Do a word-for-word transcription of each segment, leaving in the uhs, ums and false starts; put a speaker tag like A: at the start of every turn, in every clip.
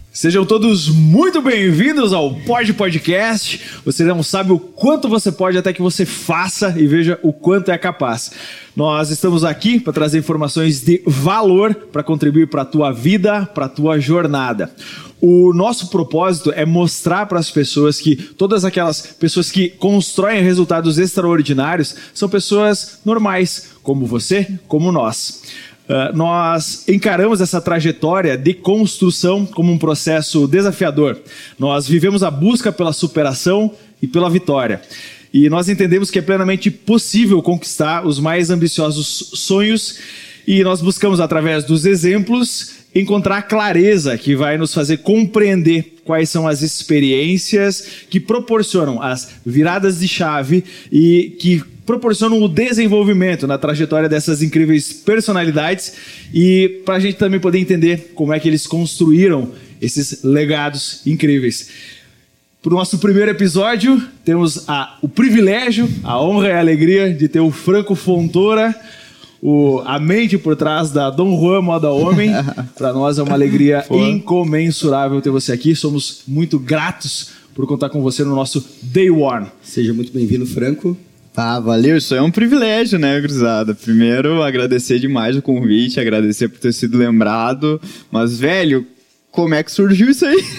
A: Sejam todos muito bem-vindos ao Pod Podcast. Você não sabe o quanto você pode até que você faça e veja o quanto é capaz. Nós estamos aqui para trazer informações de valor para contribuir para a tua vida, para a tua jornada. O nosso propósito é mostrar para as pessoas que todas aquelas pessoas que constroem resultados extraordinários são pessoas normais, como você, como nós. Uh, nós encaramos essa trajetória de construção como um processo desafiador. Nós vivemos a busca pela superação e pela vitória. E nós entendemos que é plenamente possível conquistar os mais ambiciosos sonhos e nós buscamos, através dos exemplos, encontrar a clareza que vai nos fazer compreender quais são as experiências que proporcionam as viradas de chave e que proporcionam o desenvolvimento na trajetória dessas incríveis personalidades e para a gente também poder entender como é que eles construíram esses legados incríveis. Para o nosso primeiro episódio, temos a, o privilégio, a honra e a alegria de ter o Franco Fontoura, o, a mente por trás da Dom Juan Moda Homem. Para nós é uma alegria incomensurável ter você aqui. Somos muito gratos por contar com você no nosso Day One.
B: Seja muito bem-vindo, Franco.
C: Ah, valeu, isso é um privilégio, né, gurizada? Primeiro, agradecer demais o convite, agradecer por ter sido lembrado, mas, velho, como é que surgiu isso aí?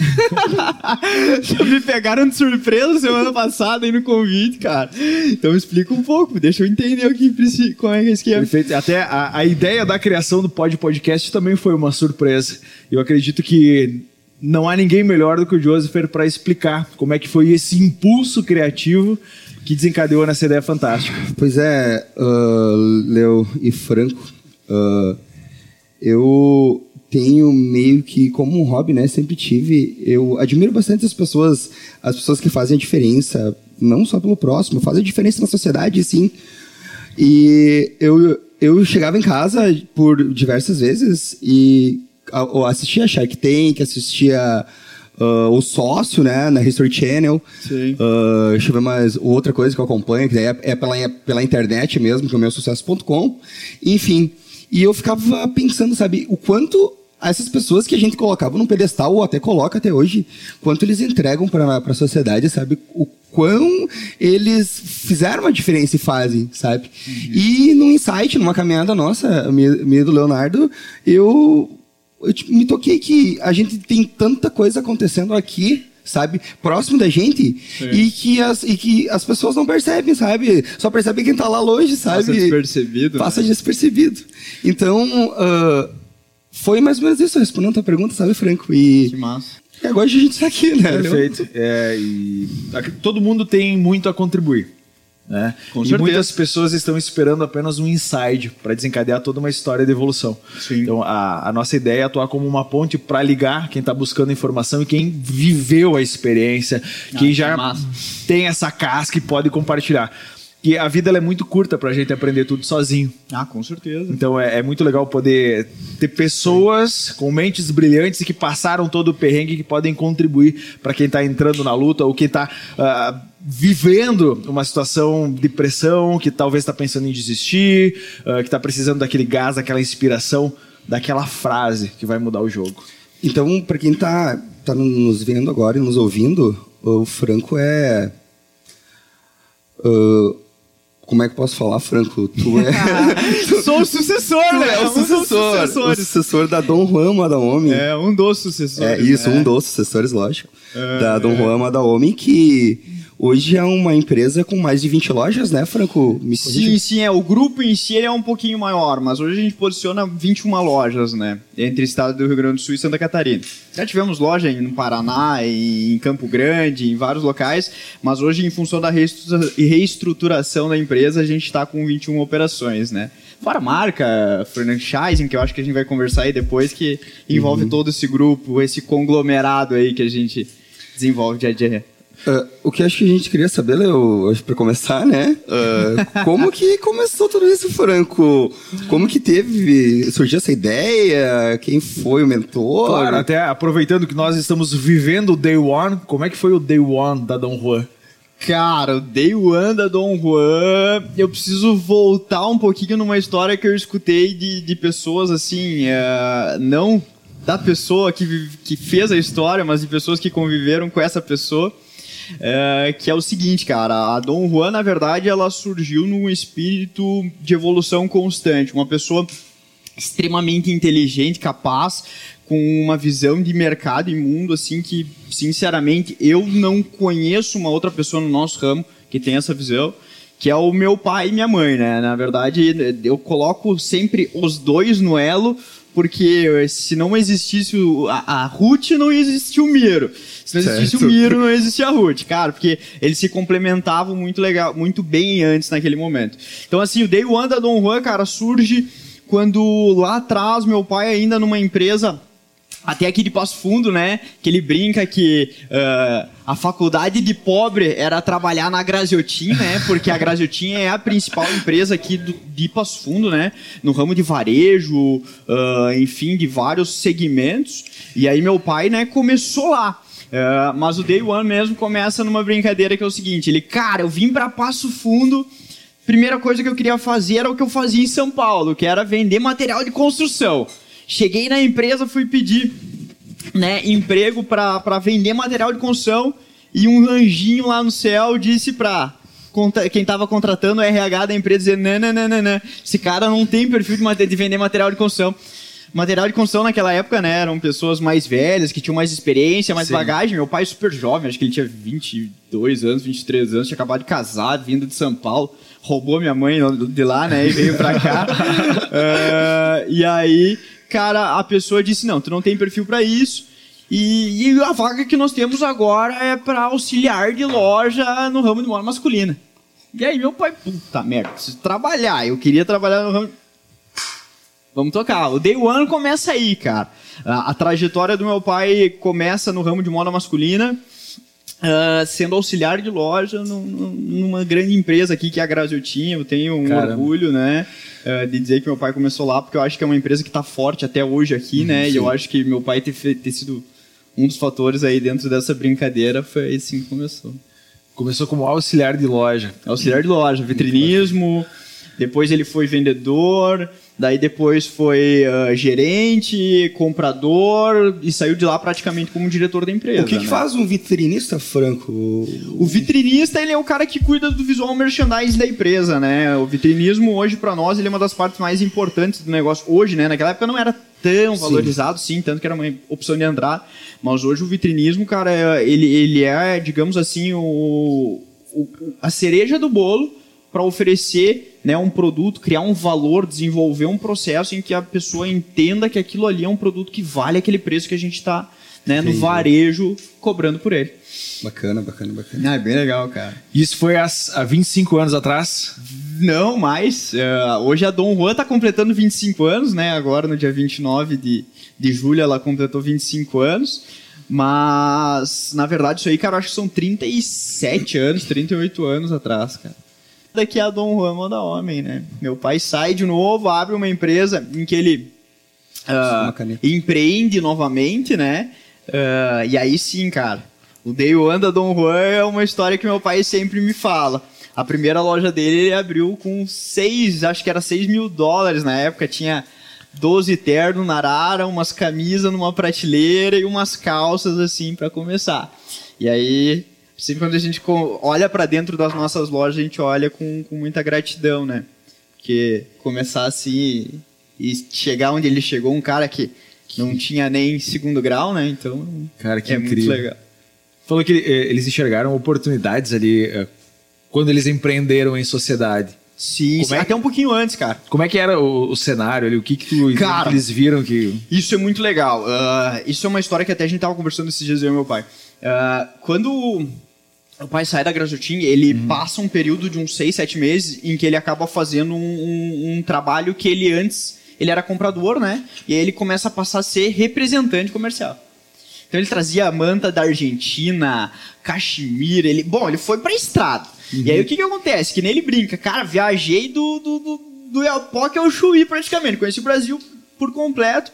C: Me pegaram de surpresa semana passada aí no convite, cara. Então explica um pouco, deixa eu entender aqui como é que é esse esquema.
A: Perfeito. Até a, a ideia da criação do Pod Podcast também foi uma surpresa. Eu acredito que não há ninguém melhor do que o Joseph para explicar como é que foi esse impulso criativo que desencadeou nessa ideia fantástica.
B: Pois é, uh, Leo e Franco, uh, eu tenho meio que como um hobby, né? Sempre tive. Eu admiro bastante as pessoas, as pessoas que fazem a diferença, não só pelo próximo, fazem a diferença na sociedade, sim. E eu, eu chegava em casa por diversas vezes e eu assistia Shark Tank, assistia Uh, o Sócio, né, na History Channel.
C: Sim.
B: Uh, deixa eu ver mais outra coisa que eu acompanho, que daí é, é pela, é pela internet mesmo, que é o meu sucesso ponto com. Enfim, e eu ficava pensando, sabe, o quanto essas pessoas que a gente colocava num pedestal, ou até coloca até hoje, quanto eles entregam para a sociedade, sabe, o quão eles fizeram uma diferença e fazem, sabe. Uhum. E num insight, numa caminhada nossa, minha do Leonardo, eu... eu me toquei que a gente tem tanta coisa acontecendo aqui, sabe, próximo da gente, e que, as, e que as pessoas não percebem, sabe, só percebem quem tá lá longe, sabe.
C: Passa despercebido.
B: Passa
C: né?
B: despercebido. Então, uh, foi mais ou menos isso, respondendo a tua pergunta, sabe, Franco? E,
C: que massa.
B: E agora a gente tá aqui, né?
A: Perfeito. É, e todo mundo tem muito a contribuir. Né?
C: Com
A: e
C: certeza.
A: muitas pessoas estão esperando apenas um insight para desencadear toda uma história de evolução.
C: Sim.
A: Então a, a nossa ideia é atuar como uma ponte para ligar quem está buscando informação e quem viveu a experiência, ah, quem já
C: massa.
A: tem essa casca e pode compartilhar. E a vida ela é muito curta para a gente aprender tudo sozinho.
C: Ah, com certeza.
A: Então é, é muito legal poder ter pessoas Sim. com mentes brilhantes e que passaram todo o perrengue que podem contribuir para quem está entrando na luta ou quem está uh, vivendo uma situação de pressão, que talvez está pensando em desistir, uh, que está precisando daquele gás, daquela inspiração, daquela frase que vai mudar o jogo.
B: Então, para quem está tá nos vendo agora e nos ouvindo, o Franco é... Uh, como é que eu posso falar, Franco? Tu é...
C: Sou o sucessor,
B: tu
C: né?
B: é o sucessor. O sucessor da Dom Juan Moda Homem.
C: É, um dos sucessores.
B: É isso,
C: né?
B: um dos sucessores, lógico.
C: É,
B: da Dom
C: é.
B: Juan Moda Homem, que hoje é uma empresa com mais de vinte lojas, né, Franco? Me
C: sim, sim, é. O grupo em si ele é um pouquinho maior, mas hoje a gente posiciona vinte e uma lojas, né? Entre o estado do Rio Grande do Sul e Santa Catarina. Já tivemos loja no Paraná, em Campo Grande, em vários locais, mas hoje, em função da reestruturação da empresa, a gente está com vinte e uma operações, né? Fora a marca, franchising, que eu acho que a gente vai conversar aí depois, que envolve uhum. todo esse grupo, esse conglomerado aí que a gente desenvolve dia a dia.
B: Uh, o que acho que a gente queria saber, Leo, para começar, né? Uh, como que começou tudo isso, Franco? Como que teve, surgiu essa ideia? Quem foi o mentor?
A: Claro, até aproveitando que nós estamos vivendo o Day One, como é que foi o Day One da Dom Juan?
C: Cara, o Day One da Dom Juan, eu preciso voltar um pouquinho numa história que eu escutei de, de pessoas, assim, uh, não da pessoa que, que fez a história, mas de pessoas que conviveram com essa pessoa, é, que é o seguinte, cara, a Dom Juan, na verdade, ela surgiu num espírito de evolução constante, uma pessoa extremamente inteligente, capaz, com uma visão de mercado e mundo, assim, que, sinceramente, eu não conheço uma outra pessoa no nosso ramo que tem essa visão, que é o meu pai e minha mãe, né? Na verdade, eu coloco sempre os dois no elo, porque se não existisse o, a, a Ruth, não existia o Miro. Se não existisse certo. o Miro, não existia a Ruth, cara, porque eles se complementavam muito legal, muito bem antes naquele momento. Então, assim, o Day One da Dom Juan, cara, surge quando lá atrás meu pai ainda numa empresa, até aqui de Passo Fundo, né, que ele brinca que uh, a faculdade de pobre era trabalhar na Graziotin, né, porque a Graziotin é a principal empresa aqui do, de Passo Fundo, né, no ramo de varejo, uh, enfim, de vários segmentos. E aí meu pai, né, começou lá. Uh, mas o Day One mesmo começa numa brincadeira que é o seguinte, ele, cara, eu vim para Passo Fundo, primeira coisa que eu queria fazer era o que eu fazia em São Paulo, que era vender material de construção. Cheguei na empresa, fui pedir, né, emprego para vender material de construção e um anjinho lá no céu disse para quem estava contratando o R H da empresa, dizer, não, não, não, não, não, esse cara não tem perfil de, de vender material de construção. Material de construção naquela época, né, eram pessoas mais velhas, que tinham mais experiência, mais Sim. bagagem. Meu pai super jovem, acho que ele tinha vinte e dois anos, vinte e três anos, tinha acabado de casar, vindo de São Paulo, roubou minha mãe de lá, né, e veio pra cá. uh, e aí... Cara, a pessoa disse, não, tu não tem perfil para isso, e, e a vaga que nós temos agora é para auxiliar de loja no ramo de moda masculina. E aí meu pai, puta merda, preciso trabalhar, eu queria trabalhar no ramo... Vamos tocar, o Day One começa aí, cara. A, a trajetória do meu pai começa no ramo de moda masculina, Uh, sendo auxiliar de loja no, no, numa grande empresa aqui que é a Graziotin. Eu tenho um Caramba. orgulho, né, uh, de dizer que meu pai começou lá, porque eu acho que é uma empresa que está forte até hoje aqui, né, Sim. e eu acho que meu pai ter, ter sido um dos fatores aí dentro dessa brincadeira, foi assim que começou.
A: Começou como auxiliar de loja.
C: Auxiliar de loja, vitrinismo, depois ele foi vendedor, daí depois foi uh, gerente, comprador e saiu de lá praticamente como diretor da empresa.
B: O que, que
C: né?
B: faz um vitrinista, Franco?
C: O vitrinista, ele é o cara que cuida do visual merchandising da empresa, né? O vitrinismo hoje para nós ele é uma das partes mais importantes do negócio. Hoje, né? Naquela época não era tão sim. valorizado, sim, tanto que era uma opção de entrar. Mas hoje o vitrinismo, cara, ele, ele é, digamos assim, o, o, a cereja do bolo para oferecer, né, um produto, criar um valor, desenvolver um processo em que a pessoa entenda que aquilo ali é um produto que vale aquele preço que a gente está, né, no varejo cobrando por ele.
B: Bacana, bacana, bacana.
C: Ah, é bem legal, cara.
A: Isso foi há, há vinte e cinco anos atrás?
C: Não, mais. Uh, hoje a Dom Juan está completando vinte e cinco anos, né? Agora no dia vinte e nove de, de julho ela completou vinte e cinco anos. Mas, na verdade, isso aí, cara, eu acho que são trinta e sete anos, trinta e oito anos atrás, cara. Daqui a Dom Juan manda homem, né? Meu pai sai de novo, abre uma empresa em que ele uh, empreende novamente, né? Uh, e aí sim, cara, o Day One da Dom Juan é uma história que meu pai sempre me fala. A primeira loja dele ele abriu com seis, acho que era seis mil dólares na época, tinha doze ternos na arara, umas camisas numa prateleira e umas calças assim para começar. E aí... Sempre quando a gente olha para dentro das nossas lojas, a gente olha com, com muita gratidão, né? Porque começar assim e chegar onde ele chegou, um cara que não tinha nem segundo grau, né? Então,
A: cara, que
C: é
A: incrível.
C: Muito legal.
A: Falou que eles enxergaram oportunidades ali quando eles empreenderam em sociedade.
C: Sim, sim. É... até um pouquinho antes, cara.
A: Como é que era o, o cenário ali? O que, que, tu, cara, que eles viram que...
C: Isso é muito legal. Uh, isso é uma história que até a gente tava conversando esses dias, eu e meu pai. Uh, quando... O pai sai da Graziotin, ele uhum. passa um período de uns seis, sete meses em que ele acaba fazendo um, um, um trabalho que ele antes, ele era comprador, né? E aí ele começa a passar a ser representante comercial. Então ele trazia manta da Argentina, cachemira, ele... Bom, ele foi pra estrada. Uhum. E aí o que que acontece? Que nem ele brinca, cara, viajei do, do, do, do Elpoc ao Chuí praticamente, conheci o Brasil por completo.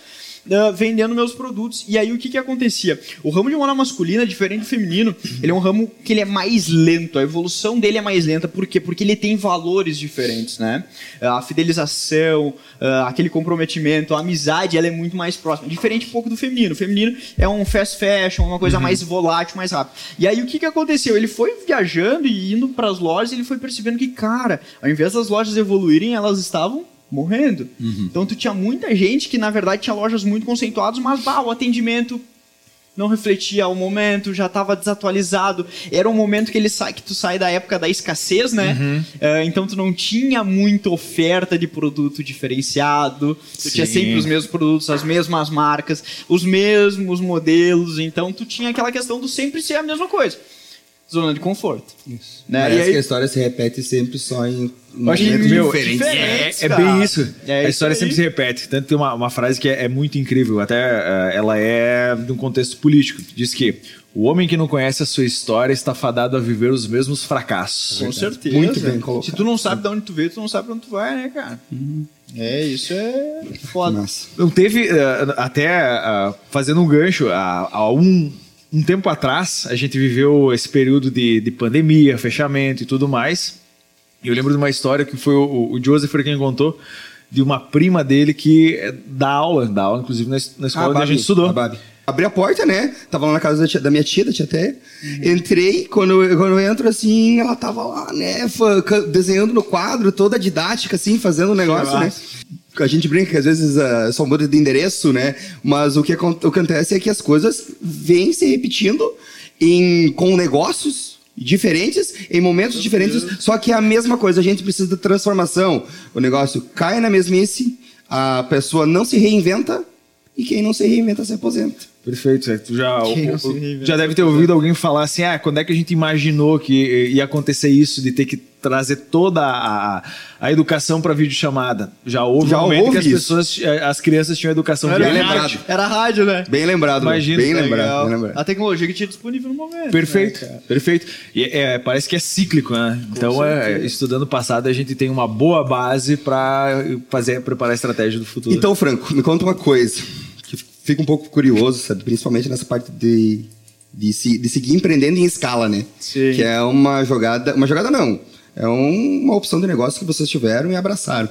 C: uh, vendendo meus produtos. E aí o que que acontecia? O ramo de moda masculina, diferente do feminino, ele é um ramo que ele é mais lento, a evolução dele é mais lenta. Por quê? Porque ele tem valores diferentes, né? A fidelização, uh, aquele comprometimento, a amizade, ela é muito mais próxima. Diferente um pouco do feminino. O feminino é um fast fashion, uma coisa uhum. mais volátil, mais rápida. E aí o que que aconteceu? Ele foi viajando e indo para as lojas, ele foi percebendo que, cara, ao invés das lojas evoluírem, elas estavam morrendo. Uhum. Então tu tinha muita gente que na verdade tinha lojas muito conceituadas, mas bah, o atendimento não refletia o momento, já estava desatualizado. Era um momento que ele sai, que tu sai da época da escassez, né? Uhum. Uh, então tu não tinha muita oferta de produto diferenciado. Tu Sim. tinha sempre os mesmos produtos, as mesmas marcas, os mesmos modelos. Então tu tinha aquela questão do sempre ser a mesma coisa. Zona de conforto. Isso. Né?
B: Parece
C: aí...
B: que a história se repete sempre só em
A: momentos diferentes. É, é bem isso. É a história isso sempre se repete. Tanto tem uma, uma frase que é, é muito incrível. Até uh, ela é de um contexto político. Diz que o homem que não conhece a sua história está fadado a viver os mesmos fracassos.
C: Com certeza.
B: Muito bem colocado.
C: Se tu não sabe de onde tu veio, tu não sabe de onde tu vai, né, cara? Uhum. É, isso é foda.
A: Nossa. Não teve, uh, até uh, fazendo um gancho, há uh, uh, um... Um tempo atrás, a gente viveu esse período de, de pandemia, fechamento e tudo mais. E eu lembro de uma história que foi o, o Joseph quem contou, de uma prima dele que dá aula, dá aula inclusive na, na escola ah, onde Babi, a gente estudou. A
B: Abri a porta, né? Tava lá na casa da, tia, da minha tia, da tia Té. Uhum. Entrei, quando, quando eu entro assim, ela tava lá, né? Desenhando no quadro, toda didática, assim, fazendo um negócio, né? A gente brinca que às vezes uh, só muda de endereço, né? Mas o que acontece é que as coisas vêm se repetindo em, com negócios diferentes, em momentos diferentes, só que é a mesma coisa. A gente precisa de transformação. O negócio cai na mesmice, a pessoa não se reinventa e quem não se reinventa se aposenta.
A: Perfeito. Tu já, o, o, já deve ter ouvido alguém falar assim, ah, quando é que a gente imaginou que ia acontecer isso, de ter que trazer toda a, a educação para videochamada? Já houve
B: já
A: um momento que as
B: isso.
A: pessoas, as crianças tinham educação
C: era
A: via
C: rádio. Era rádio, né?
B: Bem lembrado.
A: Imagina.
B: Bem lembrado, bem lembrado.
C: A tecnologia que tinha disponível no momento.
A: Perfeito,
C: né,
A: perfeito. E é, parece que é cíclico, né? Com então, é, estudando o passado, a gente tem uma boa base para fazer, preparar a estratégia do futuro.
B: Então, Franco, me conta uma coisa. Fico um pouco curioso, sabe? Principalmente nessa parte de, de, se, de seguir empreendendo em escala, né?
C: Sim.
B: Que é uma jogada... Uma jogada não. É um, uma opção de negócio que vocês tiveram e abraçaram.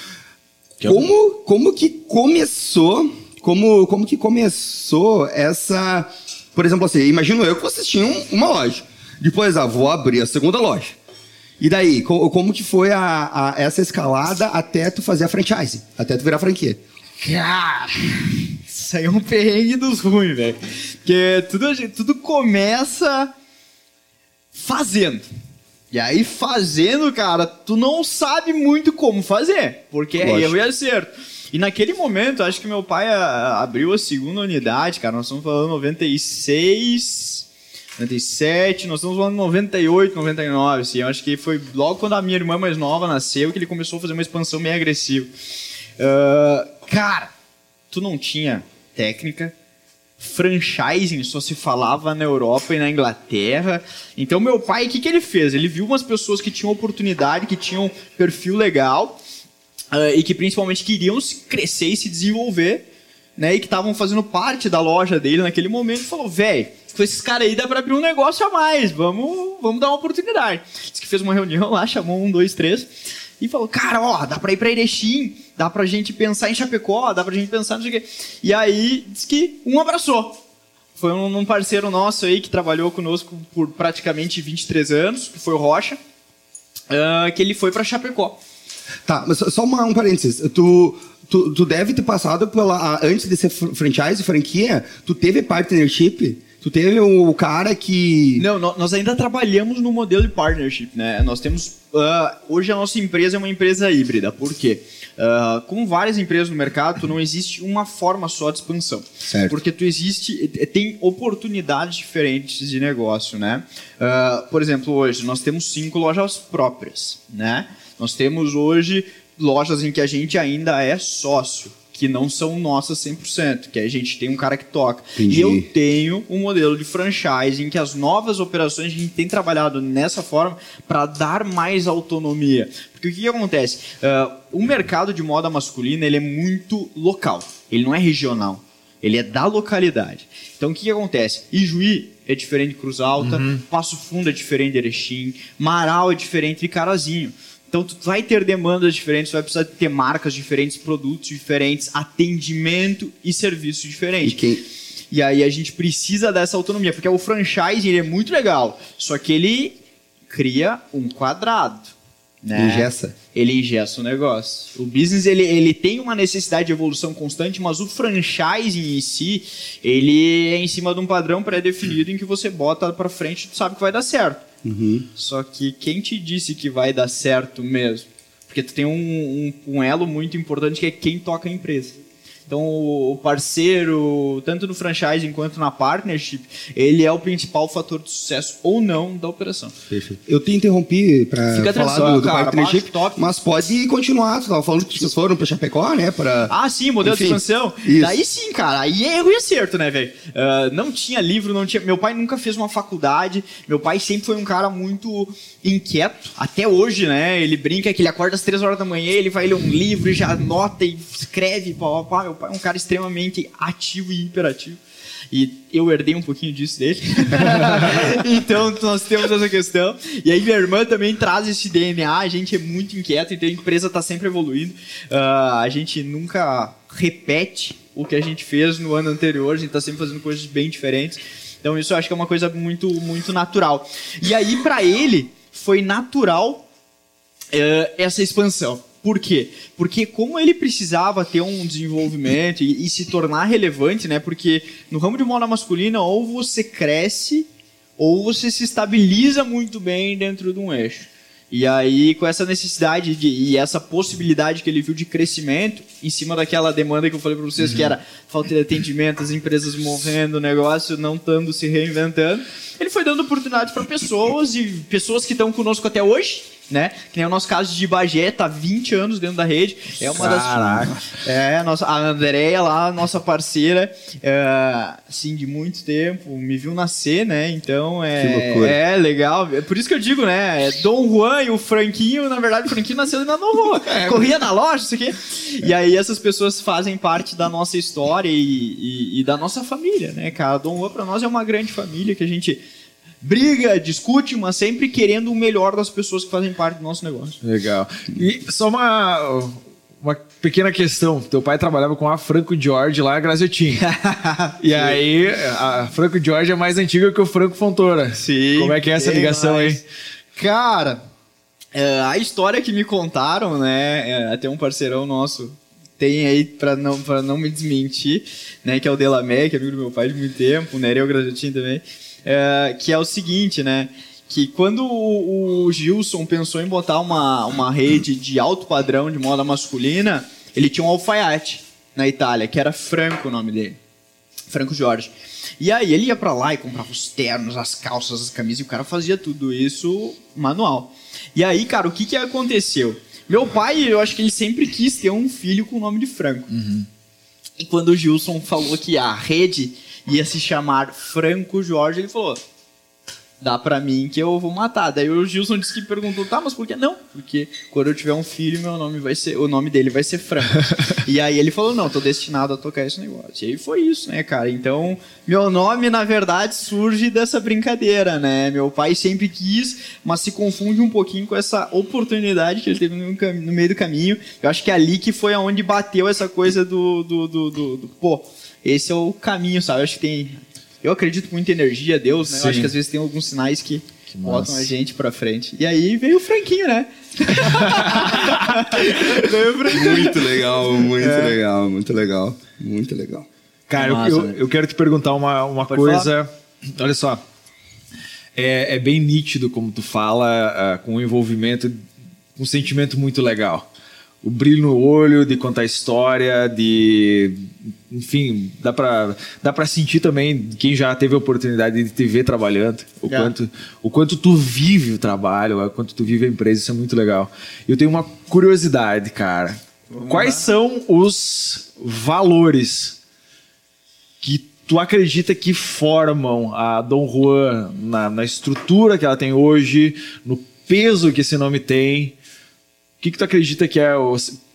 B: Que como, como que começou... Como, como que começou essa... Por exemplo, assim, imagino eu que vocês tinham uma loja. Depois, ah, vou abrir a segunda loja. E daí, como, como que foi a, a, essa escalada até tu fazer a franchise? Até tu virar franquia?
C: Cara, isso aí é um perrengue dos ruins, velho. Porque tudo, tudo começa fazendo. E aí, fazendo, cara, tu não sabe muito como fazer. Porque é erro e acerto. E naquele momento, acho que meu pai a, abriu a segunda unidade, cara. Nós estamos falando noventa e seis, noventa e sete, nós estamos falando noventa e oito, noventa e nove. Assim. Eu acho que foi logo quando a minha irmã mais nova nasceu que ele começou a fazer uma expansão meio agressiva. Uh, cara, tu não tinha técnica, franchising só se falava na Europa e na Inglaterra. Então meu pai, o que, que ele fez? Ele viu umas pessoas que tinham oportunidade, que tinham perfil legal uh, e que principalmente queriam crescer e se desenvolver, né, e que estavam fazendo parte da loja dele naquele momento, e falou, velho, com esses caras aí dá pra abrir um negócio a mais, vamos, vamos dar uma oportunidade. Diz que fez uma reunião lá, chamou um, dois, três... E falou, cara, ó, dá pra ir pra Erechim, dá pra gente pensar em Chapecó, dá pra gente pensar não sei o quê. E aí, disse que um abraçou. Foi um, um parceiro nosso aí que trabalhou conosco por praticamente vinte e três anos, que foi o Rocha, uh, que ele foi pra Chapecó.
B: Tá, mas só uma, um parênteses. Tu, tu, tu deve ter passado pela... Antes de ser franchise, franquia, tu teve partnership... Tu teve o cara que...
C: Não, nós ainda trabalhamos no modelo de partnership, né? Nós temos... Uh, hoje a nossa empresa é uma empresa híbrida. Por quê? Uh, com várias empresas no mercado, tu não existe uma forma só de expansão.
B: Certo.
C: Porque tu existe... Tem oportunidades diferentes de negócio, né? Uh, por exemplo, hoje nós temos cinco lojas próprias, né? Nós temos hoje lojas em que a gente ainda é sócio, que não são nossas cem por cento, que a gente tem um cara que toca.
B: Entendi.
C: E eu tenho um modelo de franchise em que as novas operações a gente tem trabalhado nessa forma para dar mais autonomia. Porque o que, que acontece? Uh, o mercado de moda masculina ele é muito local. Ele não é regional. Ele é da localidade. Então, o que, que acontece? Ijuí é diferente de Cruz Alta, uhum. Passo Fundo é diferente de Erechim, Marau é diferente de Carazinho. Então, tu vai ter demandas diferentes, tu vai precisar ter marcas diferentes, produtos diferentes, atendimento e serviços diferentes.
B: E, quem...
C: e aí, a gente precisa dessa autonomia, porque o franchise ele é muito legal, só que ele cria um quadrado. Né?
B: Engessa.
C: Ele engessa o negócio. O business ele, ele tem uma necessidade de evolução constante, mas o franchising em si, ele é em cima de um padrão pré-definido em que você bota pra frente e tu sabe que vai dar certo.
B: Uhum.
C: Só que quem te disse que vai dar certo mesmo? Porque tu tem um, um, um elo muito importante que é quem toca a empresa. Então, o parceiro, tanto no franchising quanto na partnership, ele é o principal fator de sucesso ou não da operação.
B: Perfeito. Eu te interrompi para falar do, do
C: cara,
B: partnership,
C: top.
B: Mas pode continuar. Tu estava falando que vocês foram para Chapecó, né? Pra...
C: Ah, sim, modelo Enfim, de expansão. Isso. Daí sim, cara. Aí é erro e acerto, né, velho? Uh, não tinha livro, não tinha... Meu pai nunca fez uma faculdade. Meu pai sempre foi um cara muito inquieto. Até hoje, né? Ele brinca que ele acorda às três horas da manhã, ele vai ler um livro e já anota e escreve. Pá, pá. Meu pai é um cara extremamente ativo e hiperativo. E eu herdei um pouquinho disso dele. Então, nós temos essa questão. E aí, minha irmã também traz esse D N A. A gente é muito inquieto, então a empresa está sempre evoluindo. Uh, a gente nunca repete o que a gente fez no ano anterior. A gente está sempre fazendo coisas bem diferentes. Então, isso eu acho que é uma coisa muito, muito natural. E aí, para ele, foi natural uh, essa expansão. Por quê? Porque como ele precisava ter um desenvolvimento e, e se tornar relevante, né? Porque no ramo de moda masculina, ou você cresce, ou você se estabiliza muito bem dentro de um eixo. E aí, com essa necessidade de, e essa possibilidade que ele viu de crescimento, em cima daquela demanda que eu falei para vocês, uhum. que era falta de atendimento, as empresas morrendo, o negócio não estando se reinventando, ele foi dando oportunidades para pessoas, e pessoas que estão conosco até hoje, né? Que nem o nosso caso de Bagé, tá vinte anos dentro da rede. É uma
B: Caraca.
C: das. É, a, nossa, a Andréia lá, nossa parceira, é, assim, de muito tempo, me viu nascer, né? Então é.
B: Que loucura.
C: É legal. É por isso que eu digo, né? É Dom Juan e o Franquinho, na verdade, o Franquinho nasceu na Dom Juan. É, corria na loja, isso aqui. E aí essas pessoas fazem parte da nossa história e, e, e da nossa família, né, cara? Dom Juan pra nós é uma grande família que a gente briga, discute, mas sempre querendo o melhor das pessoas que fazem parte do nosso negócio.
A: Legal. E só uma, uma pequena questão. Teu pai trabalhava com a Franco Jorge lá em Graziotin. E aí, a Franco Jorge é mais antiga que o Franco Fontoura.
C: Sim.
A: Como é que é essa ligação mais. aí?
C: Cara, é, a história que me contaram, né, é, até um parceirão nosso tem aí, pra não, pra não me desmentir, né, que é o Delamé, que é amigo do meu pai de muito tempo, o Nereu Graziotin também. É, que é o seguinte, né? Que quando o, o Gilson pensou em botar uma, uma rede de alto padrão de moda masculina, ele tinha um alfaiate na Itália, que era Franco o nome dele. Franco Jorge. E aí ele ia pra lá e comprava os ternos, as calças, as camisas, e o cara fazia tudo isso manual. E aí, cara, o que que aconteceu? Meu pai, eu acho que ele sempre quis ter um filho com o nome de Franco.
A: Uhum.
C: E quando o Gilson falou que a rede ia se chamar Franco Jorge, ele falou, dá pra mim que eu vou matar. Daí o Gilson disse que perguntou, tá, mas por que não? Porque quando eu tiver um filho, meu nome vai ser, o nome dele vai ser Franco. E aí ele falou, não, tô destinado a tocar esse negócio. E aí foi isso, né, cara? Então, meu nome, na verdade, surge dessa brincadeira, né? Meu pai sempre quis, mas se confunde um pouquinho com essa oportunidade que ele teve no, cam- no meio do caminho. Eu acho que é ali que foi aonde bateu essa coisa do, do, do, do, do pô, esse é o caminho, sabe? Eu acho que tem... Eu acredito muito em energia, Deus, né?
A: Sim.
C: Eu acho que às vezes tem alguns sinais que,
A: que
C: botam a gente pra frente. E aí veio o Franquinho, né?
B: Veio o Franquinho. Muito legal, muito é. legal, muito legal, muito legal.
A: Cara, massa, eu, eu, eu quero te perguntar uma, uma coisa. Falar? Olha só. É, é bem nítido como tu fala, uh, com um envolvimento, um sentimento muito legal. O brilho no olho de contar história, de... Enfim, dá pra, dá pra sentir também, quem já teve a oportunidade de te ver trabalhando, o, yeah. quanto, o quanto tu vive o trabalho, o quanto tu vive a empresa, isso é muito legal. Eu tenho uma curiosidade, cara. Vamos Quais lá. são os valores que tu acredita que formam a Dom Juan na, na estrutura que ela tem hoje, no peso que esse nome tem? O que, que tu acredita que é o...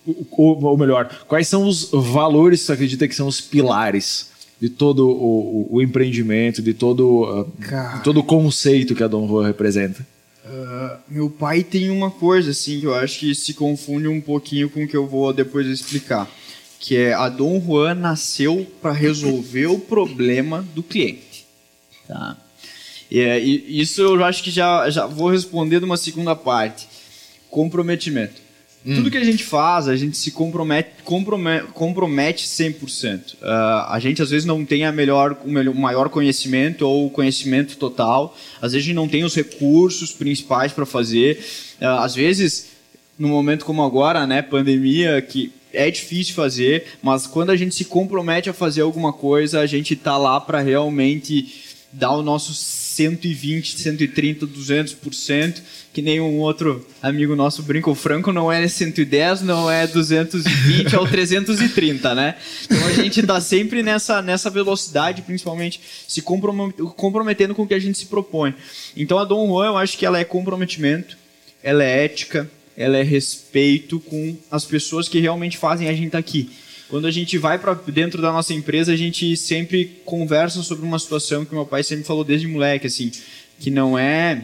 A: ou, ou melhor, quais são os valores que você acredita que são os pilares de todo o, o, o empreendimento, de todo, uh, de todo o conceito que a Dom Juan representa?
C: Uh, meu pai tem uma coisa assim que eu acho que se confunde um pouquinho com o que eu vou depois explicar, que é a Dom Juan nasceu para resolver o problema do cliente, tá? E, e isso eu acho que já, já vou responder numa segunda parte. Comprometimento. Hum. Tudo que a gente faz, a gente se compromete, compromete, compromete cem por cento. Uh, a gente às vezes não tem a melhor, o melhor, maior conhecimento ou o conhecimento total. Às vezes a gente não tem os recursos principais para fazer. Uh, às vezes, num momento como agora, né, pandemia, que é difícil fazer, mas quando a gente se compromete a fazer alguma coisa, a gente está lá para realmente dar o nosso cento e vinte, cento e trinta, duzentos por cento, que nem um outro amigo nosso brinca, o Franco não é cento e dez, não é duzentos e vinte, é o trezentos e trinta, né? Então a gente está sempre nessa, nessa velocidade, principalmente se comprometendo com o que a gente se propõe. Então a Dom Juan, eu acho que ela é comprometimento, ela é ética, ela é respeito com as pessoas que realmente fazem a gente estar aqui. Quando a gente vai para dentro da nossa empresa, a gente sempre conversa sobre uma situação que meu pai sempre falou desde moleque, assim, que não é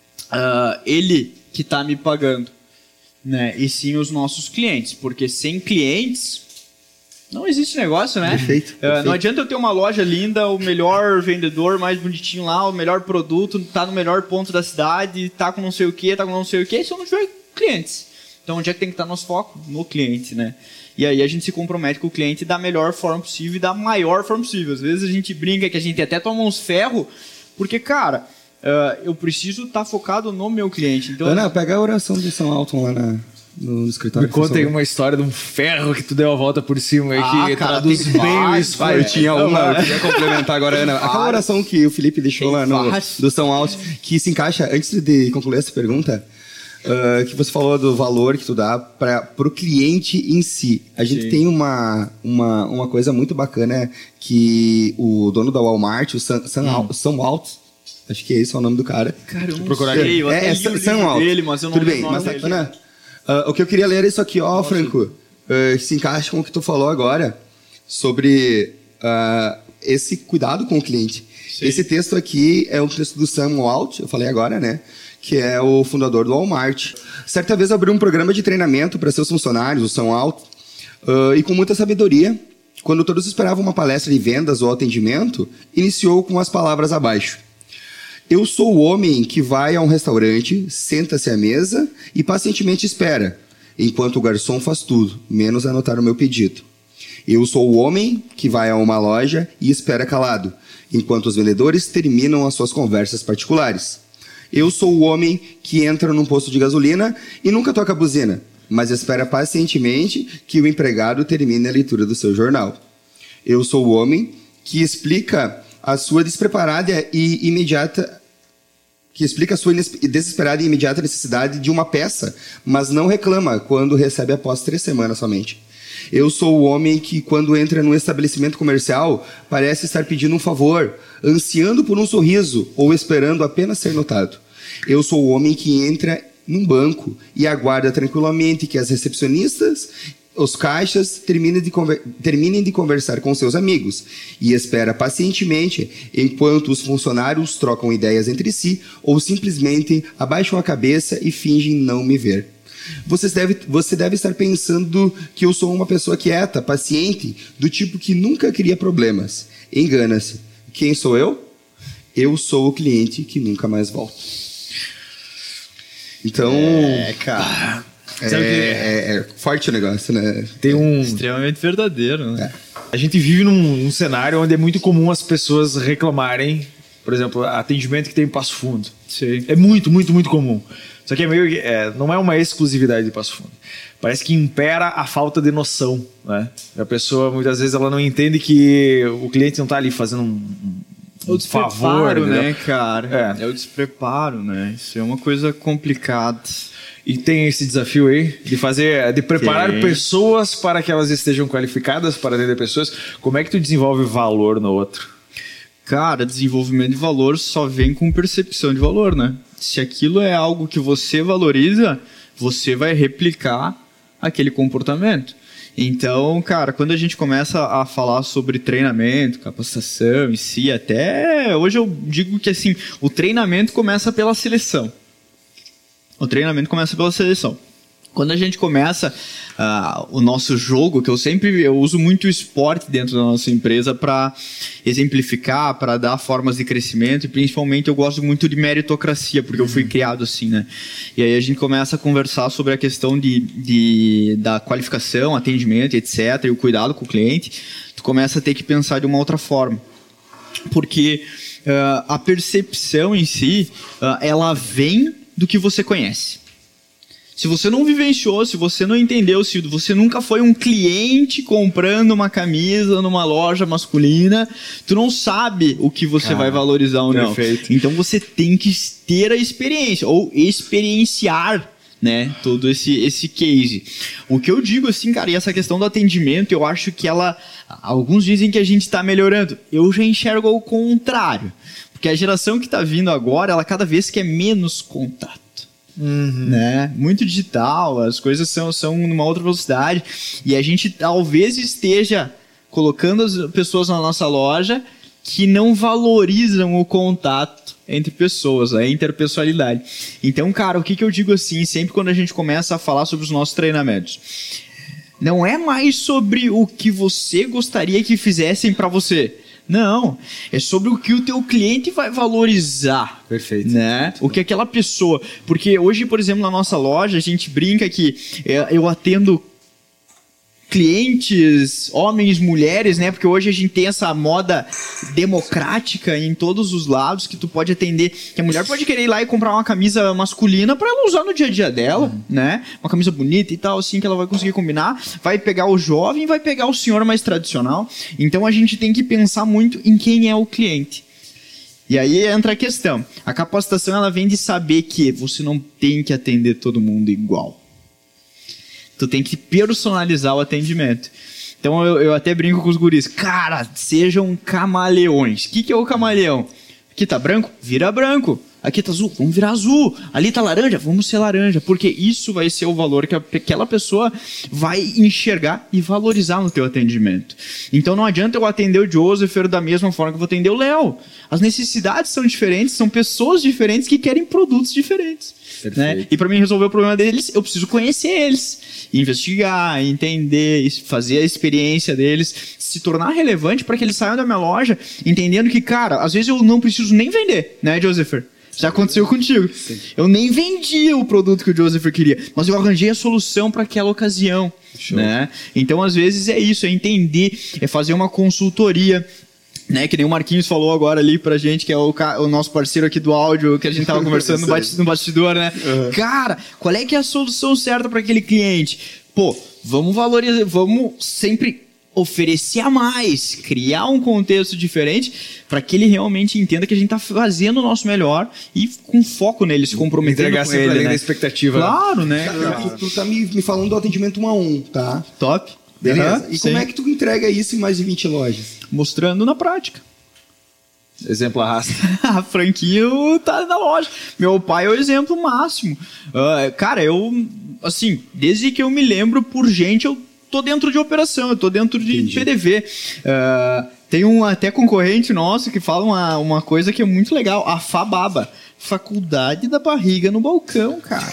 C: uh, ele que está me pagando, né? E sim os nossos clientes, porque sem clientes não existe negócio, né?
B: Perfeito,
C: uh,
B: perfeito.
C: Não adianta eu ter uma loja linda, o melhor vendedor, mais bonitinho lá, o melhor produto, tá no melhor ponto da cidade, tá com não sei o que, tá com não sei o que, se eu não tiver clientes. Então onde é que tem que estar nosso foco? No cliente, né? E aí a gente se compromete com o cliente da melhor forma possível e da maior forma possível. Às vezes a gente brinca que a gente até toma uns ferros, porque, cara, uh, eu preciso estar tá focado no meu cliente. Então,
B: Ana, pega a oração de São Alton lá na, no escritório.
A: Me conta aí uma história de um ferro que tu deu a volta por cima aí,
C: Ah,
A: que
C: cara,
A: traduz
C: tem
A: bem
C: vários,
A: isso.
B: Ah, eu tinha uma, eu queria complementar agora, Ana. Aquela oração que o Felipe deixou
C: Tem
B: lá no,
C: vários.
B: do São Alto, que se encaixa, antes de concluir essa pergunta, uh, que você falou do valor que tu dá para o cliente em si. A gente
C: Sim.
B: tem uma, uma, uma coisa muito bacana que o dono da Walmart, o Sam, Sam,
C: Hum.
B: Sam Alto, acho que esse é o nome do cara.
C: Cara, eu não
A: procurar
C: sei, eu
B: É,
C: até
B: é
C: li o
B: Sam
C: livro
B: Alto.
C: dele, mas eu não
B: Tudo
C: li
B: bem,
C: o nome
B: mas tá,
C: dele.
B: Ana, uh, o que eu queria ler é isso aqui, ó, Franco, uh, se encaixa com o que tu falou agora sobre uh, esse cuidado com o cliente.
C: Sim.
B: Esse texto aqui é um texto do Sam Walton, eu falei agora, né? Que é o fundador do Walmart. Certa vez abriu um programa de treinamento para seus funcionários, o Sam Walton, uh, e com muita sabedoria, quando todos esperavam uma palestra de vendas ou atendimento, iniciou com as palavras abaixo. Eu sou o homem que vai a um restaurante, senta-se à mesa e pacientemente espera, enquanto o garçom faz tudo, menos anotar o meu pedido. Eu sou o homem que vai a uma loja e espera calado, enquanto os vendedores terminam as suas conversas particulares. Eu sou o homem que entra num posto de gasolina e nunca toca a buzina, mas espera pacientemente que o empregado termine a leitura do seu jornal. Eu sou o homem que explica a sua despreparada e imediata que explica a sua desesperada e imediata necessidade de uma peça, mas não reclama quando recebe após três semanas somente. Eu sou o homem que, quando entra num estabelecimento comercial, parece estar pedindo um favor, ansiando por um sorriso ou esperando apenas ser notado. Eu sou o homem que entra num banco e aguarda tranquilamente que as recepcionistas, os caixas, terminem de, conver- terminem de conversar com seus amigos e espera pacientemente enquanto os funcionários trocam ideias entre si ou simplesmente abaixam a cabeça e fingem não me ver. Você deve, você deve estar pensando que eu sou uma pessoa quieta, paciente, do tipo que nunca cria problemas. Engana-se. Quem sou eu? Eu sou o cliente que nunca mais volta. Então...
C: É, cara.
B: É,
A: Sabe que-
B: é- é forte o negócio, né?
A: Tem um...
C: Extremamente verdadeiro, né?
A: A gente vive num, num cenário onde é muito comum as pessoas reclamarem, por exemplo, atendimento que tem em Passo Fundo.
C: Sim.
A: É muito, muito, muito comum. Só que é meio, que- é, não é uma exclusividade de Passo Fundo. Parece que impera a falta de noção, né? A pessoa, muitas vezes, ela não entende que o cliente não está ali fazendo um, um
C: O
A: favor,
C: despreparo,
A: entendeu?
C: né, cara?
A: É.
C: É o despreparo, né? Isso é uma coisa complicada.
A: E tem esse desafio aí de fazer, de preparar
C: Tem.
A: pessoas para que elas estejam qualificadas para atender pessoas. Como é que tu desenvolve valor no outro?
C: Cara, desenvolvimento de valor só vem com percepção de valor, né? Se aquilo é algo que você valoriza, você vai replicar aquele comportamento. Então, cara, quando a gente começa a falar sobre treinamento, capacitação em si, até hoje eu digo que assim, o treinamento começa pela seleção. O treinamento começa pela seleção. Quando a gente começa uh, o nosso jogo, que eu sempre eu uso muito o esporte dentro da nossa empresa para exemplificar, para dar formas de crescimento, e principalmente eu gosto muito de meritocracia, porque eu fui criado assim, né? E aí a gente começa a conversar sobre a questão de, de, da qualificação, atendimento, etcétera, e o cuidado com o cliente, tu começa a ter que pensar de uma outra forma. Porque uh, a percepção em si, uh, ela vem do que você conhece. Se você não vivenciou, se você não entendeu, se você nunca foi um cliente comprando uma camisa numa loja masculina, tu não sabe o que você Cara, vai valorizar ou não. Perfeito. Então você tem que ter a experiência, ou experienciar, né, todo esse, esse case. O que eu digo assim, cara, e essa questão do atendimento, eu acho que ela... Alguns dizem que a gente está melhorando. Eu já enxergo o contrário. Porque a geração que está vindo agora, ela cada vez quer menos contato. Uhum. Né? Muito digital, as coisas são, são numa outra velocidade, e a gente talvez esteja colocando as pessoas na nossa loja que não valorizam o contato entre pessoas, a interpessoalidade. Então, cara, o que, que eu digo assim, sempre quando a gente começa a falar sobre os nossos treinamentos, não é mais sobre o que você gostaria que fizessem para você. Não, é sobre o que o teu cliente vai valorizar.
A: Perfeito.
C: Né? O que aquela pessoa... Porque hoje, por exemplo, na nossa loja, a gente brinca que eu atendo clientes, homens, mulheres, né? Porque hoje a gente tem essa moda democrática em todos os lados, que tu pode atender, que a mulher pode querer ir lá e comprar uma camisa masculina para ela usar no dia a dia dela, uhum. né? Uma camisa bonita e tal, assim, que ela vai conseguir combinar. Vai pegar o jovem, vai pegar o senhor mais tradicional. Então a gente tem que pensar muito em quem é o cliente. E aí entra a questão. A capacitação, ela vem de saber que você não tem que atender todo mundo igual. Tu tem que personalizar o atendimento. Então eu, eu até brinco com os guris. Cara, sejam camaleões. O que, que é o camaleão? Aqui tá branco? Vira branco. Aqui tá azul? Vamos virar azul. Ali tá laranja? Vamos ser laranja. Porque isso vai ser o valor que aquela pessoa vai enxergar e valorizar no teu atendimento. Então não adianta eu atender o Joseph da mesma forma que eu vou atender o Léo. As necessidades são diferentes, são pessoas diferentes que querem produtos diferentes. Né? E para mim resolver o problema deles, eu preciso conhecer eles, investigar, entender, fazer a experiência deles, se tornar relevante para que eles saiam da minha loja, entendendo que, cara, às vezes eu não preciso nem vender, né, Joseph? Já aconteceu contigo. Sim. Eu nem vendi o produto que o Joseph queria, mas eu arranjei a solução para aquela ocasião. Né? Então, às vezes é isso, é entender, é fazer uma consultoria. Né, que nem o Marquinhos falou agora ali pra gente, que é o, o nosso parceiro aqui do áudio, que a gente tava conversando no, bate, no bastidor, né? Uhum. Cara, qual é que é a solução certa para aquele cliente? Pô, vamos valorizar, vamos sempre oferecer a mais, criar um contexto diferente para que ele realmente entenda que a gente tá fazendo o nosso melhor e com foco nele, se comprometendo
A: entregar
C: com
A: sempre
C: ele,
A: além
C: né?
A: da expectativa.
C: Claro, né?
B: Cara, tu, tu tá me, me falando do atendimento um a um, tá?
C: Top.
B: Beleza.
C: Uhum,
B: e
C: sim.
B: como é que tu entrega isso em mais de vinte lojas?
C: Mostrando na prática.
A: Exemplo arrasta.
C: A franquia tá na loja. Meu pai é o exemplo máximo. Uh, cara, eu, assim, desde que eu me lembro por gente, eu tô dentro de operação, eu tô dentro de Entendi. P D V. Uh, tem um até concorrente nosso que fala uma, uma coisa que é muito legal, a Fababa. Faculdade da barriga no balcão, cara.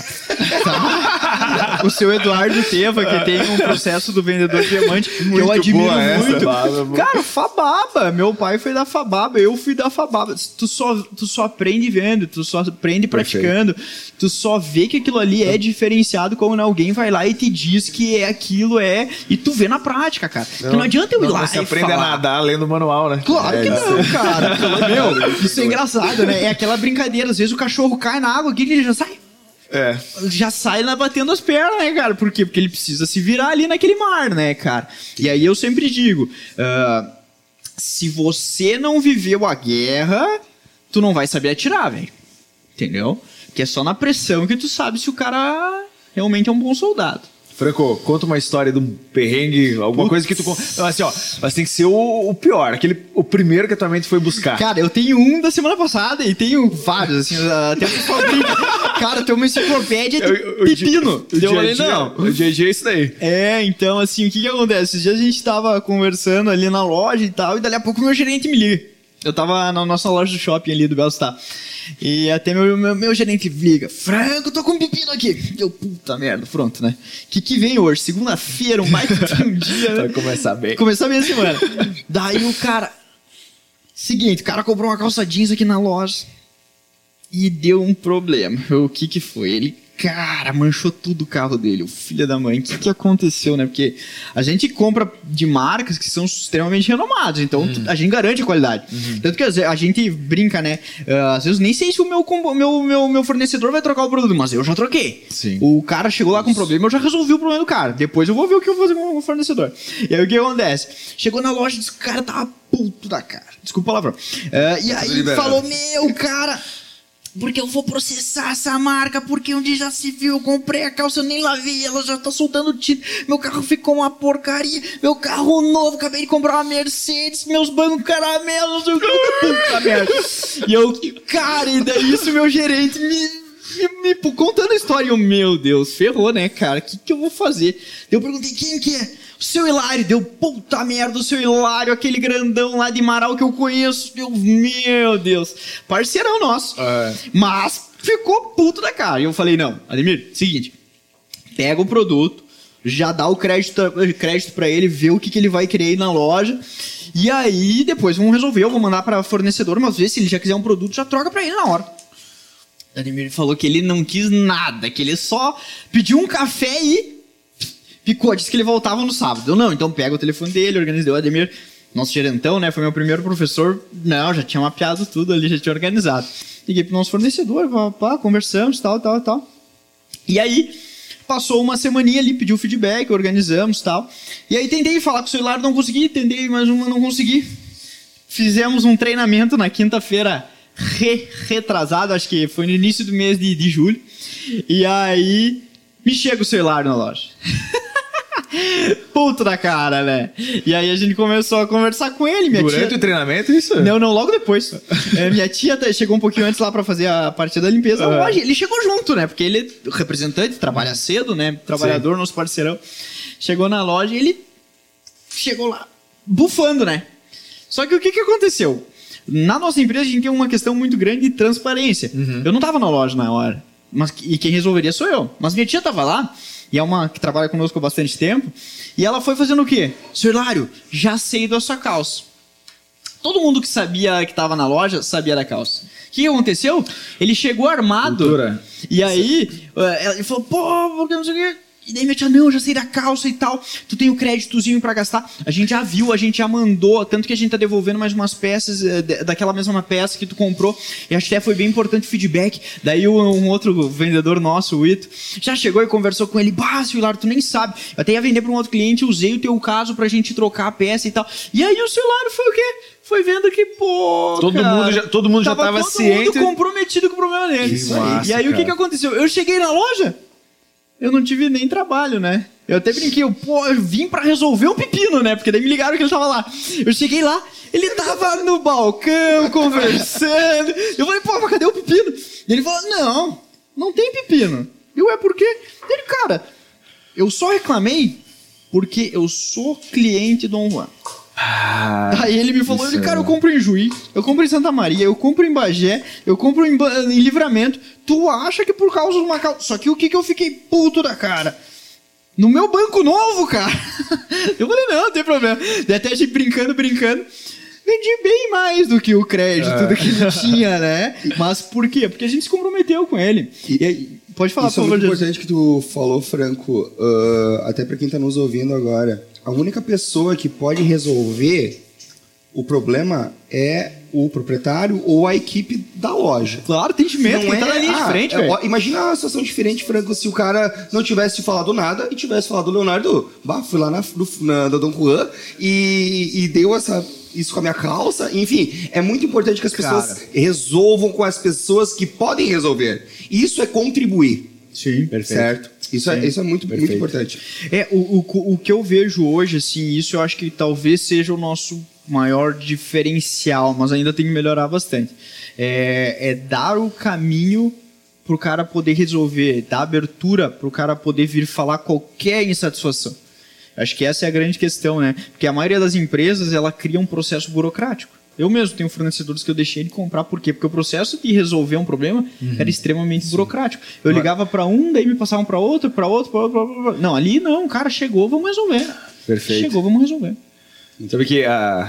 C: Tá? O seu Eduardo Teva, que tem um processo do vendedor diamante, que eu admiro muito. Essa, cara, Fababa. Meu pai foi da Fababa, eu fui da Fababa. Tu só, tu só aprende vendo, tu só aprende praticando, Perfeito. Tu só vê que aquilo ali é diferenciado quando alguém vai lá e te diz que é aquilo é, e tu vê na prática, cara. Não, não adianta eu ir
A: não,
C: lá
A: você
C: e
A: aprende
C: falar.
A: a nadar lendo o manual, né?
C: Claro
A: é,
C: que não,
A: isso.
C: cara. Meu, isso é engraçado, né? É aquela brincadeira. Às vezes o cachorro cai na água, o que que ele já sai?
A: É.
C: Já sai lá batendo as pernas, né, cara? Por quê? Porque ele precisa se virar ali naquele mar, né, cara? E aí eu sempre digo, uh, se você não viveu a guerra, tu não vai saber atirar, velho. Entendeu? Que é só na pressão que tu sabe se o cara realmente é um bom soldado.
A: Franco, conta uma história de um perrengue, alguma Putz. coisa que tu... Não, assim, ó, mas tem que ser o, o pior, aquele, o primeiro que a tua mente foi buscar.
C: Cara, eu tenho um da semana passada e tenho vários, assim, até o pessoal brinca. Cara, tem uma enciclopédia de eu, eu, pepino.
A: O dia, eu falei, não. O dia a dia é isso daí.
C: É, então, assim, o que que acontece? Esses dias a gente tava conversando ali na loja e tal, e dali a pouco o meu gerente me liga. Eu tava na nossa loja do shopping ali do Belo Star. E até meu, meu, meu gerente liga, Franco, tô com um pepino aqui. Eu, puta merda, pronto, né? O que que vem hoje? Segunda-feira, um baita de um dia, né?
A: Vai começar bem.
C: Começar bem a semana. Daí o cara... Seguinte, o cara comprou uma calça jeans aqui na loja e deu um problema. O que que foi? Ele, cara, manchou tudo o carro dele. O filho da mãe. O que que aconteceu, né? Porque a gente compra de marcas que são extremamente renomadas. Então, uhum. a gente garante a qualidade. Uhum. Tanto que a gente brinca, né? Uh, às vezes nem sei se o meu, meu, meu, meu fornecedor vai trocar o produto, mas eu já troquei.
A: Sim.
C: O cara chegou lá com um problema, eu já resolvi o problema do cara. Depois eu vou ver o que eu vou fazer com o fornecedor. E aí o que acontece? Chegou na loja e disse que o cara tava puto da cara. Desculpa o palavrão. Uh, e aí falou, meu, cara... Porque eu vou processar essa marca, porque onde já se viu, eu comprei a calça, eu nem lavei, ela já tá soltando tinta, meu carro ficou uma porcaria, meu carro novo, acabei de comprar uma Mercedes, meus bancos caramelos, eu... puta merda. E eu, cara, e daí isso meu gerente me... Me, me, contando a história, eu, meu Deus, ferrou, né, cara? O que, que eu vou fazer? Eu perguntei, quem que é? O seu Hilário. Deu, puta merda, o seu Hilário, aquele grandão lá de Marau que eu conheço. Meu, meu Deus. Parceirão nosso. É. Mas ficou puto da cara. E eu falei, não, Ademir, seguinte, pega o produto, já dá o crédito, crédito pra ele, vê o que, que ele vai querer aí na loja. E aí, depois vamos resolver. Eu vou mandar pra fornecedor, mas ver se ele já quiser um produto, já troca pra ele na hora. Ademir falou que ele não quis nada, que ele só pediu um café e ficou. Disse que ele voltava no sábado. Eu, não, então pega o telefone dele, organizei o Ademir, nosso gerentão, né? Foi meu primeiro professor. Não, já tinha mapeado tudo ali, já tinha organizado. Liguei pro nosso fornecedor, pá, conversamos, tal, tal, tal. E aí, passou uma semaninha ali, pediu feedback, organizamos, tal. E aí tentei falar com o celular, não consegui, tentei mais uma, não consegui. Fizemos um treinamento na quinta-feira Re, retrasado, acho que foi no início do mês de, de julho. E aí me chega o celular na loja. Puto da cara, né? E aí a gente começou a conversar com ele. Minha
A: Durante
C: tia...
A: o treinamento, isso?
C: Não, não, logo depois. é, minha tia chegou um pouquinho antes lá pra fazer a parte da limpeza. Uhum. Loja, ele chegou junto, né? Porque ele é representante, trabalha cedo, né? Trabalhador, Sim. nosso parceirão. Chegou na loja e ele chegou lá bufando, né? Só que o que que aconteceu? Na nossa empresa a gente tem uma questão muito grande de transparência. Uhum. Eu não tava na loja na hora, mas, e quem resolveria sou eu. Mas minha tia tava lá, e é uma que trabalha conosco há bastante tempo, e ela foi fazendo o quê? Seu Hilário, já sei da sua calça. Todo mundo que sabia que tava na loja sabia da calça. O que aconteceu? Ele chegou armado, Cultura. e aí ele falou, pô, porque não sei o quê. E daí minha tia, não, eu já sei da calça e tal, tu tem o créditozinho pra gastar. A gente já viu, a gente já mandou, tanto que a gente tá devolvendo mais umas peças uh, daquela mesma peça que tu comprou. E acho que até foi bem importante o feedback. Daí um, um outro vendedor nosso, o Ito, já chegou e conversou com ele. Bah, seu Hilário, tu nem sabe. Eu até ia vender pra um outro cliente, usei o teu caso pra gente trocar a peça e tal. E aí o seu Hilário foi o quê? Foi vendo que, pô,
A: todo
C: cara,
A: mundo já, todo mundo já tava, tava ciente.
C: Todo mundo comprometido com o problema dele.
A: Que massa,
C: e aí
A: cara.
C: O que que aconteceu? Eu cheguei na loja, eu não tive nem trabalho, né? Eu até brinquei, eu, pô, eu vim pra resolver um pepino, né? Porque daí me ligaram que ele tava lá. Eu cheguei lá, ele tava no balcão, conversando. Eu falei, pô, mas cadê o pepino? E ele falou, não, não tem pepino. Eu, é por quê? Ele, cara, eu só reclamei porque eu sou cliente do Dom Juan.
A: Ah,
C: aí ele me falou, ele, cara, eu compro em Juí, eu compro em Santa Maria, eu compro em Bagé, eu compro em, em Livramento. Tu acha que por causa de uma calça... Só que o que que eu fiquei puto da cara? No meu banco novo, cara. Eu falei, não, não tem problema. Daí até a gente brincando, brincando. Vendi bem mais do que o crédito é. do que ele tinha, né? Mas por quê? Porque a gente se comprometeu com ele. E aí, pode falar,
B: Isso por favor. Isso é muito importante que tu falou, Franco. Uh, até pra quem tá nos ouvindo agora. A única pessoa que pode resolver o problema é o proprietário ou a equipe da loja.
C: Claro, tem atendimento,
B: não
C: é, tá na linha ah, de frente, velho.
B: Imagina uma situação diferente, Franco, se o cara não tivesse falado nada e tivesse falado do Leonardo, bah, fui lá na, na, na Dom Juan e, e deu essa... isso com a minha calça, enfim, é muito importante que as pessoas cara. resolvam com as pessoas que podem resolver. Isso é contribuir.
A: Sim, perfeito.
B: Certo? Isso, é, isso é muito, muito importante.
C: É, o, o, o que eu vejo hoje, assim, isso eu acho que talvez seja o nosso maior diferencial, mas ainda tem que melhorar bastante. É, é dar o caminho pro cara poder resolver, dar abertura pro cara poder vir falar qualquer insatisfação. Acho que essa é a grande questão, né? Porque a maioria das empresas, ela cria um processo burocrático. Eu mesmo tenho fornecedores que eu deixei de comprar, por quê? Porque o processo de resolver um problema uhum. era extremamente Sim. burocrático. Eu Mas... ligava para um, daí me passavam para outro, para outro, para outro, pra outro. Não, ali não, o cara chegou, vamos resolver.
A: Perfeito.
C: Chegou, vamos resolver.
A: Sabe que uh,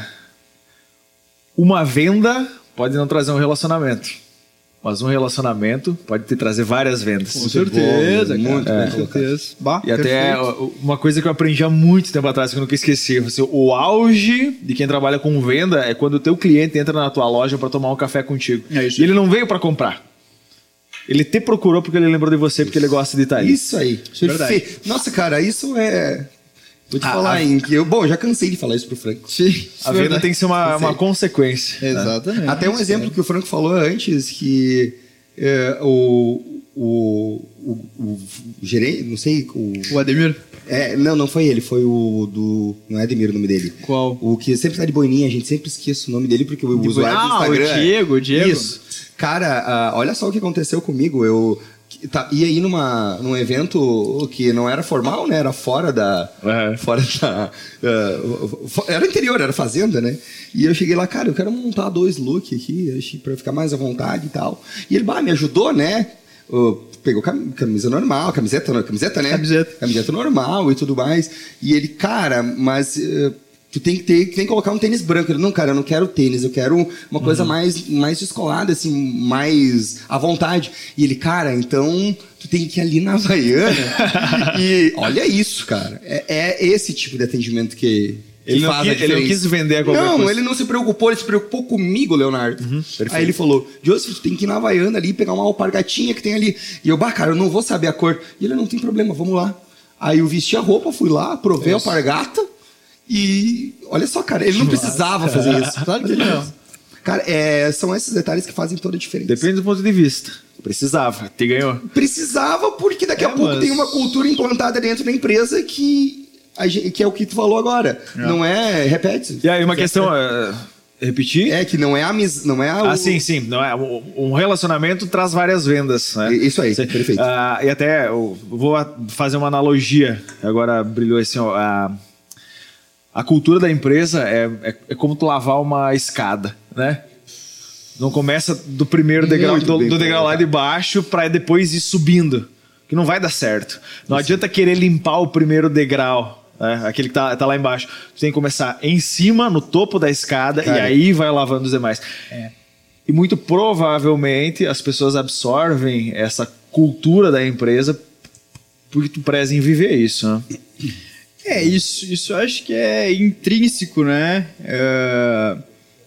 A: uma venda pode não trazer um relacionamento. Mas um relacionamento pode te trazer várias vendas.
C: Com certeza, bom, muito,
A: é.
C: com certeza. Bah,
A: e até uma coisa que eu aprendi há muito tempo atrás, que eu nunca esqueci. Assim, o auge de quem trabalha com venda é quando o teu cliente entra na tua loja para tomar um café contigo.
C: É isso.
A: E ele não veio para comprar. Ele te procurou porque ele lembrou de você, porque ele gosta de estar aí.
B: Isso aí. Isso é Nossa, cara, isso é... Vou te ah, falar, hein? Que eu, bom, já cansei de falar isso pro Franco.
A: Sim, a venda verdade. tem que ser uma, uma consequência.
C: Exatamente.
B: Né? Até um exemplo que o Franco falou antes, que é, o, o, o, o gerente, não sei... O,
C: o Ademir?
B: É, não, não foi ele, foi o do... Não é Ademir o nome dele.
C: Qual?
B: O que sempre tá de boininha, a gente sempre esquece o nome dele, porque o
C: de
B: usuário
C: ah,
B: do Instagram...
C: Ah, o Diego, o Diego.
B: Isso. Cara, uh, olha só o que aconteceu comigo, eu... Tá, ia ir numa, num evento que não era formal, né? Era fora da... Uhum. Fora da... Uh, era interior, era fazenda, né? E eu cheguei lá, cara, eu quero montar dois looks aqui, pra ficar mais à vontade e tal. E ele, bah, me ajudou, né? Uh, pegou camisa normal, camiseta, camiseta, né?
C: Camiseta.
B: Camiseta normal e tudo mais. E ele, cara, mas... Uh, tu tem que, ter, tem que colocar um tênis branco. Ele, não, cara, eu não quero tênis, eu quero uma coisa uhum. mais, mais descolada, assim, mais à vontade. E ele, cara, então tu tem que ir ali na Havaiana. E olha isso, cara. É, é esse tipo de atendimento que, que
A: ele
B: faz
A: não
B: a
A: quis, Ele não quis vender a qualquer
B: não,
A: coisa.
B: Ele não se preocupou, ele se preocupou comigo, Leonardo.
A: Uhum,
B: Aí ele falou, Joseph, tu tem que ir na Havaiana ali, pegar uma alpargatinha que tem ali. E eu, bah, cara, eu não vou saber a cor. E ele, não tem problema, vamos lá. Aí eu vesti a roupa, fui lá, provei a alpargata. E olha só, cara, ele não precisava fazer isso.
C: Claro que não.
B: Cara, é, são esses detalhes que fazem toda a diferença.
A: Depende do ponto de vista. Precisava, te ganhou.
B: Precisava porque daqui
C: é,
B: a pouco
C: mas...
B: tem uma cultura implantada dentro da empresa que, a gente, que é o que tu falou agora. É. Não é... Repete.
A: E aí, uma questão... Uh, repetir?
B: É que não é a... Mis, não é a
A: ah, o... sim, sim. Não é, um relacionamento traz várias vendas. Né?
B: Isso aí, Você, perfeito.
A: Uh, e até, eu vou fazer uma analogia. Agora brilhou assim, ó... Uh, A cultura da empresa é, é, é como tu lavar uma escada, né? Não começa do primeiro degrau, do, do degrau lá de baixo para depois ir subindo, que não vai dar certo. Não Isso. adianta querer limpar o primeiro degrau, né? Aquele que tá, tá lá embaixo. Tu tem que começar em cima, no topo da escada, Cara. e aí vai lavando os demais. É. E muito provavelmente as pessoas absorvem essa cultura da empresa porque tu preza em viver isso, né?
C: É, isso, isso eu acho que é intrínseco, né? É...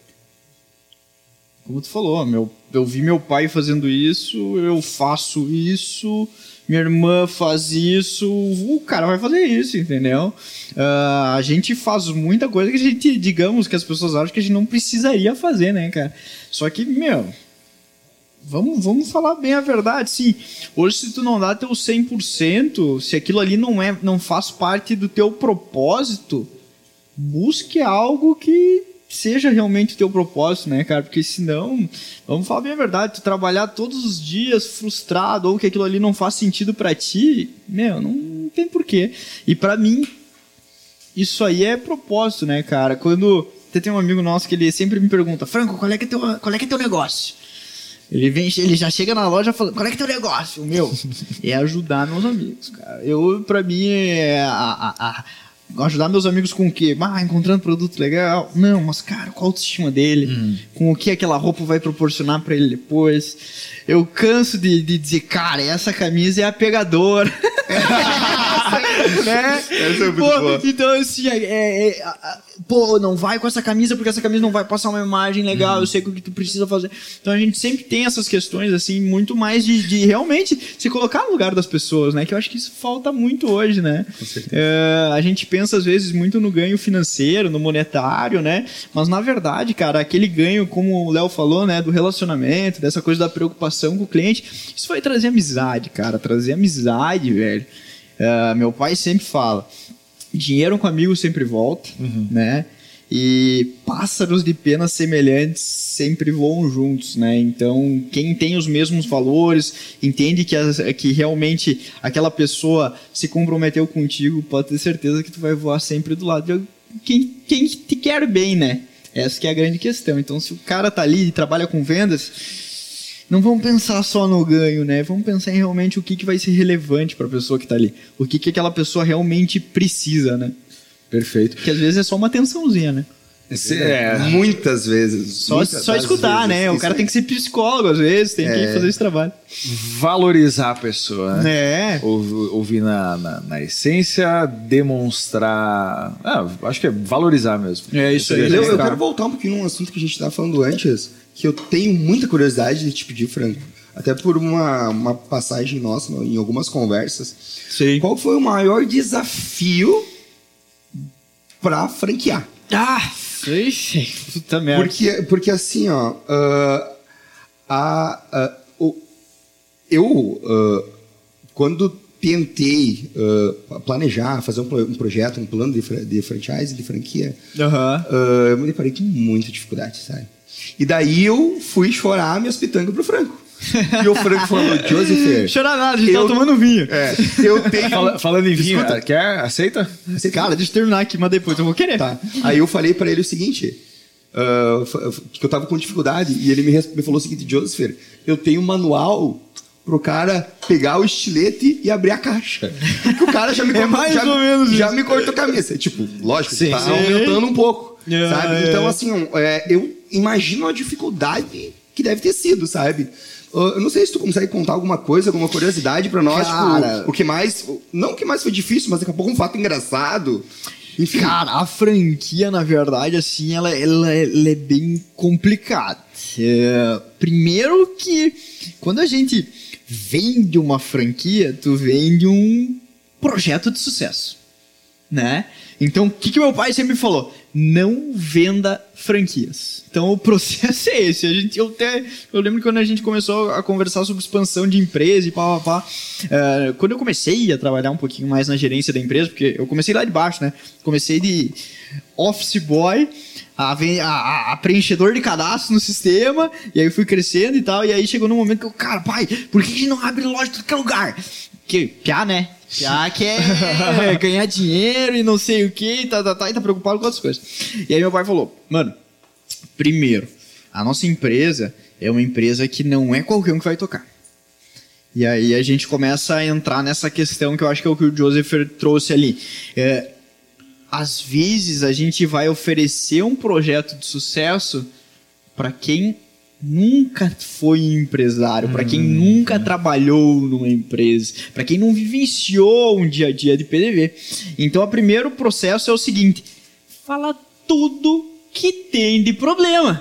C: Como tu falou, meu, eu vi meu pai fazendo isso, eu faço isso, minha irmã faz isso, o cara vai fazer isso, entendeu? Uh, a gente faz muita coisa que a gente, digamos, que as pessoas acham que a gente não precisaria fazer, né, cara? Só que, meu... Vamos, vamos falar bem a verdade, sim. Hoje, se tu não dá teu cem por cento, se aquilo ali não, é, não faz parte do teu propósito, busque algo que seja realmente o teu propósito, né, cara? Porque senão, vamos falar bem a verdade, tu trabalhar todos os dias frustrado ou que aquilo ali não faz sentido pra ti, meu, não tem porquê. E pra mim, isso aí é propósito, né, cara? Quando tem um amigo nosso que ele sempre me pergunta, Franco, qual é que é teu, qual é que é teu negócio? Ele, vem, ele já chega na loja falando, qual é que é teu negócio? O meu é ajudar meus amigos, cara. Eu, pra mim, é a, a, a, ajudar meus amigos com o quê? Ah, encontrando produto legal. Não, mas, cara, qual a autoestima dele? Hum. Com o que aquela roupa vai proporcionar pra ele depois? Eu canso de, de dizer, cara, essa camisa é a pegadora. né?
B: Essa é muito
C: Pô,
B: boa.
C: então, assim, é, é, é, a- a- pô, não vai com essa camisa porque essa camisa não vai passar uma imagem legal, eu sei o que tu precisa fazer. Então a gente sempre tem essas questões, assim, muito mais de, de realmente se colocar no lugar das pessoas, né? Que eu acho que isso falta muito hoje, né? É, a gente pensa, às vezes, muito no ganho financeiro, no monetário, né? Mas, na verdade, cara, aquele ganho, como o Léo falou, né? Do relacionamento, dessa coisa da preocupação com o cliente, isso vai trazer amizade, cara. Trazer amizade, velho. É, meu pai sempre fala, dinheiro com amigo sempre volta,
A: Uhum.
C: né? E pássaros de penas semelhantes sempre voam juntos, né? Então, quem tem os mesmos valores, entende que, as, que realmente aquela pessoa se comprometeu contigo, pode ter certeza que tu vai voar sempre do lado de quem, quem te quer bem, né? Essa que é a grande questão. Então, se o cara tá ali e trabalha com vendas, não vamos pensar só no ganho, né? Vamos pensar em realmente o que, que vai ser relevante para a pessoa que tá ali. O que, que aquela pessoa realmente precisa, né?
A: Perfeito.
C: Que às vezes é só uma atençãozinha, né?
A: É.
B: Muitas vezes.
C: Só,
B: muitas
C: só
B: das
C: escutar,
B: vezes.
C: né? O
B: Isso
C: cara
B: aí.
C: tem que ser psicólogo às vezes, tem que fazer esse trabalho.
A: Valorizar a pessoa, né?
C: É.
A: Ouv- Ouvir na, na, na essência, demonstrar. Ah, acho que é valorizar mesmo.
C: É isso aí.
B: Eu, eu
C: Cara.
B: quero voltar um pouquinho num assunto que a gente estava falando antes, que eu tenho muita curiosidade de te pedir, Franco. Até por uma, uma passagem nossa em algumas conversas.
C: Sim.
B: Qual foi o maior desafio para franquear?
C: Ah, ixi, puta merda.
B: Porque, porque assim, ó, ah, a, a- o- eu, ah, quando tentei ah, planejar, fazer um, pro- um projeto, um plano de, fra- de franchise, de franquia,
C: Aham.
B: ah, eu me deparei com muita dificuldade, sabe? E daí eu fui chorar minhas pitangas pro Franco. E o Franco falou, Joseph,
C: Chorar nada, a gente
B: Eu-
C: tava tomando vinho.
B: é, eu tenho...
A: Fala- falando em vinho,
B: Escuta.
A: quer? Aceita?
C: Cara, deixa eu terminar aqui, mas depois eu vou querer.
B: Tá. Aí eu falei pra ele o seguinte, ah, fa- que eu tava com dificuldade, e ele me, res- me falou o seguinte, Joseph, eu tenho um manual pro cara pegar o estilete e abrir a caixa. Porque o cara já me,
C: É
B: cortou-
C: mais
B: já,
C: ou menos
B: já
C: isso.
B: me cortou a cabeça. Tipo, lógico,
A: Sim,
B: tá
A: sim.
B: aumentando um pouco,
C: É,
B: sabe?
C: é.
B: Então, assim, é, eu imagino a dificuldade que deve ter sido, sabe? Ah, Eu não sei se tu consegue contar alguma coisa, alguma curiosidade pra nós,
C: Cara.
B: tipo, o que mais... Não o que mais foi difícil, mas daqui a pouco um fato engraçado. Enfim.
C: Cara, a franquia, na verdade, assim, ela, ela, ela é bem complicada. É, primeiro que quando a gente vende uma franquia, tu vende um projeto de sucesso, né? Então, o que, que meu pai sempre falou? Não venda franquias. Então, o processo é esse. A gente, eu, até, eu lembro que quando a gente começou a conversar sobre expansão de empresa e pá, pá, pá, eh, quando eu comecei a trabalhar um pouquinho mais na gerência da empresa, porque eu comecei lá de baixo, né? Comecei de office boy, a, ven- a- a- a preenchedor de cadastro no sistema, e aí fui crescendo e tal, e aí chegou num momento que eu, cara, pai, por que a gente não abre loja em todo que é lugar? Que, piá, né? Piá quer ganhar dinheiro e não sei o que, tá, tá, tá, e tá preocupado com outras coisas. E aí meu pai falou, mano, primeiro, a nossa empresa é uma empresa que não é qualquer um que vai tocar. E aí a gente começa a entrar nessa questão que eu acho que é o que o Joseph trouxe ali. É, às vezes a gente vai oferecer um projeto de sucesso para quem nunca foi empresário, para quem nunca trabalhou numa empresa, para quem não vivenciou um dia a dia de P D V. Então, o primeiro processo é o seguinte: fala tudo que tem de problema.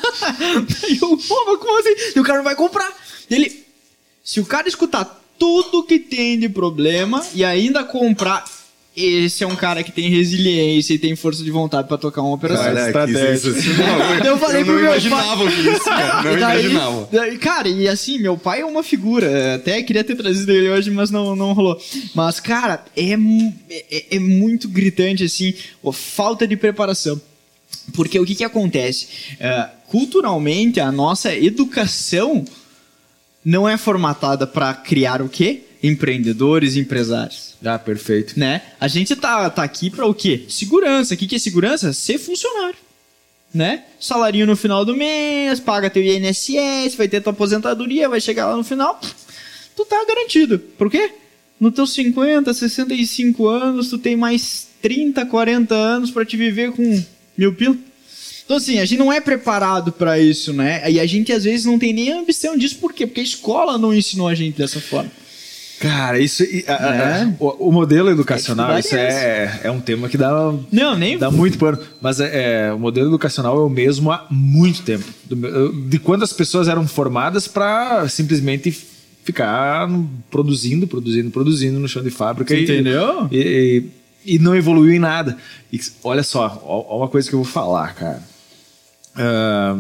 C: Aí eu, pô, mas como assim? E o cara não vai comprar. Ele, se o cara escutar tudo que tem de problema e ainda comprar, esse é um cara que tem resiliência e tem força de vontade pra tocar uma operação.
B: Caraca, que sensacional.
C: Eu falei
B: Eu
C: pro
B: não
C: meu
B: imaginava isso, cara. Não
C: Daí-
B: imaginava.
C: daí, cara, e assim, meu pai é uma figura. Até queria ter trazido ele hoje, mas não, não rolou. Mas, cara, é, mu- é, é muito gritante, assim, a falta de preparação. Porque o que que acontece? É, culturalmente, a nossa educação não é formatada para criar o quê? Empreendedores, empresários.
A: Ah, perfeito.
C: Né? A gente tá, tá aqui para o quê? Segurança. O que, que é segurança? Ser funcionário. Né? Salarinho no final do mês, paga teu I N S S, vai ter tua aposentadoria, vai chegar lá no final, tu tá garantido. Por quê? No teus cinquenta, sessenta e cinco anos, tu tem mais trinta, quarenta anos para te viver com mil pila. Então, assim, a gente não é preparado para isso, né? E a gente, às vezes, não tem nem ambição disso. Por quê? Porque a escola não ensinou a gente dessa forma.
A: Cara, isso. A, a,
C: É.
A: o, o modelo educacional,
C: É
A: isso é, é um tema que dá,
C: Não, nem...
A: dá muito pano. Mas é, é, o modelo educacional é o mesmo há muito tempo. Do meu- de quando as pessoas eram formadas para simplesmente ficar produzindo, produzindo, produzindo no chão de fábrica.
C: Você
A: e,
C: entendeu?
A: E, e, e não evoluiu em nada. E olha só, ó, ó uma coisa que eu vou falar, cara. Ah,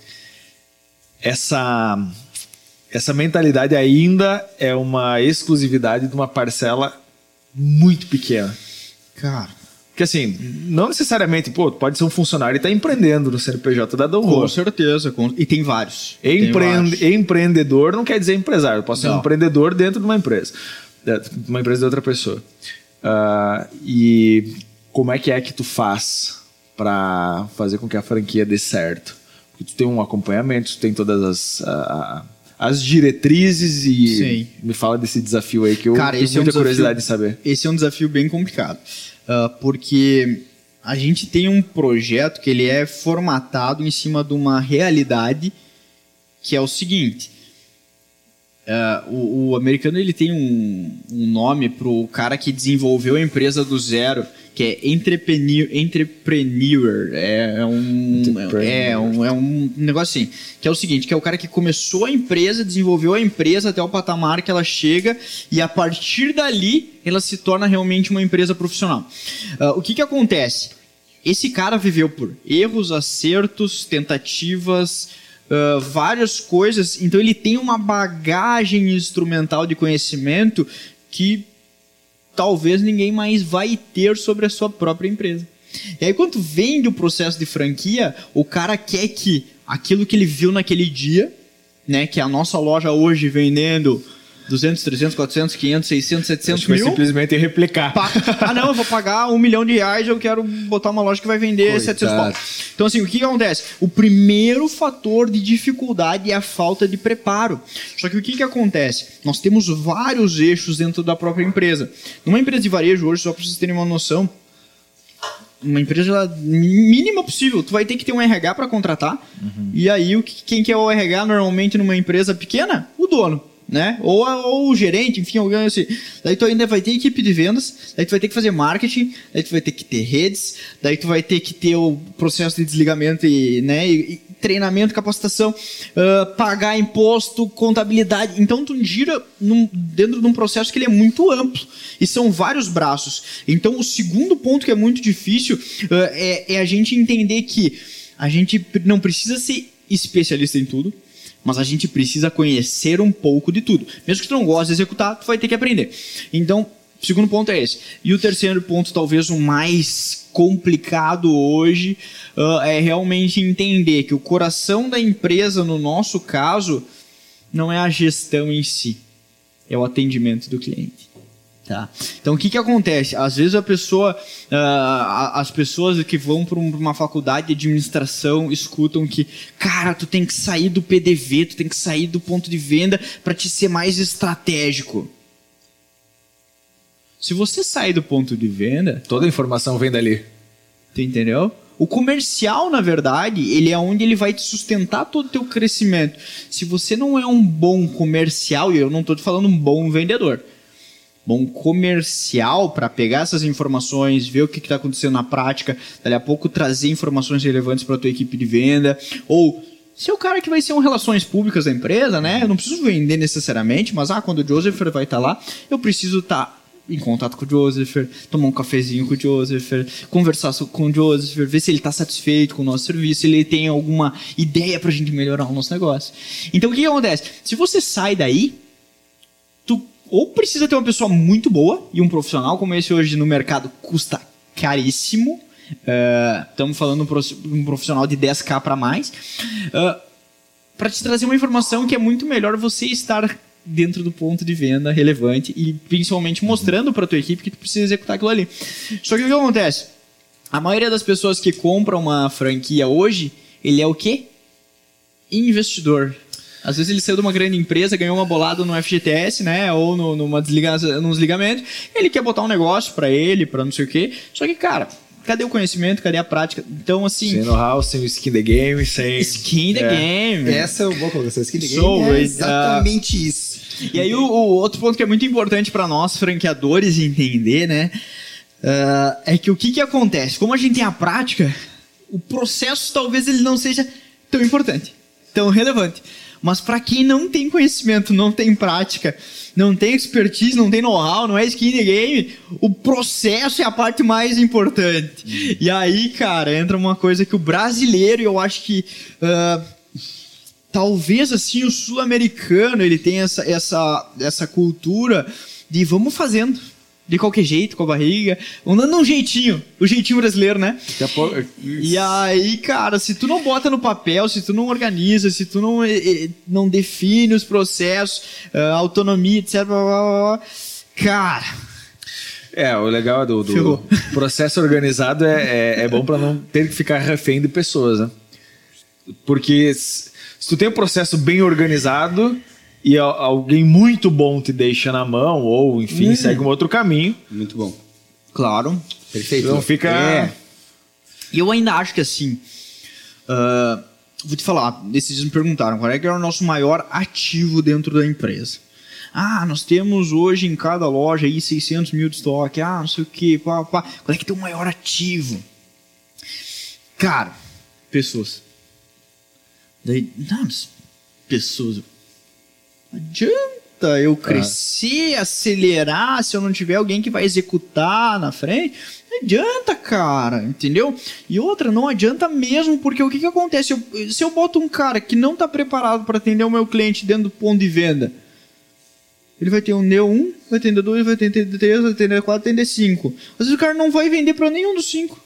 A: essa. Essa mentalidade ainda é uma exclusividade de uma parcela muito pequena.
C: Cara,
A: Porque assim, não necessariamente, pô, pode ser um funcionário e tá empreendendo no C N P J da Dom
C: com
A: Juan.
C: certeza. Com... E tem vários. Tem
A: Empreende-
C: vários.
A: Empreendedor não quer dizer empresário. Eu posso ser um
C: Não.
A: empreendedor dentro de uma empresa. De uma empresa de outra pessoa. Ah, e como é que é que tu faz para fazer com que a franquia dê certo? Porque tu tem um acompanhamento, tu tem todas as... a- a- as diretrizes e
C: Sim.
A: me fala desse desafio aí que eu
C: Cara,
A: tenho
C: esse é um
A: muita
C: desafio-
A: curiosidade de saber.
C: Esse é um desafio bem complicado. Ah, porque a gente tem um projeto que ele é formatado em cima de uma realidade que é o seguinte. ah, o, o americano ele tem um, um nome pro cara que desenvolveu a empresa do zero, que é entrepreneur, entrepreneur é, é um,
A: Entrepreneur.
C: é, um, é um negócio assim, que é o seguinte, que é o cara que começou a empresa, desenvolveu a empresa até o patamar que ela chega e a partir dali ela se torna realmente uma empresa profissional. Ah, o que que acontece? Esse cara viveu por erros, acertos, tentativas, uh, várias coisas. Então ele tem uma bagagem instrumental de conhecimento que talvez ninguém mais vai ter sobre a sua própria empresa. E aí quando vem o processo de franquia, o cara quer que aquilo que ele viu naquele dia, né, que é a nossa loja hoje vendendo duzentos, trezentos, quatrocentos, quinhentos, seiscentos, setecentos
A: Acho que vai
C: mil...
A: simplesmente replicar.
C: Pa- Ah, não, eu vou pagar um milhão de reais, eu quero botar uma loja que vai vender
B: Coitado.
C: setecentos pau. Então, assim, o que, que acontece? O primeiro fator de dificuldade é a falta de preparo. Só que o que, que acontece? Nós temos vários eixos dentro da própria empresa. Numa empresa de varejo hoje, só para vocês terem uma noção, uma empresa mínima possível, tu vai ter que ter um R H para contratar. E aí, o que- quem que é o R H normalmente numa empresa pequena? O dono. Né? Ou, a- ou o gerente, enfim, alguém assim. Daí tu ainda vai ter equipe de vendas, daí tu vai ter que fazer marketing, daí tu vai ter que ter redes, daí tu vai ter que ter o processo de desligamento e, né, e, e treinamento, capacitação, ah, pagar imposto, contabilidade. Então tu gira num- dentro de um processo que ele é muito amplo e são vários braços. Então o segundo ponto que é muito difícil ah, é, é a gente entender que a gente não precisa ser especialista em tudo, mas a gente precisa conhecer um pouco de tudo. Mesmo que tu não goste de executar, tu vai ter que aprender. Então, o segundo ponto é esse. E o terceiro ponto, talvez o mais complicado hoje, uh, é realmente entender que o coração da empresa, no nosso caso, não é a gestão em si, é o atendimento do cliente. Tá. Então o que que acontece? Às vezes a pessoa, ah, a- as pessoas que vão para uma faculdade de administração escutam que, cara, tu tem que sair do P D V, tu tem que sair do ponto de venda para te ser mais estratégico. Se você sair do ponto de venda,
A: Toda a informação vem dali.
C: tu entendeu? O comercial, na verdade, ele é onde ele vai te sustentar todo o teu crescimento. Se você não é um bom comercial, e eu não estou te falando um bom vendedor, bom comercial para pegar essas informações, ver o que está acontecendo na prática, daqui a pouco trazer informações relevantes para a tua equipe de venda, ou ser o cara que vai ser um relações públicas da empresa, né? Eu não preciso vender necessariamente, mas ah, quando o Joseph vai estar lá, eu preciso estar em contato com o Joseph, tomar um cafezinho com o Joseph, conversar so- com o Joseph, ver se ele está satisfeito com o nosso serviço, se ele tem alguma ideia para a gente melhorar o nosso negócio. Então o que, que acontece? Se você sai daí, tu ou precisa ter uma pessoa muito boa, e um profissional como esse hoje no mercado custa caríssimo. Estamos falando de um prof- um profissional de dez mil para mais, para te trazer uma informação que é muito melhor você estar dentro do ponto de venda relevante e principalmente mostrando para a tua equipe que tu precisa executar aquilo ali. Só que o que acontece? A maioria das pessoas que compram uma franquia hoje, ele é o quê? Investidor. Às vezes ele saiu de uma grande empresa, ganhou uma bolada no F G T S, né? Ou no, numa desliga, num desligamento. Ele quer botar um negócio pra ele, pra não sei o quê. Só que, cara, cadê o conhecimento? Cadê a prática? Então, assim...
A: Sem know-how, sem skin the game, sem...
C: Skin the
A: É.
C: game.
B: Essa é o bom colocação. Skin the game
C: So,
B: é
C: uh,
B: exatamente isso.
C: E aí o, o outro ponto que é muito importante para nós, franqueadores, entender, né? Uh, é que o que, que acontece? Como a gente tem a prática, o processo talvez ele não seja tão importante, tão relevante. Mas para quem não tem conhecimento, não tem prática, não tem expertise, não tem know-how, não é skin in the game, o processo é a parte mais importante. Uhum. E aí, cara, entra uma coisa que o brasileiro, eu acho que uh, talvez assim o sul-americano ele tem essa, essa, essa cultura de vamos fazendo. De qualquer jeito, com a barriga, dando um jeitinho, o jeitinho brasileiro, né? Pouco... E aí, cara, se tu não bota no papel, se tu não organiza, se tu não, não define os processos, autonomia, etcétera, blá, blá, blá, cara...
A: É, o legal do, do processo organizado é, é, é bom para não ter que ficar refém de pessoas, né? Porque se, se tu tem um processo bem organizado... e alguém muito bom te deixa na mão, ou enfim, hum. segue um outro caminho.
B: Muito bom.
C: Claro.
B: Perfeito.
A: Então fica...
C: É. E eu ainda acho que assim... Uh, vou te falar, esses dias me perguntaram qual é que é o nosso maior ativo dentro da empresa. Ah, nós temos hoje em cada loja aí seiscentos mil de estoque. Ah, não sei o quê. Pá, pá. Qual é que tem o maior ativo? Cara, pessoas. Daí, não, pessoas... adianta eu crescer, ah. acelerar, se eu não tiver alguém que vai executar na frente? Não adianta, cara, entendeu? E outra, não adianta mesmo, porque o que, que acontece? Eu, se eu boto um cara que não está preparado para atender o meu cliente dentro do ponto de venda, ele vai ter um D um, vai ter D dois, vai ter D três, vai ter D quatro, vai ter D cinco. Às vezes o cara não vai vender para nenhum dos cinco.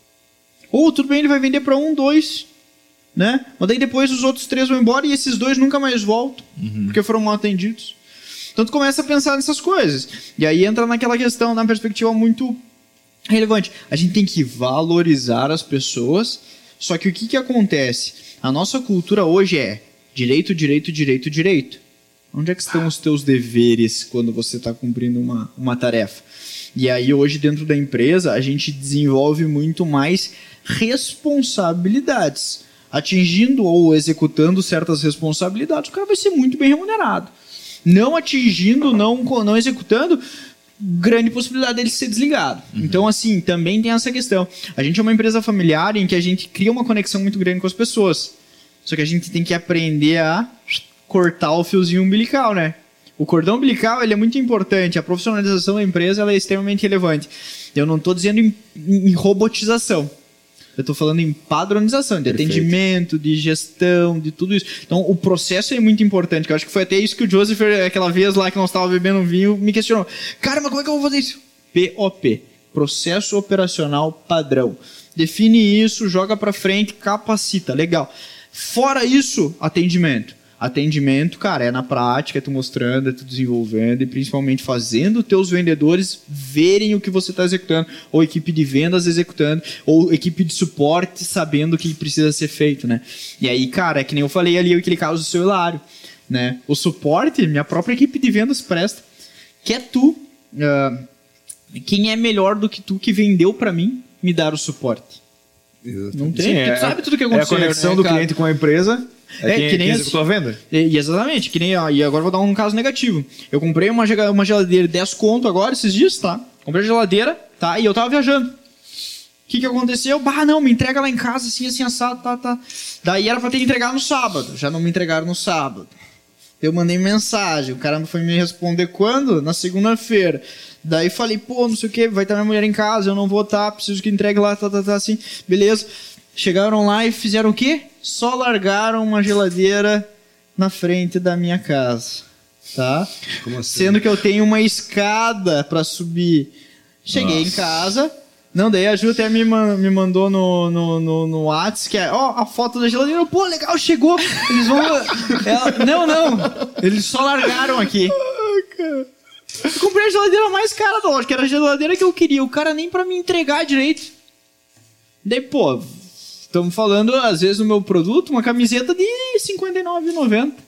C: Ou tudo bem, ele vai vender para um, dois... né? Mas daí depois os outros três vão embora e esses dois nunca mais voltam, uhum. porque foram mal atendidos. Então tu começa a pensar nessas coisas. E aí entra naquela questão, na perspectiva muito relevante. A gente tem que valorizar as pessoas, só que o que, que acontece? A nossa cultura hoje é direito, direito, direito, direito. Onde é que estão os teus deveres quando você está cumprindo uma, uma tarefa? E aí hoje dentro da empresa a gente desenvolve muito mais responsabilidades. Atingindo ou executando certas responsabilidades, o cara vai ser muito bem remunerado. Não atingindo, não, não executando, grande possibilidade dele ser desligado. Uhum. Então, assim, também tem essa questão. A gente é uma empresa familiar em que a gente cria uma conexão muito grande com as pessoas. Só que a gente tem que aprender a cortar o fiozinho umbilical, né? O cordão umbilical ele é muito importante. A profissionalização da empresa ela é extremamente relevante. Eu não estou dizendo em, em robotização. Eu estou falando em padronização, de Perfeito. Atendimento, de gestão, de tudo isso. Então, o processo é muito importante. Que eu acho que foi até isso que o Joseph, aquela vez lá que nós estávamos bebendo vinho, me questionou. Cara, mas como é que eu vou fazer isso? P O P. Processo Operacional Padrão. Define isso, joga para frente, capacita. Legal. Fora isso, atendimento. Atendimento, cara, é na prática, é tu mostrando, é tu desenvolvendo e principalmente fazendo teus vendedores verem o que você está executando, ou equipe de vendas executando, ou equipe de suporte sabendo o que precisa ser feito, né? E aí, cara, é que nem eu falei ali, aquele caso do seu Hilário, né? O suporte, minha própria equipe de vendas presta. Quer tu, uh, quem é melhor do que tu que vendeu para mim, me dar o suporte? Exatamente. Não tem,
A: Sim,
C: porque
A: é,
C: tu sabe tudo que aconteceu.
A: É a conexão
C: né,
A: do
C: cara?
A: cliente com a empresa. É,
C: é
A: quem,
C: que nem
A: quem executou a venda?
C: E, exatamente, que nem, ó, e agora vou dar um caso negativo. Eu comprei uma, uma geladeira de dez conto agora, esses dias, tá? Comprei a geladeira, tá? E eu tava viajando. O que que aconteceu? Bah, não, me entrega lá em casa, assim, assim, assado, tá, tá. Daí era pra ter que entregar no sábado. Já não me entregaram no sábado. Eu mandei mensagem, o cara não foi me responder quando? Na segunda-feira. Daí falei, pô, não sei o que, vai estar minha mulher em casa, eu não vou estar, preciso que entregue lá, tá, tá, tá, assim. Beleza. Chegaram lá e fizeram o quê? Só largaram uma geladeira na frente da minha casa, tá?
B: Como assim?
C: Sendo que eu tenho uma escada pra subir. Cheguei Nossa. Em casa, não, daí a Ju até me, man, me mandou no, no, no, no WhatsApp, que é, ó, a foto da geladeira, pô, legal, chegou, eles vão... Ela, não, não, eles só largaram aqui. Eu comprei a geladeira mais cara da loja, que era a geladeira que eu queria, o cara nem pra me entregar direito. Daí, pô... Estamos falando, às vezes, no meu produto, uma camiseta de cinquenta e nove reais e noventa centavos.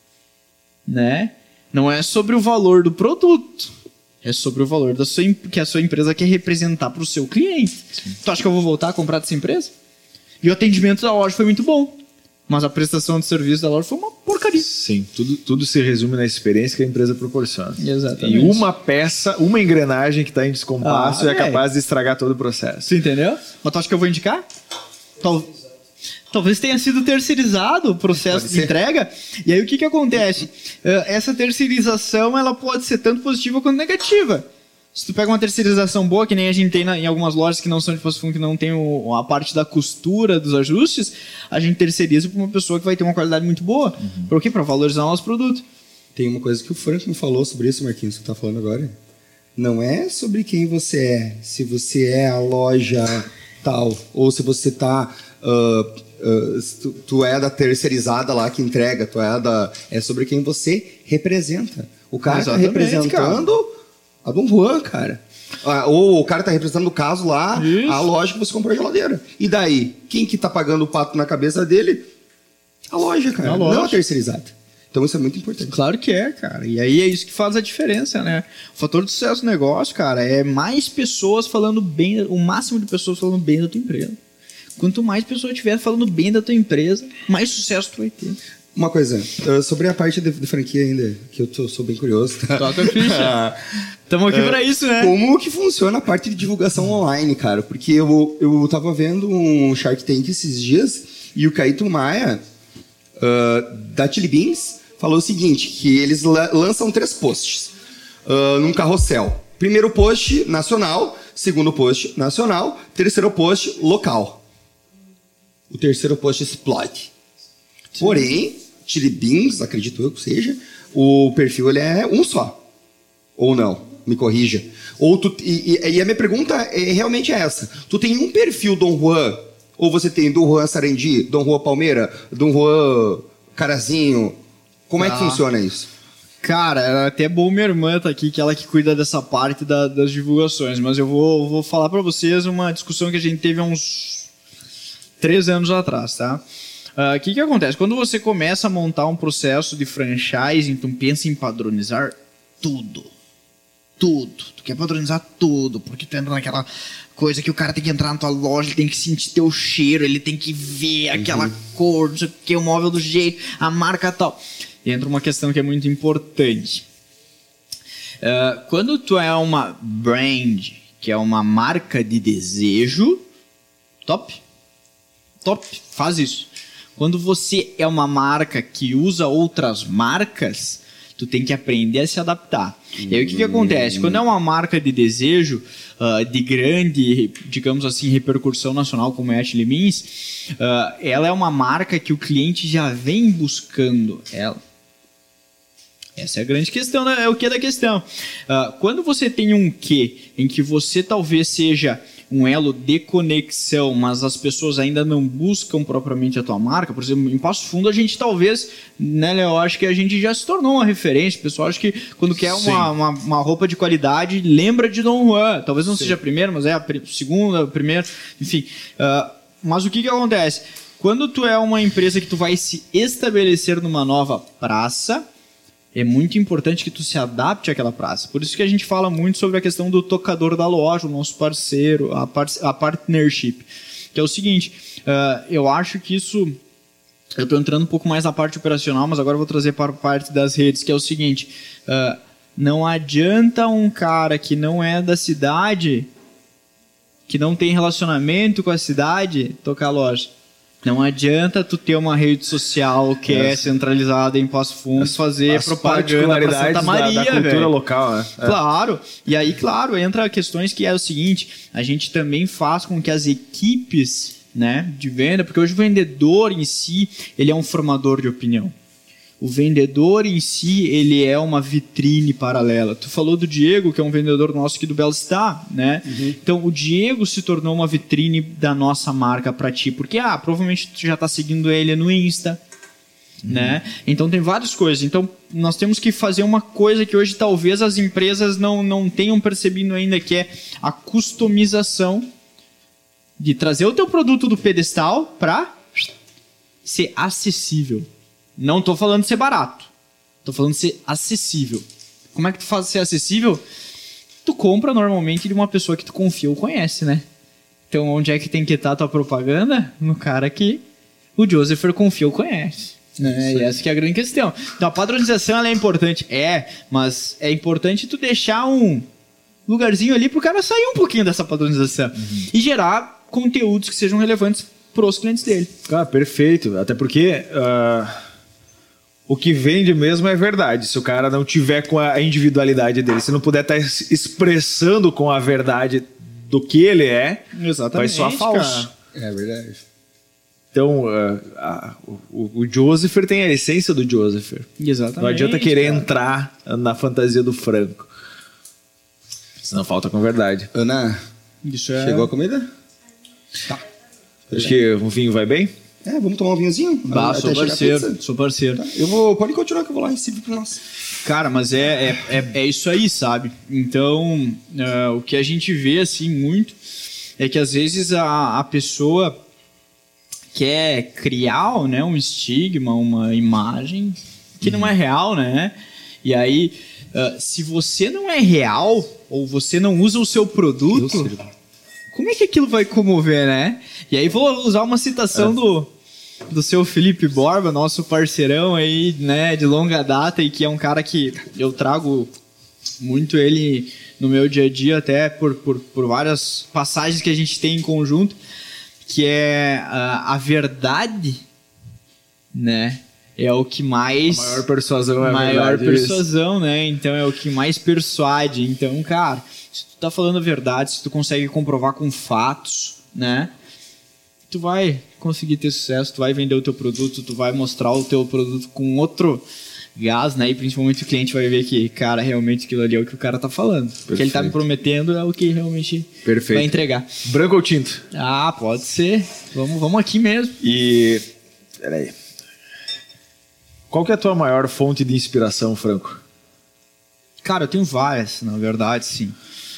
C: Né? Não é sobre o valor do produto. É sobre o valor da sua, que a sua empresa quer representar para o seu cliente. Sim. Tu acha que eu vou voltar a comprar dessa empresa? E o atendimento da loja foi muito bom. Mas a prestação de serviço da loja foi uma porcaria. porcaria.
A: Sim, tudo, tudo se resume na experiência que a empresa proporciona.
C: Exatamente.
A: E uma peça, uma engrenagem que está em descompasso
C: Ah,
A: é
C: é.
A: capaz de estragar todo o processo.
C: Você entendeu? Mas tu acha que eu vou indicar? Tal... Talvez tenha sido terceirizado o processo
B: Pode
C: de
B: ser.
C: entrega. E aí o que, que acontece? Uh, essa terceirização ela pode ser tanto positiva quanto negativa. Se tu pega uma terceirização boa, que nem a gente tem na, em algumas lojas que não são de fast food, que não tem o, a parte da costura, dos ajustes, a gente terceiriza para uma pessoa que vai ter uma qualidade muito boa. Uhum. Por quê? Para valorizar o nosso produto.
B: Tem uma coisa que o Frank me falou sobre isso, Marquinhos, que tu tá falando agora. Não é sobre quem você é, se você é a loja tal, ou se você tá... Uh, uh, tu, tu é da terceirizada lá que entrega, tu é da... É sobre quem você representa. O cara
C: Exatamente,
B: tá representando cara. a Dom Juan, cara. Ah, ou o cara tá representando o caso lá,
C: Isso.
B: a loja que você comprou a geladeira. E daí? Quem que tá pagando o pato na cabeça dele? A loja, cara.
C: A loja.
B: Não a terceirizada. Então isso é muito importante.
C: Claro que é, cara. E aí é isso que faz a diferença, né? O fator de sucesso do negócio, cara, é mais pessoas falando bem, o máximo de pessoas falando bem da tua empresa. Quanto mais pessoas tiver falando bem da tua empresa, mais sucesso tu vai ter.
B: Uma coisa, uh, sobre a parte de, de franquia ainda, que eu tô, sou bem curioso. Tá?
C: Toca a ficha. Estamos aqui uh, pra isso, né?
B: Como que funciona a parte de divulgação online, cara? Porque eu, eu tava vendo um Shark Tank esses dias e o Caíto Maia, uh, da Chili Beans, falou o seguinte, que eles la- lançam três posts uh, num carrossel. Primeiro post, nacional. Segundo post, nacional. Terceiro post, local. O terceiro post explode. Sim. Porém, Chili Beans, acredito eu que seja, o perfil ele é um só. Ou não, me corrija. Ou tu, e, e, e a minha pergunta é realmente essa. Tu tem um perfil Dom Juan, ou você tem Dom Juan Sarandi, Dom Juan Palmeira, Dom Juan Carazinho? Como ah. é que funciona isso?
C: Cara, era até bom minha irmã tá aqui, que ela que cuida dessa parte da, das divulgações. Mas eu vou, vou falar pra vocês uma discussão que a gente teve há uns três anos atrás, tá? O uh, que que acontece? Quando você começa a montar um processo de franchising, tu pensa em padronizar tudo. Tudo. Tu quer padronizar tudo, porque tu entra naquela coisa que o cara tem que entrar na tua loja, ele tem que sentir teu cheiro, ele tem que ver aquela uhum. cor, não sei o que, o móvel do jeito, a marca tal. E entra uma questão que é muito importante. Uh, quando tu é uma brand, que é uma marca de desejo, top. Top, faz isso. Quando você é uma marca que usa outras marcas, tu tem que aprender a se adaptar. Uhum. E aí o que que acontece? Quando é uma marca de desejo, uh, de grande, digamos assim, repercussão nacional, como é a Chili Beans, uh, ela é uma marca que o cliente já vem buscando ela. Essa é a grande questão, né? É o que da questão. Uh, quando você tem um quê em que você talvez seja um elo de conexão, mas as pessoas ainda não buscam propriamente a tua marca, por exemplo, em Passo Fundo a gente talvez, né, eu acho que a gente já se tornou uma referência, o pessoal acha que quando quer uma, uma, uma roupa de qualidade, lembra de Dom Juan, talvez não Sim. seja a primeira, mas é a segunda, a primeira, enfim, uh, mas o que que acontece? Quando tu é uma empresa que tu vai se estabelecer numa nova praça, é muito importante que tu se adapte àquela praça. Por isso que a gente fala muito sobre a questão do tocador da loja, o nosso parceiro, a, par a partnership. Que é o seguinte, uh, eu acho que isso... Eu estou entrando um pouco mais na parte operacional, mas agora eu vou trazer para a parte das redes, que é o seguinte, uh, não adianta um cara que não é da cidade, que não tem relacionamento com a cidade, tocar a loja. Não adianta tu ter uma rede social que é, é centralizada em Passo Fundo, as, fazer as propaganda para Santa Maria,
A: da, da cultura
C: véio.
A: local, né? É.
C: Claro. E aí, claro, entra questões que é o seguinte, a gente também faz com que as equipes, né, de venda, porque hoje o vendedor em si, ele é um formador de opinião. O vendedor em si, ele é uma vitrine paralela. Tu falou do Diego, que é um vendedor nosso aqui do Belstar, né? Uhum. Então, o Diego se tornou uma vitrine da nossa marca para ti. Porque, ah, provavelmente tu já tá seguindo ele no Insta, uhum. né? Então, tem várias coisas. Então, nós temos que fazer uma coisa que hoje talvez as empresas não, não tenham percebido ainda, que é a customização de trazer o teu produto do pedestal para ser acessível. Não tô falando de ser barato. Tô falando de ser acessível. Como é que tu faz ser acessível? Tu compra normalmente de uma pessoa que tu confia ou conhece, né? Então, onde é que tem que estar a tua propaganda? No cara que o Joseph confia ou conhece. Né? E essa que é a grande questão. Então a padronização ela é importante, é, mas é importante tu deixar um lugarzinho ali pro cara sair um pouquinho dessa padronização uhum. e gerar conteúdos que sejam relevantes pros clientes dele.
A: Ah, perfeito. Até porque uh, o que vende mesmo é verdade. Se o cara não tiver com a individualidade dele, se não puder estar expressando com a verdade do que ele é,
C: exatamente,
A: vai soar falso.
B: Cara. É verdade.
A: Então, uh, a, o, o Josepher tem a essência do Josepher.
C: Exatamente.
A: Não adianta querer
C: cara.
A: entrar na fantasia do Franco. Senão falta com verdade.
B: Ana,
C: Isso é...
B: chegou a comida?
A: Tá. Acho que o vinho vai bem?
B: É, vamos tomar um vinhozinho?
C: Bah, sou parceiro, sou parceiro.
B: Tá. Eu vou, pode continuar que eu vou lá em Recife pra nós.
C: Cara, mas é, é, é, é isso aí, sabe? Então, uh, o que a gente vê, assim, muito, é que às vezes a, a pessoa quer criar, né, um estigma, uma imagem que uhum. não é real, né? E aí, uh, se você não é real, ou você não usa o seu produto, como é que aquilo vai comover, né? E aí vou usar uma citação é. do, do seu Felipe Borba, nosso parceirão aí, né, de longa data, e que é um cara que eu trago muito ele no meu dia a dia, até por, por, por várias passagens que a gente tem em conjunto, que é a, a verdade, né, é o que mais...
A: A maior persuasão é a
C: maior
A: verdade.
C: Maior persuasão, isso. Né, então é o que mais persuade. Então, cara, se tu tá falando a verdade, se tu consegue comprovar com fatos, né, tu vai conseguir ter sucesso, tu vai vender o teu produto, tu vai mostrar o teu produto com outro gás, né, e principalmente o cliente vai ver que, cara, realmente aquilo ali é o que o cara tá falando. Perfeito. O que ele tá me prometendo é o que realmente Perfeito. Vai entregar.
A: Branco ou tinto?
C: Ah, pode ser. Vamos, vamos aqui mesmo.
A: E... Peraí. Qual que é a tua maior fonte de inspiração, Franco?
C: Cara, eu tenho várias, na verdade, sim.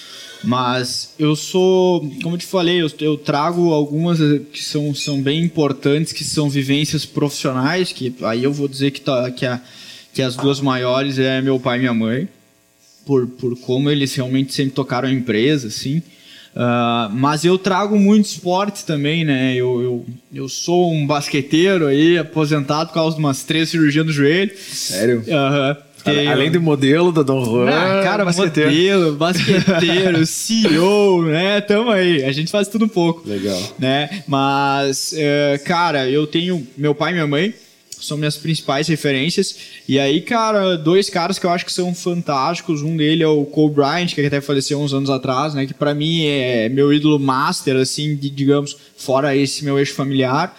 C: Mas eu sou, como eu te falei, eu, eu trago algumas que são, são bem importantes, que são vivências profissionais, que aí eu vou dizer que, tá, que, a, que as duas maiores é meu pai e minha mãe, por, por como eles realmente sempre tocaram a empresa, assim. Uh, mas eu trago muito esporte também, né? Eu, eu, eu sou um basqueteiro aí, aposentado por causa de umas três cirurgias no joelho.
A: Sério?
C: Aham. Uh,
A: Tem, Além do modelo da Dom Juan,
C: ah, cara, basqueteiro. modelo, basqueteiro, C E O, né? Tamo aí, a gente faz tudo um pouco.
A: Legal.
C: Né? Mas, uh, cara, eu tenho meu pai e minha mãe, são minhas principais referências. E aí, cara, dois caras que eu acho que são fantásticos. Um dele é o Kobe Bryant, que até faleceu uns anos atrás, né? Que pra mim é meu ídolo master, assim, de, digamos, fora esse meu eixo familiar.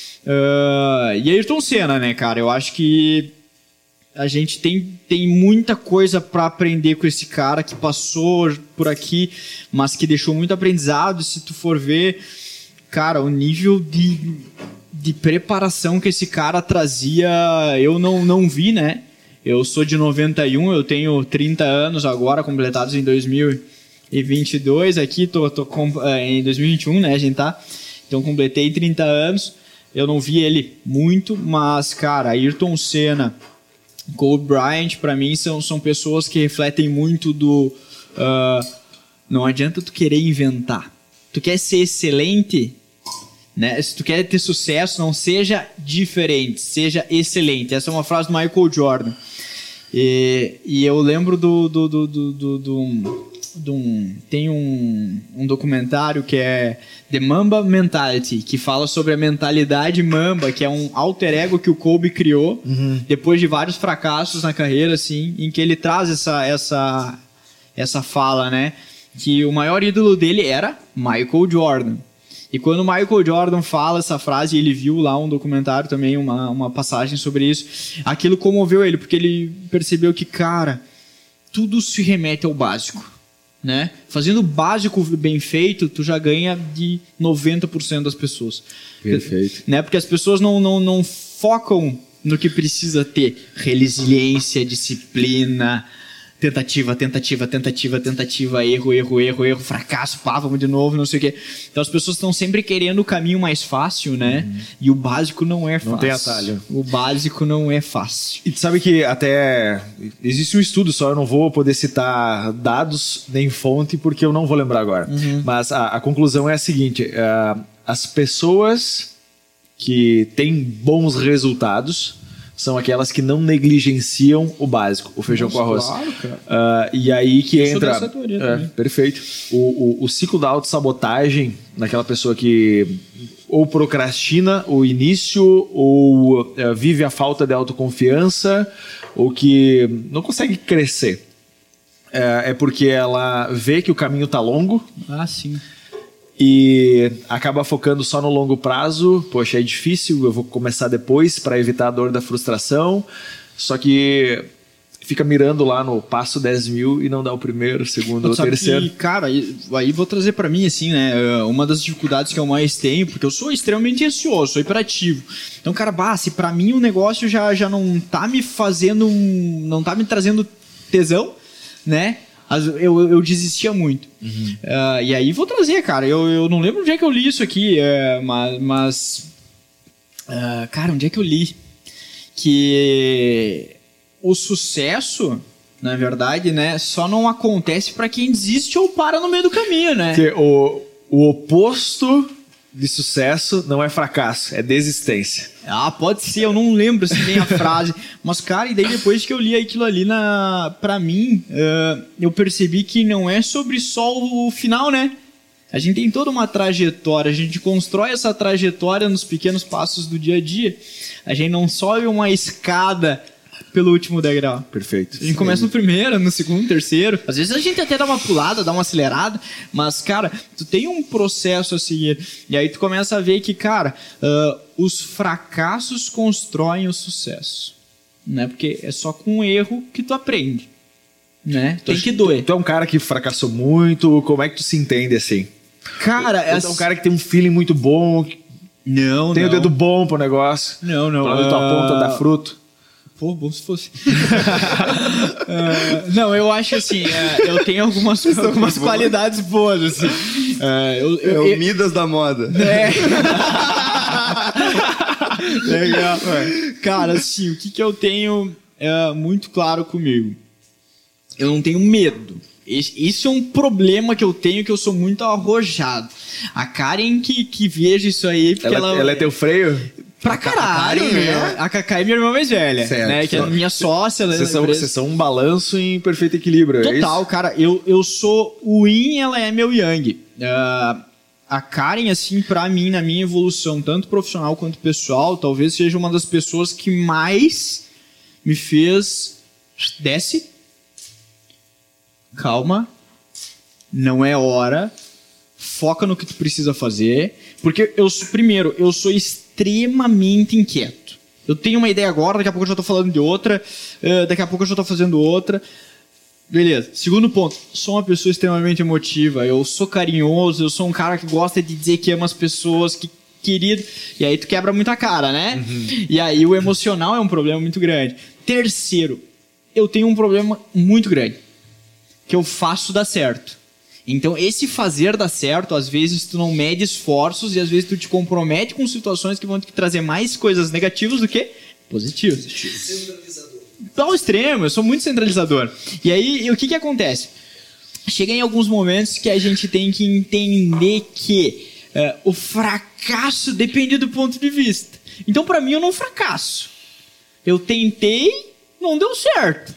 C: Uh, e Ayrton Senna, né, cara? Eu acho que a gente tem, tem muita coisa para aprender com esse cara que passou por aqui, mas que deixou muito aprendizado. Se tu for ver, cara, o nível de, de preparação que esse cara trazia, eu não, não vi, né? Eu sou de noventa e um, eu tenho trinta anos agora, completados em dois mil e vinte e dois. Aqui, tô, tô com, em dois mil e vinte e um, né, a gente tá? Então, completei trinta anos. Eu não vi ele muito, mas, cara, Ayrton Senna, Kobe Bryant, pra mim, são, são pessoas que refletem muito do... Uh, não adianta tu querer inventar. Tu quer ser excelente, né? Se tu quer ter sucesso, não seja diferente, seja excelente. Essa é uma frase do Michael Jordan. E, e eu lembro do... do, do, do, do, do de um, tem um, um documentário que é The Mamba Mentality, que fala sobre a mentalidade Mamba, que é um alter ego que o Kobe criou uhum. depois de vários fracassos na carreira, assim, em que ele traz essa, essa, essa fala, né, que o maior ídolo dele era Michael Jordan. E quando o Michael Jordan fala essa frase, ele viu lá um documentário também, uma, uma passagem sobre isso, aquilo comoveu ele, porque ele percebeu que, cara, tudo se remete ao básico. Né? Fazendo o básico bem feito, tu já ganha de noventa por cento das pessoas.
A: Perfeito.
C: Né? Porque as pessoas não, não, não focam no que precisa ter. Resiliência, disciplina, tentativa, tentativa, tentativa, tentativa, erro, erro, erro, erro, fracasso, pá, vamos de novo, não sei o quê. Então as pessoas estão sempre querendo o caminho mais fácil, né? Uhum. E o básico não é fácil.
A: Não tem atalho.
C: O básico não é fácil.
A: E tu sabe que até existe um estudo só, eu não vou poder citar dados nem fonte porque eu não vou lembrar agora. Uhum. Mas a, a conclusão é a seguinte, uh, as pessoas que têm bons resultados são aquelas que não negligenciam o básico, o feijão
C: Nossa,
A: com arroz.
C: claro, cara.
A: Uh, e aí que
C: Eu sou
A: entra...
C: dessa teoria
A: é,
C: também.
A: perfeito. O, o, o ciclo da autossabotagem, naquela pessoa que ou procrastina o início, ou uh, vive a falta de autoconfiança, ou que não consegue crescer. É, é porque ela vê que o caminho está longo,
C: Ah, sim.
A: e acaba focando só no longo prazo. Poxa, é difícil, eu vou começar depois para evitar a dor da frustração. Só que fica mirando lá no passo dez mil e não dá o primeiro, o segundo ou o
C: Sabe
A: terceiro.
C: que, cara, aí, aí vou trazer pra mim, assim, né, uma das dificuldades que eu mais tenho, porque eu sou extremamente ansioso, sou hiperativo. Então, cara, bah, se pra mim o negócio já, já não tá me fazendo, um, não tá me trazendo tesão, né, eu, eu desistia muito. Uhum. Uh, e aí vou trazer, cara, eu, eu não lembro onde é que eu li isso aqui, uh, mas, mas uh, cara, onde é que eu li? Que o sucesso, na verdade, né, só não acontece pra quem desiste ou para no meio do caminho, né?
A: Que o, o oposto de sucesso não é fracasso, é desistência.
C: Ah, pode ser, eu não lembro se tem a frase. Mas, cara, e daí depois que eu li aquilo ali, na, pra mim, uh, eu percebi que não é sobre só o final, né? A gente tem toda uma trajetória, a gente constrói essa trajetória nos pequenos passos do dia a dia. A gente não sobe uma escada pelo último degrau.
A: Perfeito.
C: A gente começa no primeiro, no segundo, no terceiro. Às vezes a gente até dá uma pulada, dá uma acelerada, mas, cara, tu tem um processo a seguir. E aí tu começa a ver que, cara, uh, os fracassos constroem o sucesso. Né? Porque é só com o erro que tu aprende. Né? Tem que doer.
A: Tu, tu é um cara que fracassou muito, como é que tu se entende assim?
C: Cara,
A: tu, tu é um cara que tem um feeling muito bom,
C: não,
A: tem
C: não.
A: o dedo bom pro negócio.
C: Não, não.
A: Pra onde tua
C: uh...
A: ponta dá fruto.
C: Pô, bom se fosse. uh, não, eu acho assim, uh, eu tenho algumas, algumas qualidades boas, assim. Uh, eu, eu,
B: é o
C: eu,
B: Midas da moda.
C: É. Legal. Cara, assim, o que, que eu tenho uh, muito claro comigo? Eu não tenho medo. Isso é um problema que eu tenho, que eu sou muito arrojado. A Karen que, que veja isso aí... Porque
A: ela,
C: ela,
A: ela é teu freio?
C: Pra caralho,
B: Karen,
C: né?
B: né?
C: A Cacá é minha irmã mais velha,
B: certo,
C: né? Que é minha sócia.
A: Vocês são, vocês são um balanço em perfeito equilíbrio, é
C: Total,
A: isso?
C: cara. Eu, eu sou o yin, ela é meu yang. Uh, a Karen, assim, pra mim, na minha evolução, tanto profissional quanto pessoal, talvez seja uma das pessoas que mais me fez... Desce. Calma. Não é hora. Foca no que tu precisa fazer. Porque eu, primeiro, eu sou extremamente inquieto. Eu tenho uma ideia agora, daqui a pouco eu já tô falando de outra, uh, daqui a pouco eu já tô fazendo outra. Beleza. Segundo ponto, sou uma pessoa extremamente emotiva, eu sou carinhoso, eu sou um cara que gosta de dizer que ama as pessoas, que querido, e aí tu quebra muita cara, né? Uhum. E aí o emocional é um problema muito grande. Terceiro, eu tenho um problema muito grande, que eu faço dar certo. Então, esse fazer dar certo, às vezes tu não mede esforços e às vezes tu te compromete com situações que vão te trazer mais coisas negativas do que positivas. Centralizador. Ao extremo, eu sou muito centralizador. E aí, o que que acontece? Chega em alguns momentos que a gente tem que entender que uh, o fracasso depende do ponto de vista. Então, pra mim, eu não fracasso. Eu tentei, não deu certo.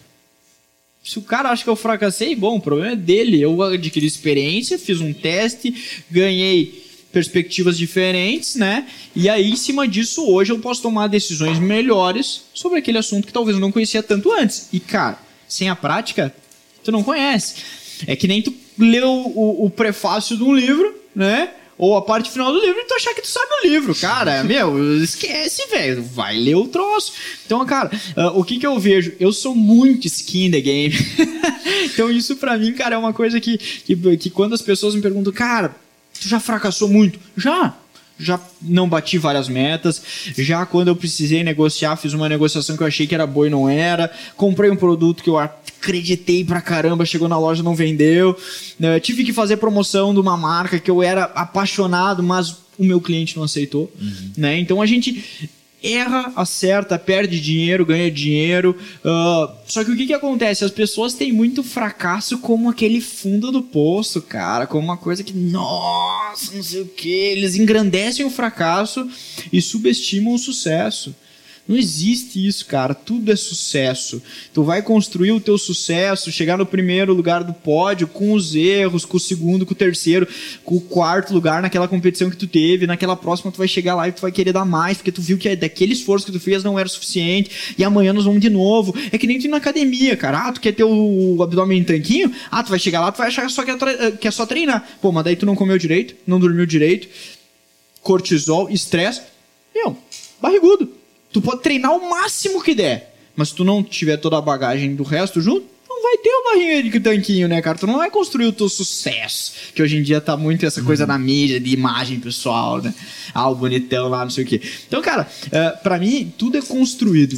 C: Se o cara acha que eu fracassei, bom, o problema é dele. Eu adquiri experiência, fiz um teste, ganhei perspectivas diferentes, né? E aí, em cima disso, hoje eu posso tomar decisões melhores sobre aquele assunto que talvez eu não conhecia tanto antes. E, cara, sem a prática, tu não conhece. É que nem tu leu o, o prefácio de um livro, né? Ou a parte final do livro e tu achar que tu sabe o livro. Cara, meu, esquece, velho. Vai ler o troço. Então, cara, uh, o que que eu vejo? Eu sou muito skin in the game. Então, isso pra mim, cara, é uma coisa que, que, que quando as pessoas me perguntam, cara, tu já fracassou muito? Já. Já não bati várias metas. Já quando eu precisei negociar, fiz uma negociação que eu achei que era boa e não era. Comprei um produto que eu acreditei pra caramba, chegou na loja e não vendeu. Uh, tive que fazer promoção de uma marca que eu era apaixonado, mas o meu cliente não aceitou. Uhum. Né? Então a gente erra, acerta, perde dinheiro, ganha dinheiro. Uh, só que o que, que acontece? As pessoas têm muito fracasso como aquele fundo do poço, cara. Como uma coisa que, nossa, não sei o que. Eles engrandecem o fracasso e subestimam o sucesso. Não existe isso, cara. Tudo é sucesso. Tu vai construir o teu sucesso, chegar no primeiro lugar do pódio com os erros, com o segundo, com o terceiro, com o quarto lugar naquela competição que tu teve. Naquela próxima tu vai chegar lá e tu vai querer dar mais, porque tu viu que daquele esforço que tu fez não era suficiente e amanhã nós vamos de novo. É que nem tu ir na academia, cara. Ah, tu quer ter o abdômen tanquinho? Ah, tu vai chegar lá, tu vai achar que, só quer, que é só treinar. Pô, mas daí tu não comeu direito, não dormiu direito, cortisol, estresse. Meu, barrigudo. Tu pode treinar o máximo que der, mas se tu não tiver toda a bagagem do resto junto, não vai ter o barrinho de tanquinho, né, cara? Tu não vai construir o teu sucesso, que hoje em dia tá muito essa coisa na mídia de imagem pessoal, né? Ah, o bonitão lá, não sei o quê. Então, cara, uh, pra mim, tudo é construído.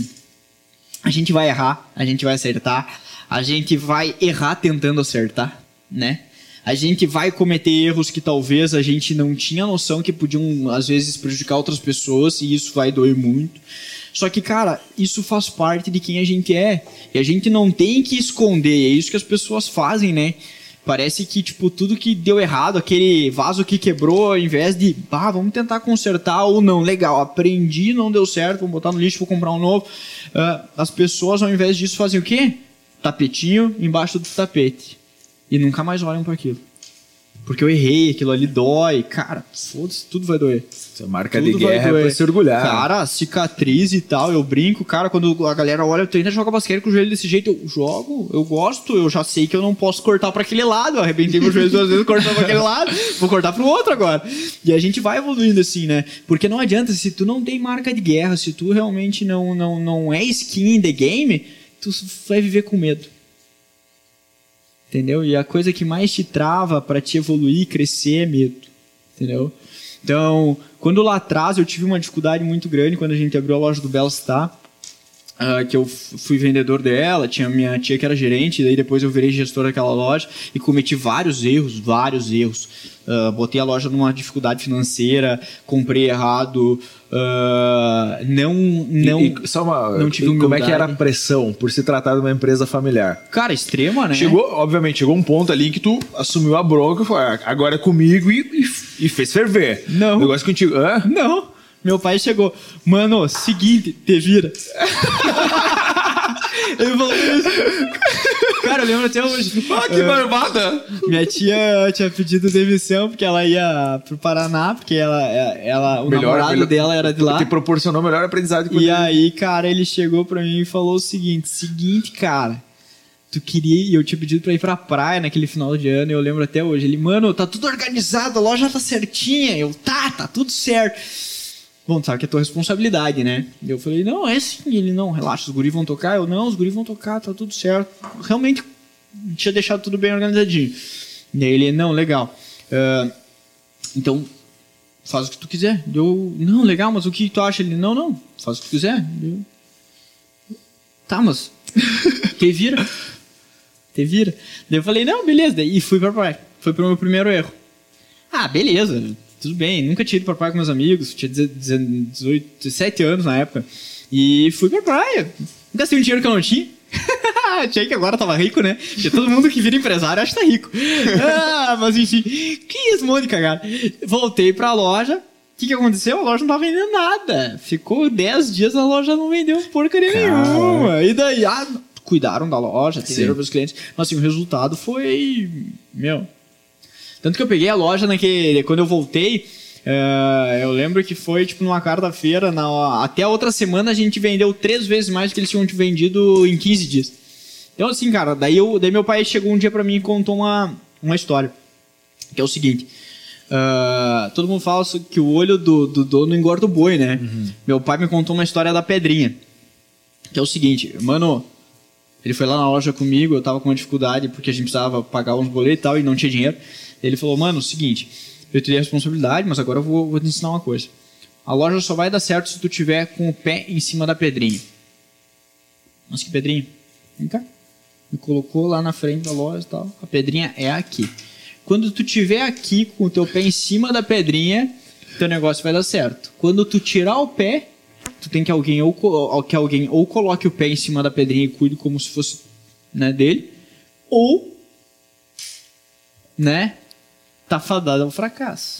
C: A gente vai errar, a gente vai acertar, a gente vai errar tentando acertar, né? A gente vai cometer erros que talvez a gente não tinha noção que podiam, às vezes, prejudicar outras pessoas, e isso vai doer muito. Só que, cara, isso faz parte de quem a gente é. E a gente não tem que esconder. É isso que as pessoas fazem, né? Parece que, tipo, tudo que deu errado, aquele vaso que quebrou, ao invés de, ah, vamos tentar consertar ou não. Legal, aprendi, não deu certo, vou botar no lixo, vou comprar um novo. Uh, as pessoas, ao invés disso, fazem o quê? Tapetinho embaixo do tapete. E nunca mais olham para aquilo. Porque eu errei, aquilo ali dói. Cara, foda-se, tudo vai doer.
A: Essa marca tudo de guerra é pra se orgulhar.
C: Cara, cicatriz e tal, eu brinco. Cara, quando a galera olha, tu ainda joga basquete com o joelho desse jeito. Eu jogo, eu gosto, eu já sei que eu não posso cortar para aquele lado. Eu arrebentei meu joelho duas vezes, cortando para aquele lado. Vou cortar pro outro agora. E a gente vai evoluindo assim, né? Porque não adianta, se tu não tem marca de guerra, se tu realmente não, não, não é skin in the game, tu vai viver com medo. Entendeu? E a coisa que mais te trava para te evoluir, crescer é medo. Entendeu? Então, quando lá atrás eu tive uma dificuldade muito grande quando a gente abriu a loja do Belstar, uh, que eu fui vendedor dela, tinha minha tia que era gerente, daí depois eu virei gestor daquela loja e cometi vários erros, vários erros. Uh, botei a loja numa dificuldade financeira, comprei errado, uh, não, não,
A: e, e, só uma,
C: não tive
A: e como é que era a pressão por se tratar de uma empresa familiar?
C: Cara, extrema, né?
A: Chegou, obviamente, chegou um ponto ali que tu assumiu a bronca e falou, ah, agora é comigo e, e, e fez ferver.
C: Não.
A: O negócio contigo. Hã?
C: Não. Meu pai chegou, mano, seguinte, te vira. Ele falou isso. Cara, eu lembro até hoje.
A: Ah, que barbada!
C: Minha tia tinha pedido demissão porque ela ia pro Paraná, porque ela, ela, o melhor, namorado melhor, dela era de lá.
A: Te proporcionou o melhor aprendizado que
C: E aí, cara, ele chegou pra mim e falou o seguinte: seguinte, cara, tu queria. E eu tinha pedido pra ir pra praia naquele final de ano, e eu lembro até hoje. Ele, mano, tá tudo organizado, a loja tá certinha. Eu, tá, tá tudo certo. Bom, tu sabe que é tua responsabilidade, né? E eu falei, não, é sim. Ele, não, relaxa, os guris vão tocar. Eu, não, os guris vão tocar, tá tudo certo. Realmente tinha deixado tudo bem organizadinho. E aí ele, não, legal. Uh, então, faz o que tu quiser. Eu, não, legal, mas o que tu acha? Ele, não, não, faz o que tu quiser. Eu, tá, mas te vira. Te vira. Daí eu falei, não, beleza. E fui pra praia. Foi pro meu primeiro erro. Ah, beleza. Tudo bem, nunca tinha ido pra praia com meus amigos, tinha dezoito, dezessete anos na época, e fui pra praia. Gastei um dinheiro que eu não tinha. Achei que agora tava rico, né? Porque todo mundo que vira empresário acha que tá rico. Ah, mas enfim, que isso, monte de cagada. Voltei pra loja, o que que aconteceu? A loja não tava vendendo nada. Ficou dez dias, a loja não vendeu porcaria nenhuma. E daí, ah, cuidaram da loja, atenderam os clientes, mas assim, o resultado foi, meu... Tanto que eu peguei a loja naquele... Quando eu voltei, uh, eu lembro que foi tipo numa quarta-feira, na, até a outra semana a gente vendeu três vezes mais do que eles tinham vendido em quinze dias. Então assim, cara, daí, eu, daí meu pai chegou um dia pra mim e contou uma, uma história. Que é o seguinte, uh, todo mundo fala que o olho do, do dono engorda o boi, né? Uhum. Meu pai me contou uma história da pedrinha. Que é o seguinte, mano... Ele foi lá na loja comigo, eu tava com uma dificuldade porque a gente precisava pagar uns boletos e tal e não tinha dinheiro. Ele falou, mano, o seguinte, eu te dei a responsabilidade, mas agora eu vou, vou te ensinar uma coisa. A loja só vai dar certo se tu tiver com o pé em cima da pedrinha. Nossa, que pedrinha? Vem cá. Me colocou lá na frente da loja e tal. A pedrinha é aqui. Quando tu tiver aqui com o teu pé em cima da pedrinha, teu negócio vai dar certo. Quando tu tirar o pé, tu tem que alguém ou, que alguém ou coloque o pé em cima da pedrinha e cuide como se fosse, né, dele, ou, né, tá fadado ao fracasso.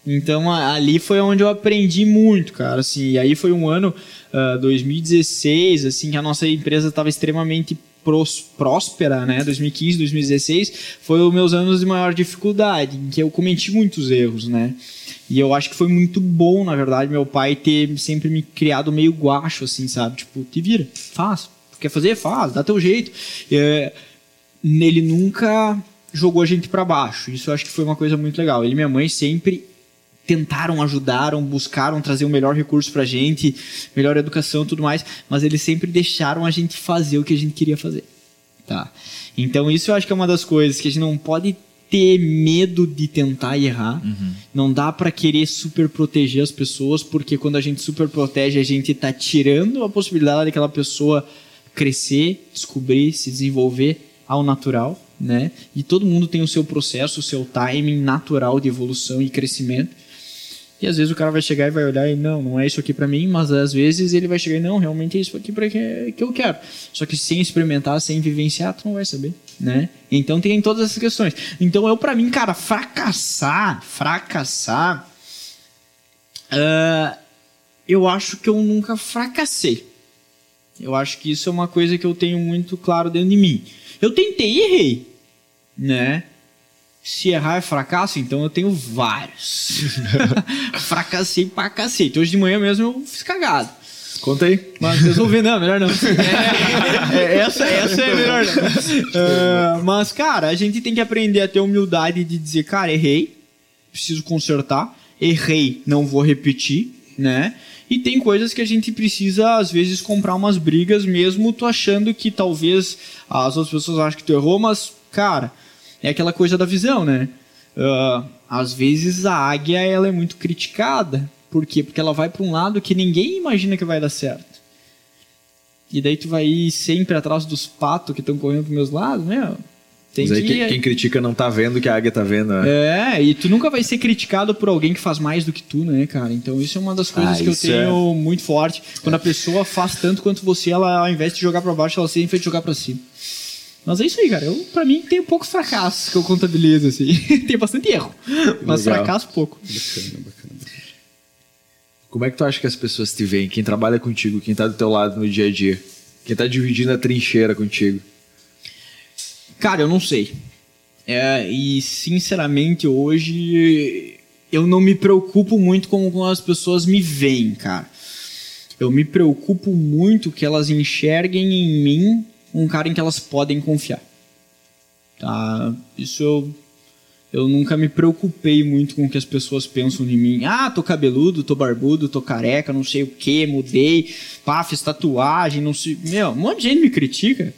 C: Então ali foi onde eu aprendi muito, cara, assim, e aí foi um ano, uh, dois mil e dezesseis, assim, que a nossa empresa estava extremamente pros, próspera, né, dois mil e quinze, dois mil e dezesseis, foi os meus anos de maior dificuldade, em que eu cometi muitos erros, né, e eu acho que foi muito bom, na verdade, meu pai ter sempre me criado meio guacho, assim, sabe, tipo, te vira, faz, quer fazer, faz, dá teu jeito, e, ele nunca jogou a gente para baixo, isso eu acho que foi uma coisa muito legal, ele e minha mãe sempre tentaram, ajudaram, buscaram trazer o melhor recurso pra gente, melhor educação e tudo mais, mas eles sempre deixaram a gente fazer o que a gente queria fazer, tá? Então isso eu acho que é uma das coisas que a gente não pode ter medo de tentar e errar, uhum. Não dá pra querer super proteger as pessoas, porque quando a gente super protege, a gente tá tirando a possibilidade daquela pessoa crescer, descobrir, se desenvolver ao natural, né? E todo mundo tem o seu processo, o seu timing natural de evolução e crescimento. E às vezes o cara vai chegar e vai olhar e não, não é isso aqui pra mim, mas às vezes ele vai chegar e não, realmente é isso aqui pra que, que eu quero. Só que sem experimentar, sem vivenciar, tu não vai saber, né? Então tem todas essas questões. Então eu, pra mim, cara, fracassar, fracassar, uh, eu acho que eu nunca fracassei. Eu acho que isso é uma coisa que eu tenho muito claro dentro de mim. Eu tentei e errei, né? Se errar é fracasso, então eu tenho vários. Fracassei pra cacete. Hoje de manhã mesmo eu fiz cagado.
A: Conta aí.
C: Mas resolvi, não, melhor não. É, é, essa, essa é melhor não. Uh, mas, cara, a gente tem que aprender a ter humildade de dizer, cara, errei, preciso consertar, errei, não vou repetir, né? E tem coisas que a gente precisa, às vezes, comprar umas brigas, mesmo tu achando que talvez as outras pessoas acham que tu errou, mas, cara, é aquela coisa da visão, né? Uh, às vezes a águia ela é muito criticada. Por quê? Porque ela vai para um lado que ninguém imagina que vai dar certo. E daí tu vai ir sempre atrás dos patos que estão correndo pros meus lados, meu... Tem
A: Mas aí
C: que...
A: quem, quem critica não tá vendo o que a águia tá vendo, né?
C: É, e tu nunca vai ser criticado por alguém que faz mais do que tu, né, cara? Então isso é uma das coisas ah, que eu tenho é... muito forte. Quando a pessoa faz tanto quanto você, ela ao invés de jogar pra baixo, ela sempre vai jogar pra cima. Mas é isso aí, cara. Eu, pra mim, tem poucos fracassos que eu contabilizo, assim. Tem bastante erro, mas legal. Fracasso pouco.
B: Bacana, bacana.
A: Como é que tu acha que as pessoas te veem? Quem trabalha contigo, quem tá do teu lado no dia a dia? Quem tá dividindo a trincheira contigo?
C: Cara, eu não sei. É, e, sinceramente, hoje eu não me preocupo muito com como as pessoas me veem, cara. Eu me preocupo muito que elas enxerguem em mim um cara em que elas podem confiar. Tá? Isso eu, eu nunca me preocupei muito com o que as pessoas pensam de mim. Ah, tô cabeludo, tô barbudo, tô careca, não sei o que, mudei, pá, fiz tatuagem, não sei... Meu, um monte de gente me critica.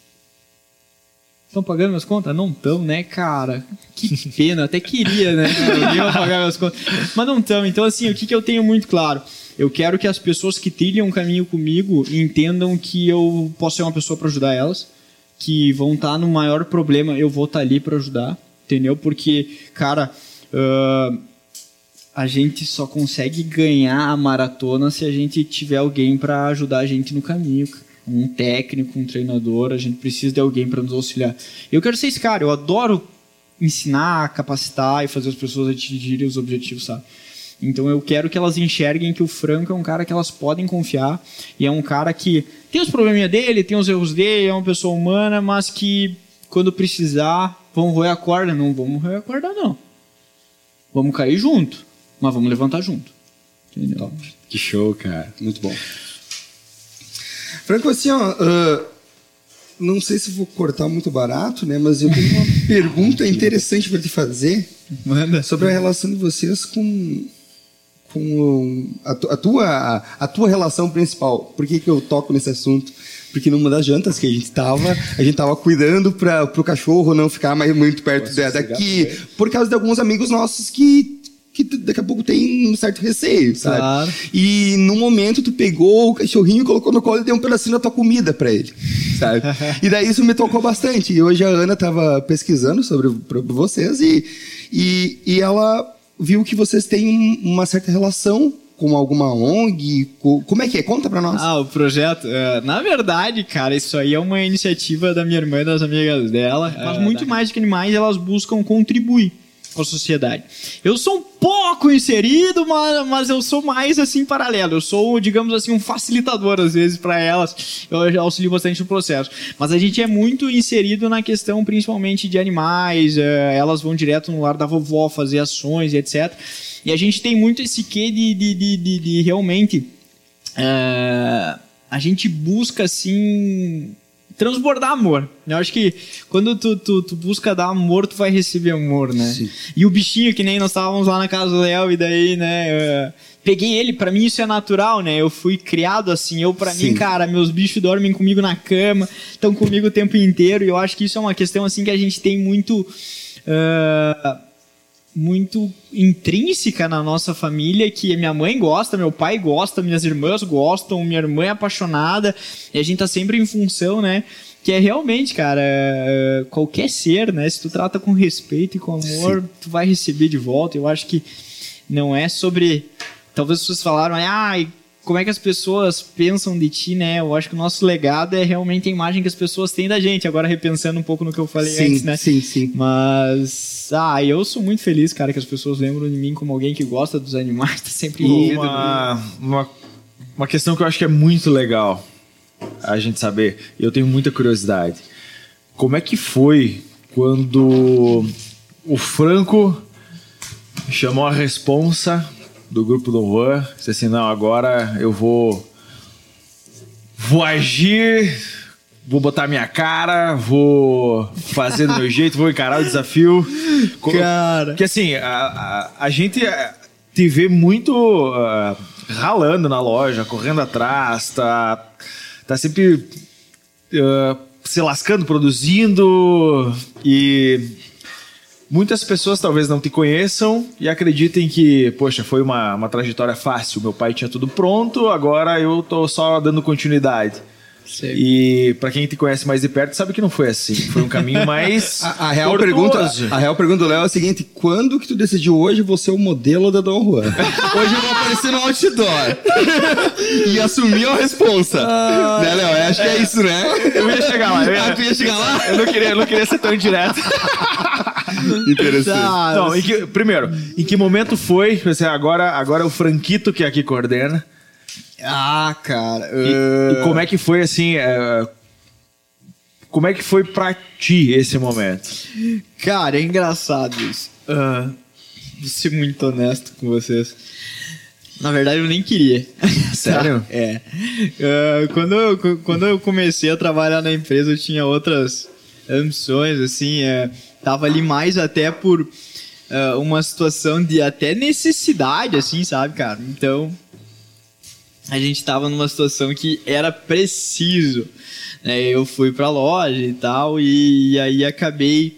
C: Estão pagando minhas contas? Não estão, né, cara? Que pena, até queria, né? Alguém vai pagar minhas contas. Mas não estão. Então, assim, o que, que eu tenho muito claro? Eu quero que as pessoas que trilham um caminho comigo entendam que eu posso ser uma pessoa para ajudar elas, que vão estar no maior problema, eu vou estar ali para ajudar, entendeu? Porque, cara, uh, a gente só consegue ganhar a maratona se a gente tiver alguém para ajudar a gente no caminho, cara. Um técnico, um treinador, a gente precisa de alguém para nos auxiliar. Eu quero ser esse cara, eu adoro ensinar, capacitar e fazer as pessoas atingirem os objetivos, sabe? Então eu quero que elas enxerguem que o Franco é um cara que elas podem confiar e é um cara que tem os probleminhas dele, tem os erros dele, é uma pessoa humana, mas que quando precisar, vamos roer a corda. Não vamos roer a corda, não. Vamos cair junto, mas vamos levantar junto. Entendeu?
B: Top.
A: Que show, cara.
B: Muito bom. Franco, assim, ó, uh, não sei se vou cortar muito barato, né? Mas eu tenho uma pergunta interessante para te fazer.
C: Manda.
B: Sobre a relação de vocês com, com a, tu, a, tua, a tua relação principal. Por que, que eu toco nesse assunto? Porque numa das jantas que a gente tava, a gente tava cuidando para o cachorro não ficar mais muito perto da, daqui, por causa de alguns amigos nossos que que daqui a pouco tem um certo receio, sabe?
C: Claro.
B: E no momento tu pegou o cachorrinho, colocou no colo e deu um pedacinho da tua comida pra ele, sabe? E daí isso me tocou bastante. E hoje a Ana tava pesquisando sobre vocês e, e, e ela viu que vocês têm uma certa relação com alguma O N G. Como é que é? Conta pra nós.
C: Ah, o projeto... É, na verdade, cara, isso aí é uma iniciativa da minha irmã e das amigas dela. É, mas muito mais do que animais, elas buscam contribuir. com a sociedade. Eu sou um pouco inserido, mas, mas eu sou mais assim paralelo. Eu sou, digamos assim, um facilitador às vezes para elas. Eu auxilio bastante no processo. Mas a gente é muito inserido na questão principalmente de animais. É, elas vão direto no lar da vovó fazer ações e etcétera. E a gente tem muito esse quê de, de, de, de, de realmente... É, a gente busca assim... transbordar amor. Eu acho que quando tu, tu, tu busca dar amor, tu vai receber amor, né? Sim. E o bichinho, que nem nós estávamos lá na casa do Léo, e daí, né, eu peguei ele, pra mim isso é natural, né? Eu fui criado assim, eu pra Sim. mim, cara, meus bichos dormem comigo na cama, estão comigo o tempo inteiro, e eu acho que isso é uma questão assim que a gente tem muito... Uh, muito intrínseca na nossa família, que minha mãe gosta, meu pai gosta, minhas irmãs gostam, minha irmã é apaixonada, e a gente tá sempre em função, né? Que é realmente, cara, qualquer ser, né? Se tu trata com respeito e com amor, Sim. tu vai receber de volta. Eu acho que não é sobre... Talvez vocês falaram, ah, como é que as pessoas pensam de ti, né? Eu acho que o nosso legado é realmente a imagem que as pessoas têm da gente. Agora, repensando um pouco no que eu falei
B: sim,
C: antes, né?
B: Sim, sim.
C: Mas, ah, eu sou muito feliz, cara, que as pessoas lembram de mim como alguém que gosta dos animais, tá sempre
A: envolvido. Uma, uma, uma questão que eu acho que é muito legal a gente saber, e eu tenho muita curiosidade. Como é que foi quando o Franco chamou a responsa do grupo Dom Juan, disse assim, não, agora eu vou vou agir, vou botar minha cara, vou fazer do meu jeito, vou encarar o desafio.
C: Cara...
A: Porque assim, a, a, a gente te vê muito uh, ralando na loja, correndo atrás, tá, tá sempre uh, se lascando, produzindo, e... muitas pessoas talvez não te conheçam e acreditem que, poxa, foi uma, uma trajetória fácil. Meu pai tinha tudo pronto, agora eu tô só dando continuidade. Sei. E pra quem te conhece mais de perto, sabe que não foi assim. Foi um caminho mais
B: a, a, real pergunta, a real pergunta do Léo é a seguinte: quando que tu decidiu hoje você é o modelo da Dom Juan? Hoje eu vou aparecer no outdoor e assumir a responsa. Ah, né, Léo? Acho é, que é isso, né?
A: Eu ia chegar lá. Eu ia,
B: ah, tu ia chegar lá?
A: Eu não queria, eu não queria ser tão direto.
B: Interessante.
A: Não, em que, primeiro, em que momento foi? Você, agora, agora é o Franquito que aqui coordena.
C: Ah, cara. Uh...
A: E, e como é que foi assim? Uh, como é que foi pra ti esse momento?
C: Cara, é engraçado isso. Uh, vou ser muito honesto com vocês. Na verdade, eu nem queria.
A: Sério?
C: É. Uh, quando, eu, quando eu comecei a trabalhar na empresa, eu tinha outras ambições, assim. Uh, tava ali mais até por uh, uma situação de até necessidade, assim, sabe, cara? Então... a gente estava numa situação que era preciso, né? Eu fui para a loja e tal, e, e aí acabei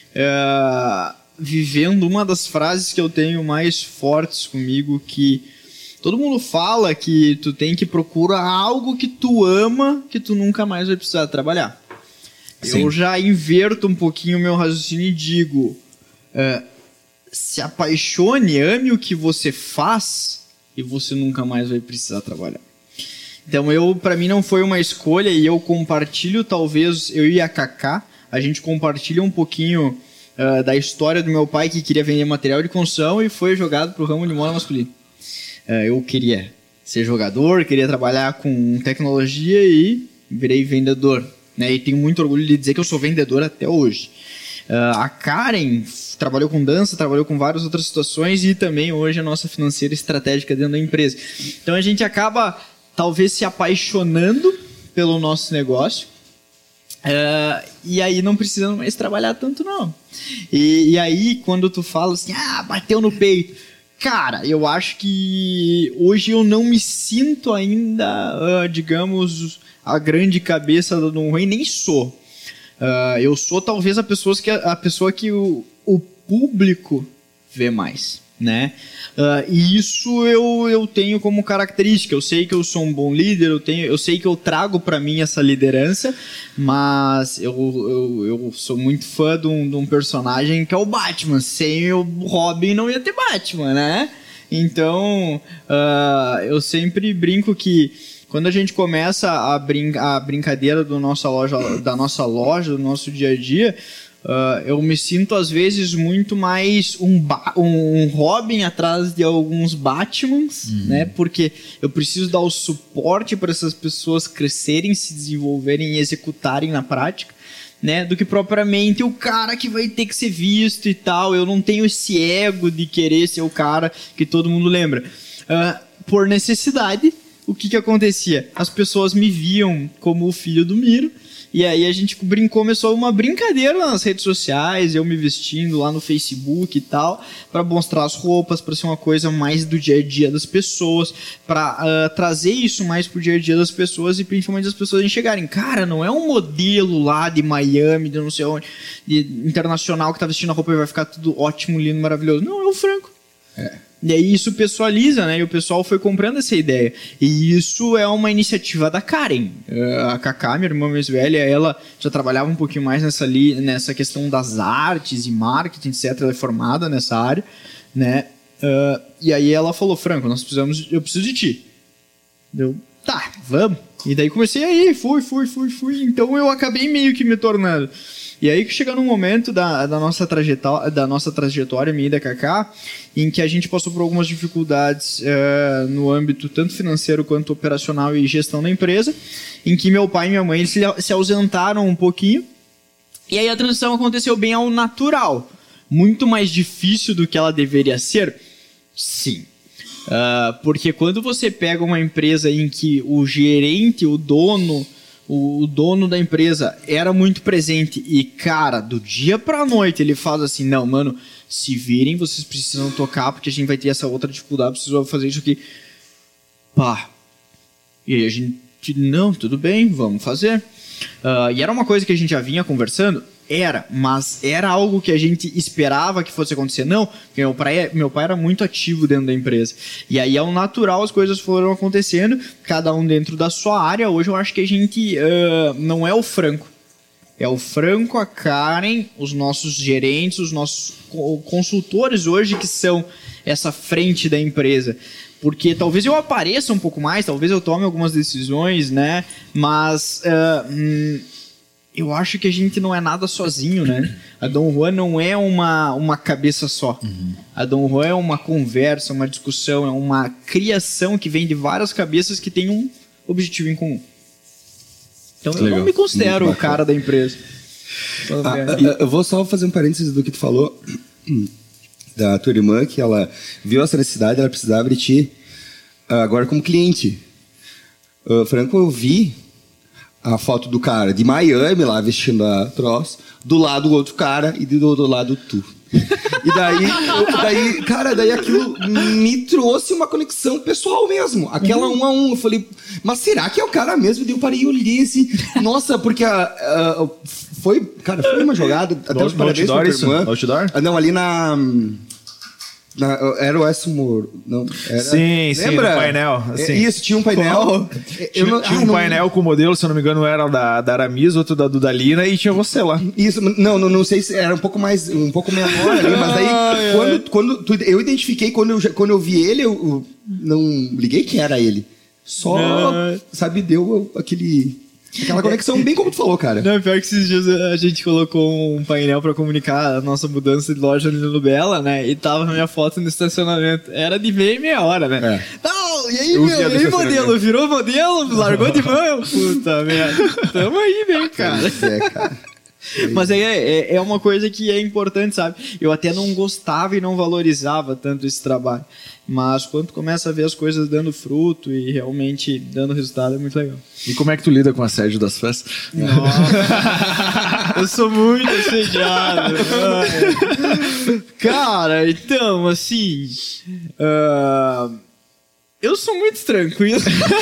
C: uh, vivendo uma das frases que eu tenho mais fortes comigo, que todo mundo fala que tu tem que procurar algo que tu ama, que tu nunca mais vai precisar trabalhar. Sim. Eu já inverto um pouquinho o meu raciocínio e digo, uh, se apaixone, ame o que você faz, e você nunca mais vai precisar trabalhar. Então, eu, para mim não foi uma escolha, e eu compartilho, talvez, eu e a Cacá, a gente compartilha um pouquinho uh, da história do meu pai, que queria vender material de construção e foi jogado pro ramo de moda masculino. Uh, eu queria ser jogador, queria trabalhar com tecnologia e virei vendedor, né? E tenho muito orgulho de dizer que eu sou vendedor até hoje. Uh, a Karen trabalhou com dança, trabalhou com várias outras situações e também hoje é a nossa financeira estratégica dentro da empresa. Então a gente acaba talvez se apaixonando pelo nosso negócio uh, e aí não precisando mais trabalhar tanto não. E, e aí quando tu fala assim, ah, bateu no peito, cara, eu acho que hoje eu não me sinto ainda, uh, digamos, a grande cabeça do Dom Juan, e nem sou. Uh, eu sou talvez a pessoa que, a pessoa que o, o público vê mais, né? Uh, e isso eu, eu tenho como característica. Eu sei que eu sou um bom líder, eu, tenho, eu sei que eu trago para mim essa liderança, mas eu, eu, eu sou muito fã de um, de um personagem que é o Batman. Sem o Robin não ia ter Batman, né? Então, uh, eu sempre brinco que quando a gente começa a, brin a brincadeira do nossa loja, da nossa loja, do nosso dia a dia, Uh, eu me sinto, às vezes, muito mais um, ba- um Robin atrás de alguns Batmans, uhum. né? Porque eu preciso dar o suporte para essas pessoas crescerem, se desenvolverem e executarem na prática, né? Do que propriamente o cara que vai ter que ser visto e tal. Eu não tenho esse ego de querer ser o cara que todo mundo lembra. Uh, por necessidade, o que que acontecia? As pessoas me viam como o filho do Miro. E aí a gente brincou, começou uma brincadeira nas redes sociais, eu me vestindo lá no Facebook e tal, para mostrar as roupas, para ser uma coisa mais do dia a dia das pessoas, para uh, trazer isso mais pro dia a dia das pessoas e principalmente as pessoas enxergarem, cara, não é um modelo lá de Miami, de não sei onde, de internacional que tá vestindo a roupa e vai ficar tudo ótimo, lindo, maravilhoso. Não, é o Franco. É. E aí isso pessoaliza, né? E o pessoal foi comprando essa ideia. E isso é uma iniciativa da Karen. A Cacá, minha irmã mais velha, ela já trabalhava um pouquinho mais nessa, li, nessa questão das artes e marketing, etcétera. Ela é formada nessa área, né? Uh, e aí ela falou, Franco, nós precisamos, eu preciso de ti. Eu, tá, vamos. E daí comecei aí, fui, fui, fui, fui. Então eu acabei meio que me tornando. E aí que chega num momento da, da, nossa trajetória, da nossa trajetória, minha e da Cacá, em que a gente passou por algumas dificuldades uh, no âmbito tanto financeiro quanto operacional e gestão da empresa, em que meu pai e minha mãe eles se, se ausentaram um pouquinho, e aí a transição aconteceu bem ao natural. Muito mais difícil do que ela deveria ser? Sim. Uh, porque quando você pega uma empresa em que o gerente, o dono... o dono da empresa era muito presente e, cara, do dia pra noite ele faz assim, não, mano, se virem, vocês precisam tocar porque a gente vai ter essa outra dificuldade, precisam fazer isso aqui. Pá. E aí a gente, não, tudo bem, vamos fazer. Uh, e era uma coisa que a gente já vinha conversando, era, mas era algo que a gente esperava que fosse acontecer. Não, porque meu pai, meu pai era muito ativo dentro da empresa. E aí, ao natural, as coisas foram acontecendo, cada um dentro da sua área. Hoje eu acho que a gente uh, não é o Franco. É o Franco, a Karen, os nossos gerentes, os nossos consultores hoje que são essa frente da empresa. Porque talvez eu apareça um pouco mais, talvez eu tome algumas decisões, né? Mas... Uh, hum, eu acho que a gente não é nada sozinho, né? A Dom Juan não é uma, uma cabeça só. Uhum. A Dom Juan é uma conversa, uma discussão, é uma criação que vem de várias cabeças que tem um objetivo em comum. Então eu Legal. não me considero o cara da empresa.
B: Ah, eu vou só fazer um parênteses do que tu falou da tua irmã, que ela viu essa necessidade, ela precisava de ti agora como cliente. Uh, Franco, eu vi a foto do cara de Miami lá vestindo a troço, do lado o outro cara e do outro lado tu. E daí, eu, daí, cara, daí aquilo me trouxe uma conexão pessoal mesmo. Aquela um a um, eu falei, mas será que é o cara mesmo? Daí eu parei e olhei assim, nossa, porque a, a, foi, cara, foi uma jogada, até
A: no,
B: os parabéns pra tua irmã.
A: Outdoor?
B: Não, ali na... Na, era o Westmore, não? Era,
A: sim, sim, no painel. Assim.
B: Isso, tinha um painel.
A: Eu não, tinha ah, um não, painel com o modelo, se eu não me engano, era da, da Aramis, outro da Dudalina e tinha você lá.
B: Isso, não, não, não sei se era um pouco mais, um pouco menor ali, mas daí, ah, quando, é. quando tu, eu identifiquei, quando eu, quando eu vi ele, eu, eu não liguei que era ele. Só, ah. sabe, deu aquele... Aquela conexão bem como tu falou, cara.
C: Não, pior que esses dias a gente colocou um painel pra comunicar a nossa mudança de loja ali no Bela, né? E tava a minha foto no estacionamento. Era de meia e meia hora, né? É. Não, e aí, meu, e aí modelo? Virou modelo? Largou de mão? Puta merda. Tamo aí, né, cara? É, cara. Mas é, é, é uma coisa que é importante, sabe? Eu até não gostava e não valorizava tanto esse trabalho. Mas quando começa a ver as coisas dando fruto e realmente dando resultado, é muito legal.
A: E como é que tu lida com o assédio das festas?
C: Nossa, eu sou muito assediado. Cara, então, assim... Uh, eu sou muito tranquilo.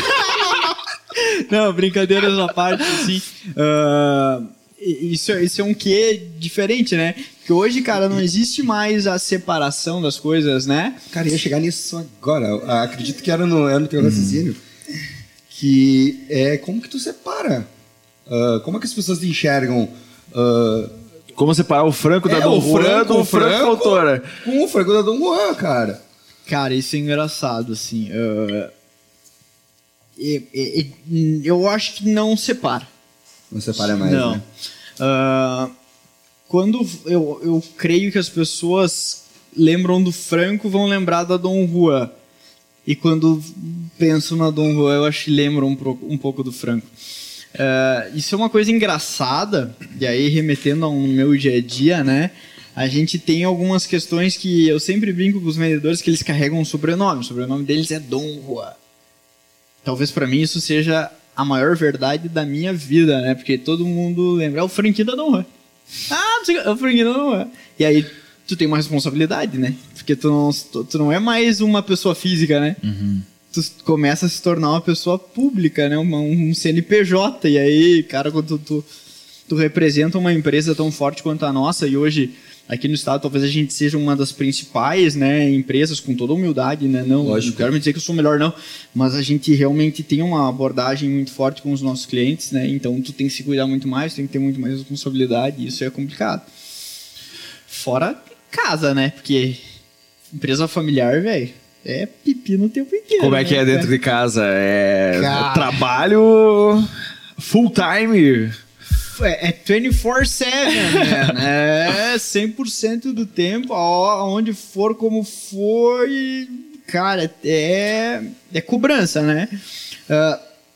C: Não, brincadeiras à parte, assim... Uh, Isso, isso é um quê diferente, né? Porque hoje, cara, não existe mais a separação das coisas, né?
B: Cara, ia chegar nisso agora. Eu acredito que era no, era no teu raciocínio. Uhum. Que é como que tu separa? Uh, como é que as pessoas te enxergam? Uh,
A: como separar o Franco da é, Dom Juan do Franco Autora?
B: Com o Franco da Dom Juan, cara.
C: Cara, isso é engraçado, assim. Uh, eu, eu, eu acho que não separa.
B: Não separa mais,
C: não.
B: né?
C: Uh, quando eu, eu creio que as pessoas lembram do Franco, vão lembrar da Dom Juan. E quando penso na Dom Juan, eu acho que lembram um, pro, um pouco do Franco. Uh, isso é uma coisa engraçada, e aí remetendo ao meu dia a dia, né? A gente tem algumas questões que eu sempre brinco com os vendedores que eles carregam um sobrenome. O sobrenome deles é Dom Juan. Talvez para mim isso seja a maior verdade da minha vida, né? Porque todo mundo lembra, é o Franquinho da Dom Juan. Ah, não sei, é o Franquinho da Dom Juan. E aí tu tem uma responsabilidade, né? Porque tu não, tu, tu não é mais uma pessoa física, né? Uhum. Tu começa a se tornar uma pessoa pública, né? Uma, um C N P J. E aí, cara, quando tu, tu, tu representa uma empresa tão forte quanto a nossa, e hoje aqui no estado talvez a gente seja uma das principais, né, empresas, com toda humildade, né? Não, não quero me dizer que eu sou melhor, não, mas a gente realmente tem uma abordagem muito forte com os nossos clientes, né? Então tu tem que se cuidar muito mais, tem que ter muito mais responsabilidade, e isso é complicado. Fora casa, né? Porque empresa familiar, velho, é pepino o tempo inteiro.
A: Como é que
C: né,
A: é dentro
C: cara?
A: de casa? É
C: Cara.
A: trabalho full time?
C: É, é vinte e quatro sete, né? É cem por cento do tempo, aonde for, como for, e, cara, é, é cobrança, né? Uh,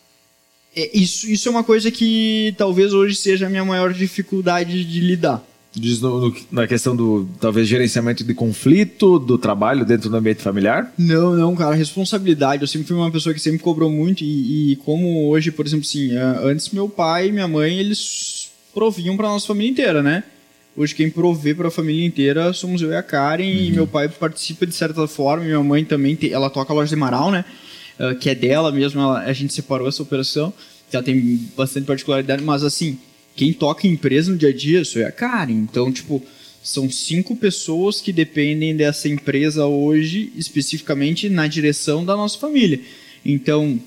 C: é, isso, isso é uma coisa que talvez hoje seja a minha maior dificuldade de lidar.
A: Diz no, no, na questão do, talvez, gerenciamento de conflito do trabalho dentro do ambiente familiar?
C: Não, não, cara, responsabilidade. Eu sempre fui uma pessoa que sempre cobrou muito e, e como hoje, por exemplo, assim, antes meu pai e minha mãe, eles proviam para nossa família inteira, né? Hoje quem provê para a família inteira somos eu e a Karen, uhum. E meu pai participa de certa forma, e minha mãe também, tem, ela toca a loja de Marau, né? Uh, que é dela mesmo, ela, a gente separou essa operação, que ela tem bastante particularidade, mas assim, quem toca empresa no dia a dia sou eu e a Karen. Então, tipo, são cinco pessoas que dependem dessa empresa hoje, especificamente na direção da nossa família. Então,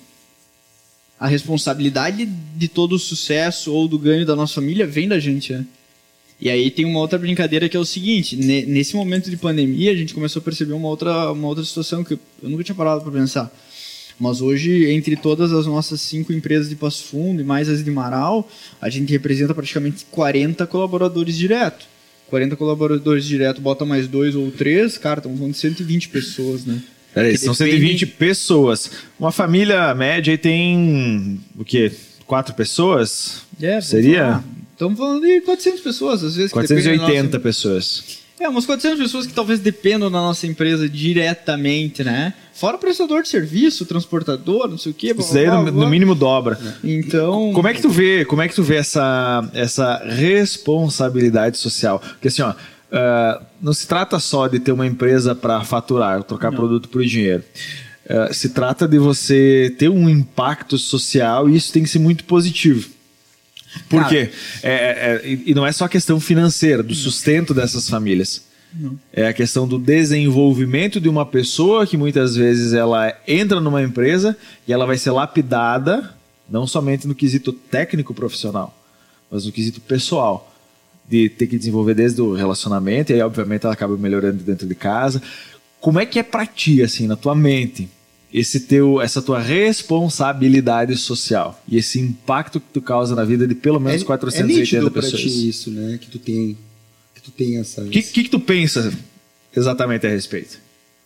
C: a responsabilidade de todo o sucesso ou do ganho da nossa família vem da gente, né? E aí tem uma outra brincadeira que é o seguinte, nesse momento de pandemia, a gente começou a perceber uma outra, uma outra situação que eu nunca tinha parado para pensar. Mas hoje, entre todas as nossas cinco empresas de Passo Fundo e mais as de Marau, a gente representa praticamente quarenta colaboradores direto. quarenta colaboradores direto, bota mais dois ou três, cara, estamos falando de cento e vinte pessoas, né?
A: Peraí, são depende... cento e vinte pessoas. Uma família média aí tem, o quê? Quatro pessoas?
C: É,
A: seria?
C: Estamos falando de quatrocentas pessoas, às vezes.
A: quatrocentas e oitenta
C: nossa...
A: pessoas.
C: É, umas quatrocentas pessoas que talvez dependam da nossa empresa diretamente, né? Fora o prestador de serviço, transportador, não sei o quê.
A: Isso daí no, no mínimo dobra.
C: Então...
A: Como é que tu vê, como é que tu vê essa, essa responsabilidade social? Porque assim, ó, uh, não se trata só de ter uma empresa para faturar, trocar não. produto por dinheiro. Uh, se trata de você ter um impacto social e isso tem que ser muito positivo. Por Cara, quê? É, é, e não é só a questão financeira, do sustento dessas famílias. Não. É a questão do desenvolvimento de uma pessoa que muitas vezes ela entra numa empresa e ela vai ser lapidada, não somente no quesito técnico profissional, mas no quesito pessoal. De ter que desenvolver desde o relacionamento, e aí obviamente ela acaba melhorando dentro de casa. Como é que é pra ti, assim, na tua mente, esse teu, essa tua responsabilidade social e esse impacto que tu causa na vida de pelo menos é, quatrocentas e oitenta
B: é
A: pessoas?
B: Pra ti isso, né? Que tu tem, que tu tem essa...
A: O que, que, que tu pensa exatamente a respeito?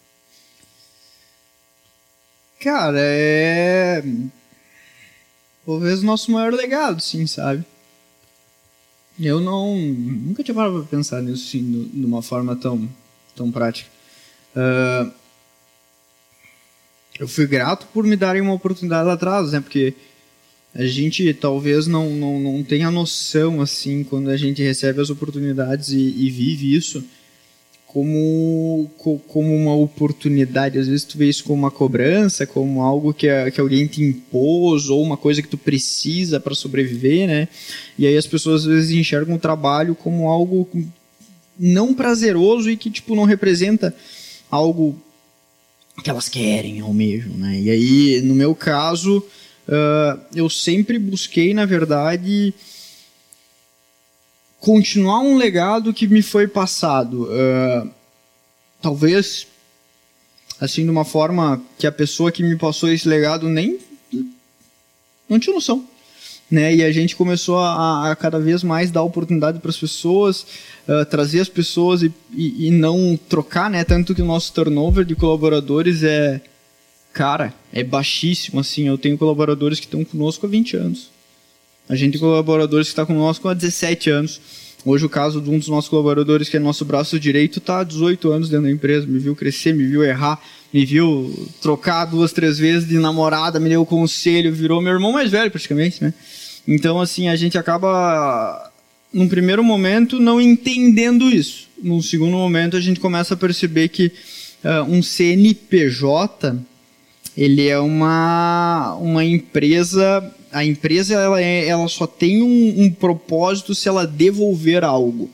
C: Cara, é... talvez o nosso maior legado, sim, sabe? Eu não... nunca tinha parado pra pensar nisso, assim, de uma forma tão, tão prática. Uh... Eu fui grato por me darem uma oportunidade lá atrás, né? Porque a gente talvez não, não, não tenha noção, assim, quando a gente recebe as oportunidades e, e vive isso como, como uma oportunidade. Às vezes tu vê isso como uma cobrança, como algo que, a, que alguém te impôs ou uma coisa que tu precisa para sobreviver, né? E aí as pessoas às vezes enxergam o trabalho como algo não prazeroso e que, tipo, não representa algo que elas querem, almejam, né? E aí, no meu caso, uh, eu sempre busquei, na verdade, continuar um legado que me foi passado. Uh, talvez, assim, de uma forma que a pessoa que me passou esse legado nem não tinha noção. né? E a gente começou a, a cada vez mais dar oportunidade para as pessoas, uh, trazer as pessoas e, e, e não trocar, né? Tanto que o nosso turnover de colaboradores é, cara, é baixíssimo, assim. Eu tenho colaboradores que estão conosco há vinte anos. A gente tem colaboradores que estão conosco há dezessete anos. Hoje o caso de um dos nossos colaboradores, que é nosso braço direito, está há dezoito anos dentro da empresa, me viu crescer, me viu errar, me viu trocar duas, três vezes de namorada, me deu conselho, virou meu irmão mais velho praticamente, né? Então, assim, a gente acaba, num primeiro momento, não entendendo isso. Num segundo momento, a gente começa a perceber que uh, um C N P J, ele é uma, uma empresa... A empresa ela, é, ela só tem um, um propósito se ela devolver algo.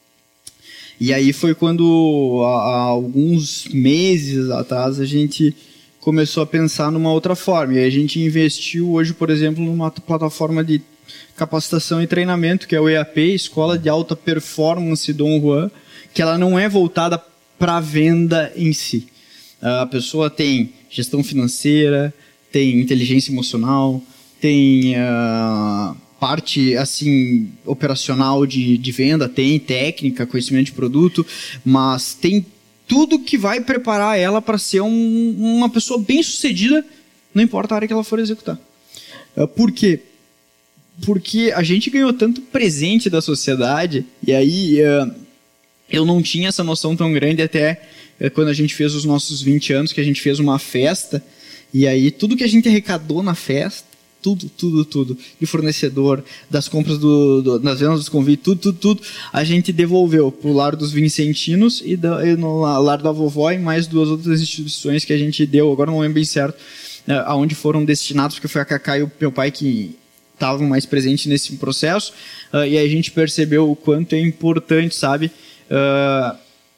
C: E aí foi quando, há, há alguns meses atrás, a gente começou a pensar numa outra forma. E aí a gente investiu hoje, por exemplo, numa plataforma de capacitação e treinamento, que é o E A P, Escola de Alta Performance Dom Juan, que ela não é voltada para a venda em si. A pessoa tem gestão financeira, tem inteligência emocional, tem uh, parte assim operacional de, de venda, tem técnica, conhecimento de produto, mas tem tudo que vai preparar ela para ser um, uma pessoa bem sucedida, não importa a área que ela for executar. Uh, por quê? Porque a gente ganhou tanto presente da sociedade, e aí uh, eu não tinha essa noção tão grande até uh, quando a gente fez os nossos vinte anos, que a gente fez uma festa, e aí tudo que a gente arrecadou na festa, tudo, tudo, tudo, de fornecedor, das compras, do, do, das vendas dos convites, tudo, tudo, tudo, a gente devolveu para o lar dos Vincentinos e, da, e no lar da vovó e mais duas outras instituições que a gente deu, agora não lembro bem certo, né, aonde foram destinados, porque foi a Cacá e o meu pai que estavam mais presentes nesse processo, uh, e aí a gente percebeu o quanto é importante, sabe, uh,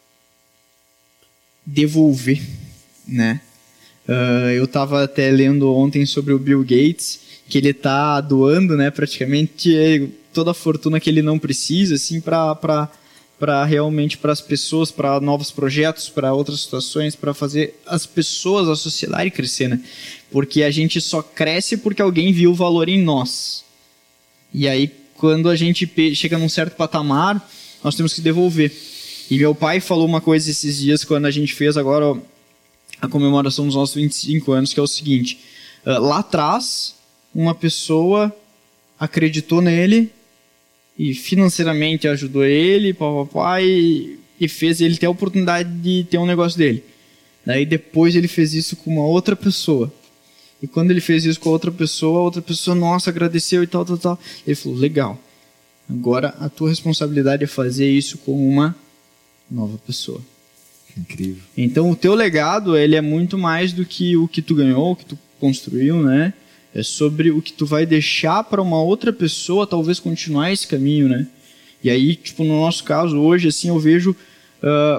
C: devolver, né? Uh, eu estava até lendo ontem sobre o Bill Gates, que ele está doando, né, praticamente toda a fortuna que ele não precisa, assim, para para realmente para as pessoas, para novos projetos, para outras situações, para fazer as pessoas, a sociedade crescer, né? Porque a gente só cresce porque alguém viu o valor em nós. E aí, quando a gente chega num certo patamar, nós temos que devolver. E meu pai falou uma coisa esses dias, quando a gente fez agora a comemoração dos nossos vinte e cinco anos, que é o seguinte: uh, lá atrás, uma pessoa acreditou nele e financeiramente ajudou ele, papai, e, e fez ele ter a oportunidade de ter um negócio dele. Daí depois ele fez isso com uma outra pessoa. E quando ele fez isso com a outra pessoa, a outra pessoa, nossa, agradeceu e tal, tal, tal. Ele falou, legal, agora a tua responsabilidade é fazer isso com uma nova pessoa.
A: Incrível.
C: Então o teu legado, ele é muito mais do que o que tu ganhou, o que tu construiu, né? É sobre o que tu vai deixar para uma outra pessoa talvez continuar esse caminho, né? E aí, tipo, no nosso caso hoje, assim, eu vejo uh,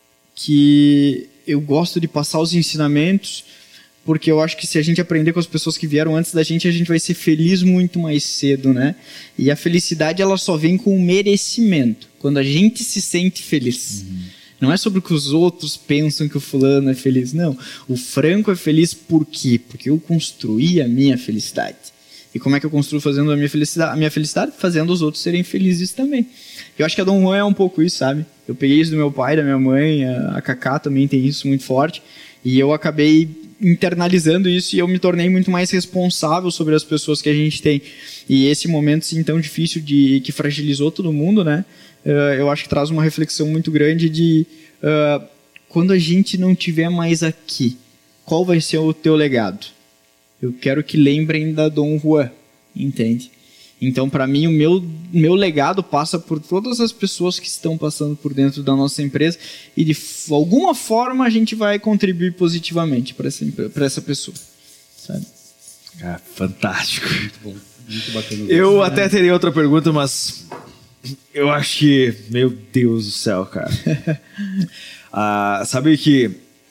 C: que eu gosto de passar os ensinamentos, porque eu acho que se a gente aprender com as pessoas que vieram antes da gente, a gente vai ser feliz muito mais cedo, né? E a felicidade, ela só vem com o merecimento, quando a gente se sente feliz. Uhum. Não é sobre o que os outros pensam que o fulano é feliz, não. O Franco é feliz por quê? Porque eu construí a minha felicidade. E como é que eu construo fazendo a minha felicidade? A minha felicidade fazendo os outros serem felizes também. Eu acho que a Dom Juan é um pouco isso, sabe? Eu peguei isso do meu pai, da minha mãe, a Cacá também tem isso muito forte. E eu acabei internalizando isso e eu me tornei muito mais responsável sobre as pessoas que a gente tem. E esse momento, assim, tão difícil, de, que fragilizou todo mundo, né? Uh, eu acho que traz uma reflexão muito grande de uh, quando a gente não estiver mais aqui, qual vai ser o teu legado? Eu quero que lembrem da Dom Juan, entende? Então, para mim, o meu, meu legado passa por todas as pessoas que estão passando por dentro da nossa empresa e, de alguma forma, a gente vai contribuir positivamente para essa, para essa pessoa, sabe?
A: Ah, fantástico.
B: Muito bom, muito bacana.
A: Eu é. até teria outra pergunta, mas eu acho que, meu Deus do céu, cara. ah, sabe que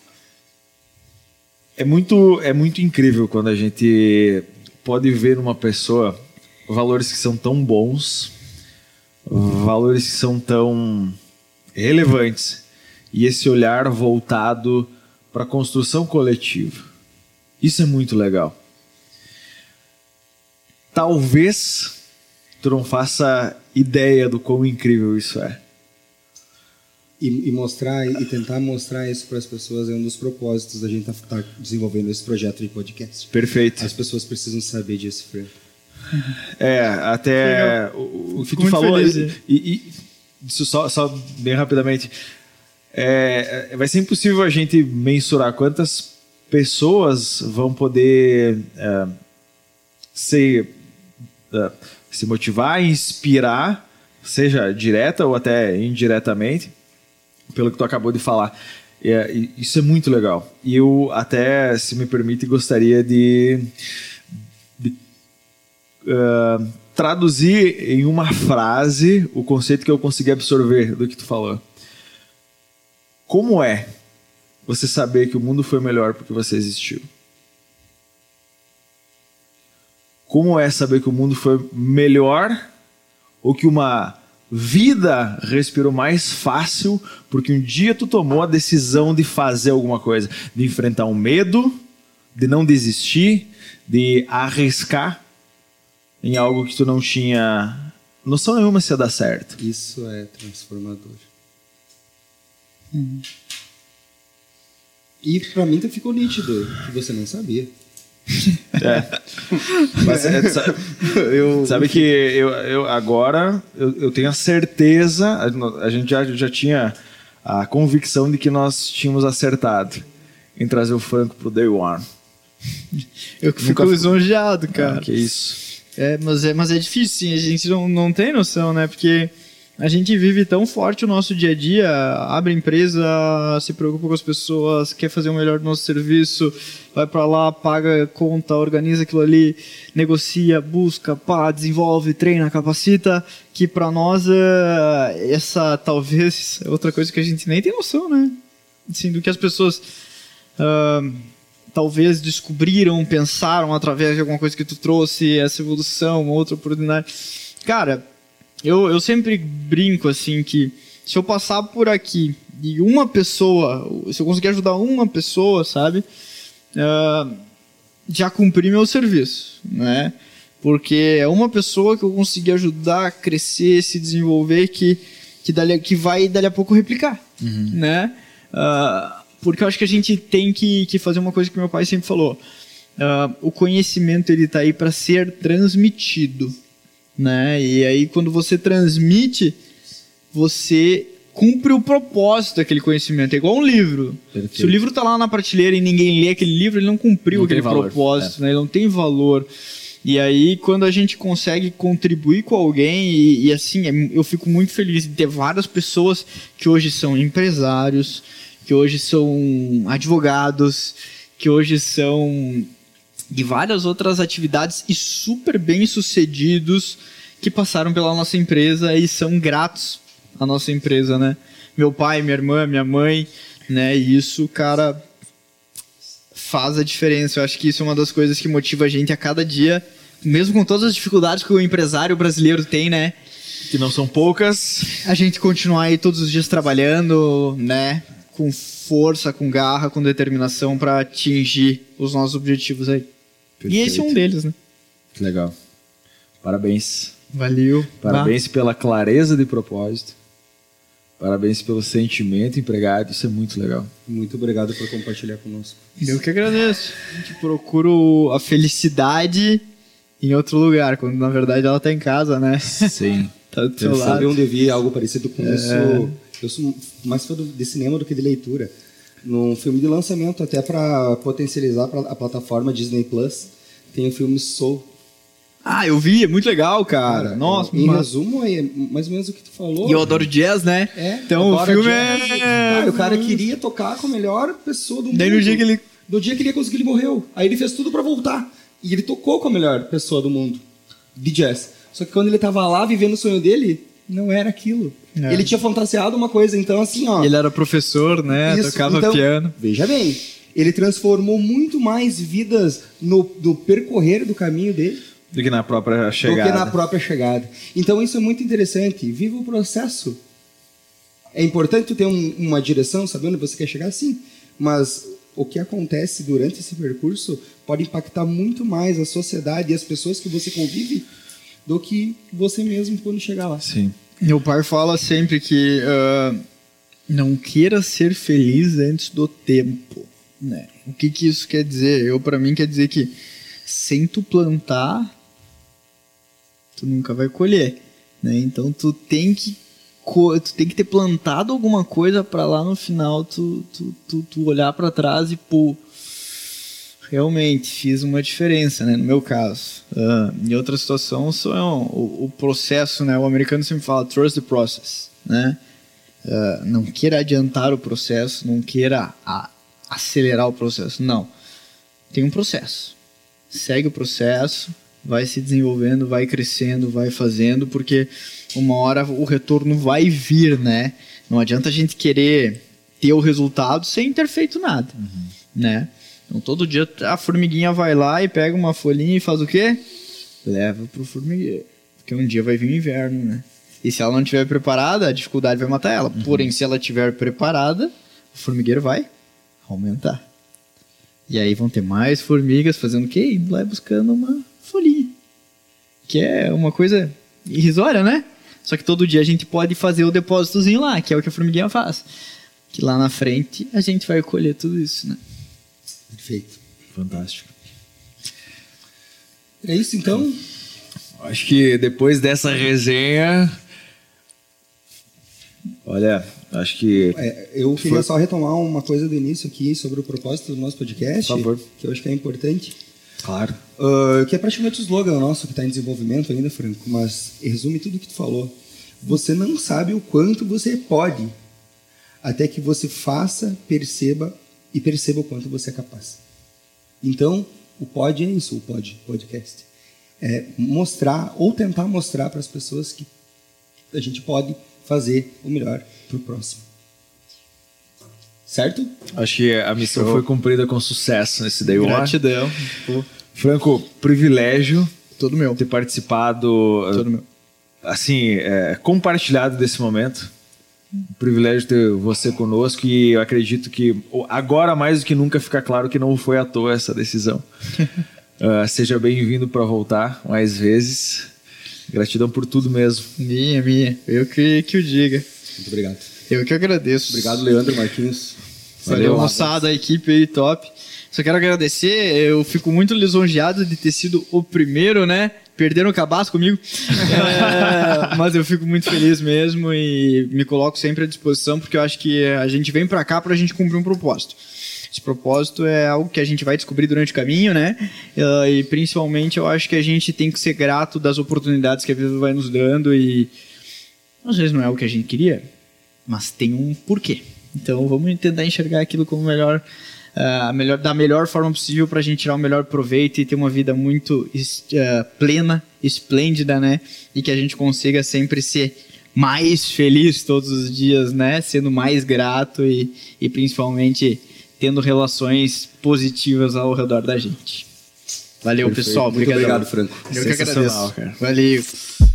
A: é muito, é muito incrível quando a gente pode ver numa pessoa valores que são tão bons, valores que são tão relevantes, e esse olhar voltado para a construção coletiva. Isso é muito legal. talvez tu não faça ideia do quão incrível isso é.
B: E, e mostrar e tentar mostrar isso para as pessoas é um dos propósitos da gente estar tá, tá desenvolvendo esse projeto de podcast.
A: Perfeito.
B: As pessoas precisam saber disso, Fred.
A: É, até o, o que tu falou e, e isso só, só bem rapidamente, é, vai ser impossível a gente mensurar quantas pessoas vão poder é, se, é, se motivar, inspirar, seja direta ou até indiretamente, pelo que tu acabou de falar. É, isso é muito legal. E eu até, se me permite, gostaria de, de uh, traduzir em uma frase o conceito que eu consegui absorver do que tu falou. Como é você saber que o mundo foi melhor porque você existiu? Como é saber que o mundo foi melhor ou que uma vida respirou mais fácil porque um dia tu tomou a decisão de fazer alguma coisa, de enfrentar um medo, de não desistir, de arriscar em algo que tu não tinha noção nenhuma se ia dar certo.
B: Isso é transformador.
C: Uhum.
B: E pra mim ficou nítido que você não sabia.
A: É. Mas, é, sabe, eu, sabe que eu, eu agora eu, eu tenho a certeza, a, a gente já, já tinha a convicção de que nós tínhamos acertado em trazer o Franco pro Day One.
C: Eu fico lisonjeado, cara.
A: Ah, que isso.
C: É, mas é, mas é difícil, sim. A gente não, não tem noção, né? Porque a gente vive tão forte o nosso dia a dia, abre empresa, se preocupa com as pessoas, quer fazer o melhor do nosso serviço, vai pra lá, paga conta, organiza aquilo ali, negocia, busca, pá, desenvolve, treina, capacita, que pra nós essa talvez é outra coisa que a gente nem tem noção, né? Assim, do que as pessoas uh, talvez descobriram, pensaram através de alguma coisa que tu trouxe, essa evolução, outra oportunidade. Cara, Eu, eu sempre brinco assim que se eu passar por aqui e uma pessoa, se eu conseguir ajudar uma pessoa, sabe, uh, já cumpri meu serviço, né? Porque é uma pessoa que eu consegui ajudar a crescer, se desenvolver, que, que, dali, que vai dali a pouco replicar, uhum. né? Uh, porque eu acho que a gente tem que, que fazer uma coisa que meu pai sempre falou. Uh, o conhecimento ele tá aí para ser transmitido. Né? E aí quando você transmite, você cumpre o propósito daquele conhecimento. É igual um livro. Perfeito. Se o livro está lá na prateleira e ninguém lê aquele livro, ele não cumpriu não aquele propósito, é. né? Ele não tem valor. E aí quando a gente consegue contribuir com alguém e, e assim, eu fico muito feliz de ter várias pessoas que hoje são empresários, que hoje são advogados, que hoje são de várias outras atividades e super bem sucedidos que passaram pela nossa empresa e são gratos à nossa empresa, né? Meu pai, minha irmã, minha mãe, né? E isso, cara, faz a diferença. Eu acho que isso é uma das coisas que motiva a gente a cada dia, mesmo com todas as dificuldades que o empresário brasileiro tem, né?
A: Que não são poucas.
C: A gente continuar aí todos os dias trabalhando, né? Com força, com garra, com determinação para atingir os nossos objetivos aí. Perfeito. E esse é um deles, né?
A: Que legal. Parabéns.
C: Valeu.
A: Parabéns bah. pela clareza de propósito. Parabéns pelo sentimento empregado. Isso é muito legal.
B: Muito obrigado por compartilhar conosco.
C: Eu que agradeço. A gente procura a felicidade em outro lugar, quando na verdade ela tá em casa, né?
A: Sim.
C: Tá do seu lado.
B: Sabe onde eu vi algo parecido com é. isso? Eu sou mais fã de cinema do que de leitura. Num filme de lançamento, até para potencializar a plataforma Disney Plus, tem o filme Soul.
C: Ah, eu vi, é muito legal, cara. cara Nossa,
B: em mas... resumo, é mais ou menos o que tu falou.
C: E eu adoro jazz, né?
B: É,
C: então o filme
B: jazz. é. Ah, o cara queria tocar com a melhor pessoa do mundo.
C: Daí no dia que ele.
B: No dia que ele ia conseguir, ele morreu. Aí ele fez tudo para voltar. E ele tocou com a melhor pessoa do mundo de jazz. Só que quando ele tava lá vivendo o sonho dele, não era aquilo. É. Ele tinha fantasiado uma coisa, então assim, ó...
C: Ele era professor, né? Isso, tocava então, piano.
B: Veja bem, ele transformou muito mais vidas no, no percorrer do caminho dele
A: do que na própria chegada.
B: Do que na própria chegada. Então isso é muito interessante. Viva o processo. É importante tu ter um, uma direção, sabendo onde você quer chegar, sim. Mas o que acontece durante esse percurso pode impactar muito mais a sociedade e as pessoas que você convive do que você mesmo quando chegar lá.
A: Sim.
C: Meu pai fala sempre que uh, não queira ser feliz antes do tempo, né? O que que isso quer dizer? Eu, para mim, quer dizer que sem tu plantar, tu nunca vai colher, né? Então tu tem que tu tem que ter plantado alguma coisa para lá no final tu, tu, tu, tu olhar para trás e pô, realmente fiz uma diferença, né? No meu caso. Uh, em outra situação, só é um, o, o processo, né? O americano sempre fala trust the process, né? Uh, não queira adiantar o processo, não queira a, acelerar o processo, não. Tem um processo. Segue o processo, vai se desenvolvendo, vai crescendo, vai fazendo, porque uma hora o retorno vai vir, né? Não adianta a gente querer ter o resultado sem ter feito nada, uhum. né? Então todo dia a formiguinha vai lá e pega uma folhinha e faz o quê? Leva pro formigueiro, porque um dia vai vir o inverno, né? E se ela não estiver preparada, a dificuldade vai matar ela. Uhum. Porém, se ela estiver preparada, o formigueiro vai aumentar. E aí vão ter mais formigas fazendo o quê? Indo lá buscando uma folhinha. Que é uma coisa irrisória, né? Só que todo dia a gente pode fazer o depósitozinho lá, que é o que a formiguinha faz. Que lá na frente a gente vai colher tudo isso, né?
B: Perfeito.
A: Fantástico.
B: É isso, então?
A: Acho que depois dessa resenha... Olha, acho que...
B: É, eu queria foi... só retomar uma coisa do início aqui sobre o propósito do nosso podcast.
A: Por favor.
B: Que eu acho que é importante.
A: Claro.
B: Uh, que é praticamente o slogan nosso que está em desenvolvimento ainda, Franco, mas resume tudo o que tu falou. Você não sabe o quanto você pode, até que você faça, perceba e perceba o quanto você é capaz. Então, o pod é isso, o pod, podcast. É mostrar ou tentar mostrar para as pessoas que a gente pode fazer o melhor para o próximo. Certo?
A: Acho que a missão
C: Show.
A: Foi cumprida com sucesso nesse Day One.
C: Gratidão. Pô.
A: Franco, privilégio
C: todo meu
A: ter participado,
C: todo meu.
A: Assim, é, compartilhado desse momento. Um privilégio ter você conosco e eu acredito que agora mais do que nunca fica claro que não foi à toa essa decisão. uh, seja bem-vindo para voltar mais vezes. Gratidão por tudo mesmo.
C: Minha, minha. Eu que, que o diga.
B: Muito obrigado.
C: Eu que agradeço.
B: Obrigado, Leandro, Marquinhos.
C: Valeu, moçada, a equipe aí, top. Só quero agradecer, eu fico muito lisonjeado de ter sido o primeiro, né? Perderam o cabaço comigo. É, mas eu fico muito feliz mesmo e me coloco sempre à disposição, porque eu acho que a gente vem pra cá pra gente cumprir um propósito. Esse propósito é algo que a gente vai descobrir durante o caminho, né? E principalmente eu acho que a gente tem que ser grato das oportunidades que a vida vai nos dando e às vezes não é o que a gente queria, mas tem um porquê. Então vamos tentar enxergar aquilo como melhor, uh, melhor, da melhor forma possível para a gente tirar o melhor proveito e ter uma vida muito uh, plena, esplêndida, né? E que a gente consiga sempre ser mais feliz todos os dias, né? Sendo mais grato e, e principalmente tendo relações positivas ao redor da gente. Valeu,
B: Perfeito.
C: pessoal.
B: Muito obrigado, Franco.
C: Eu que agradeço. Cara. Valeu.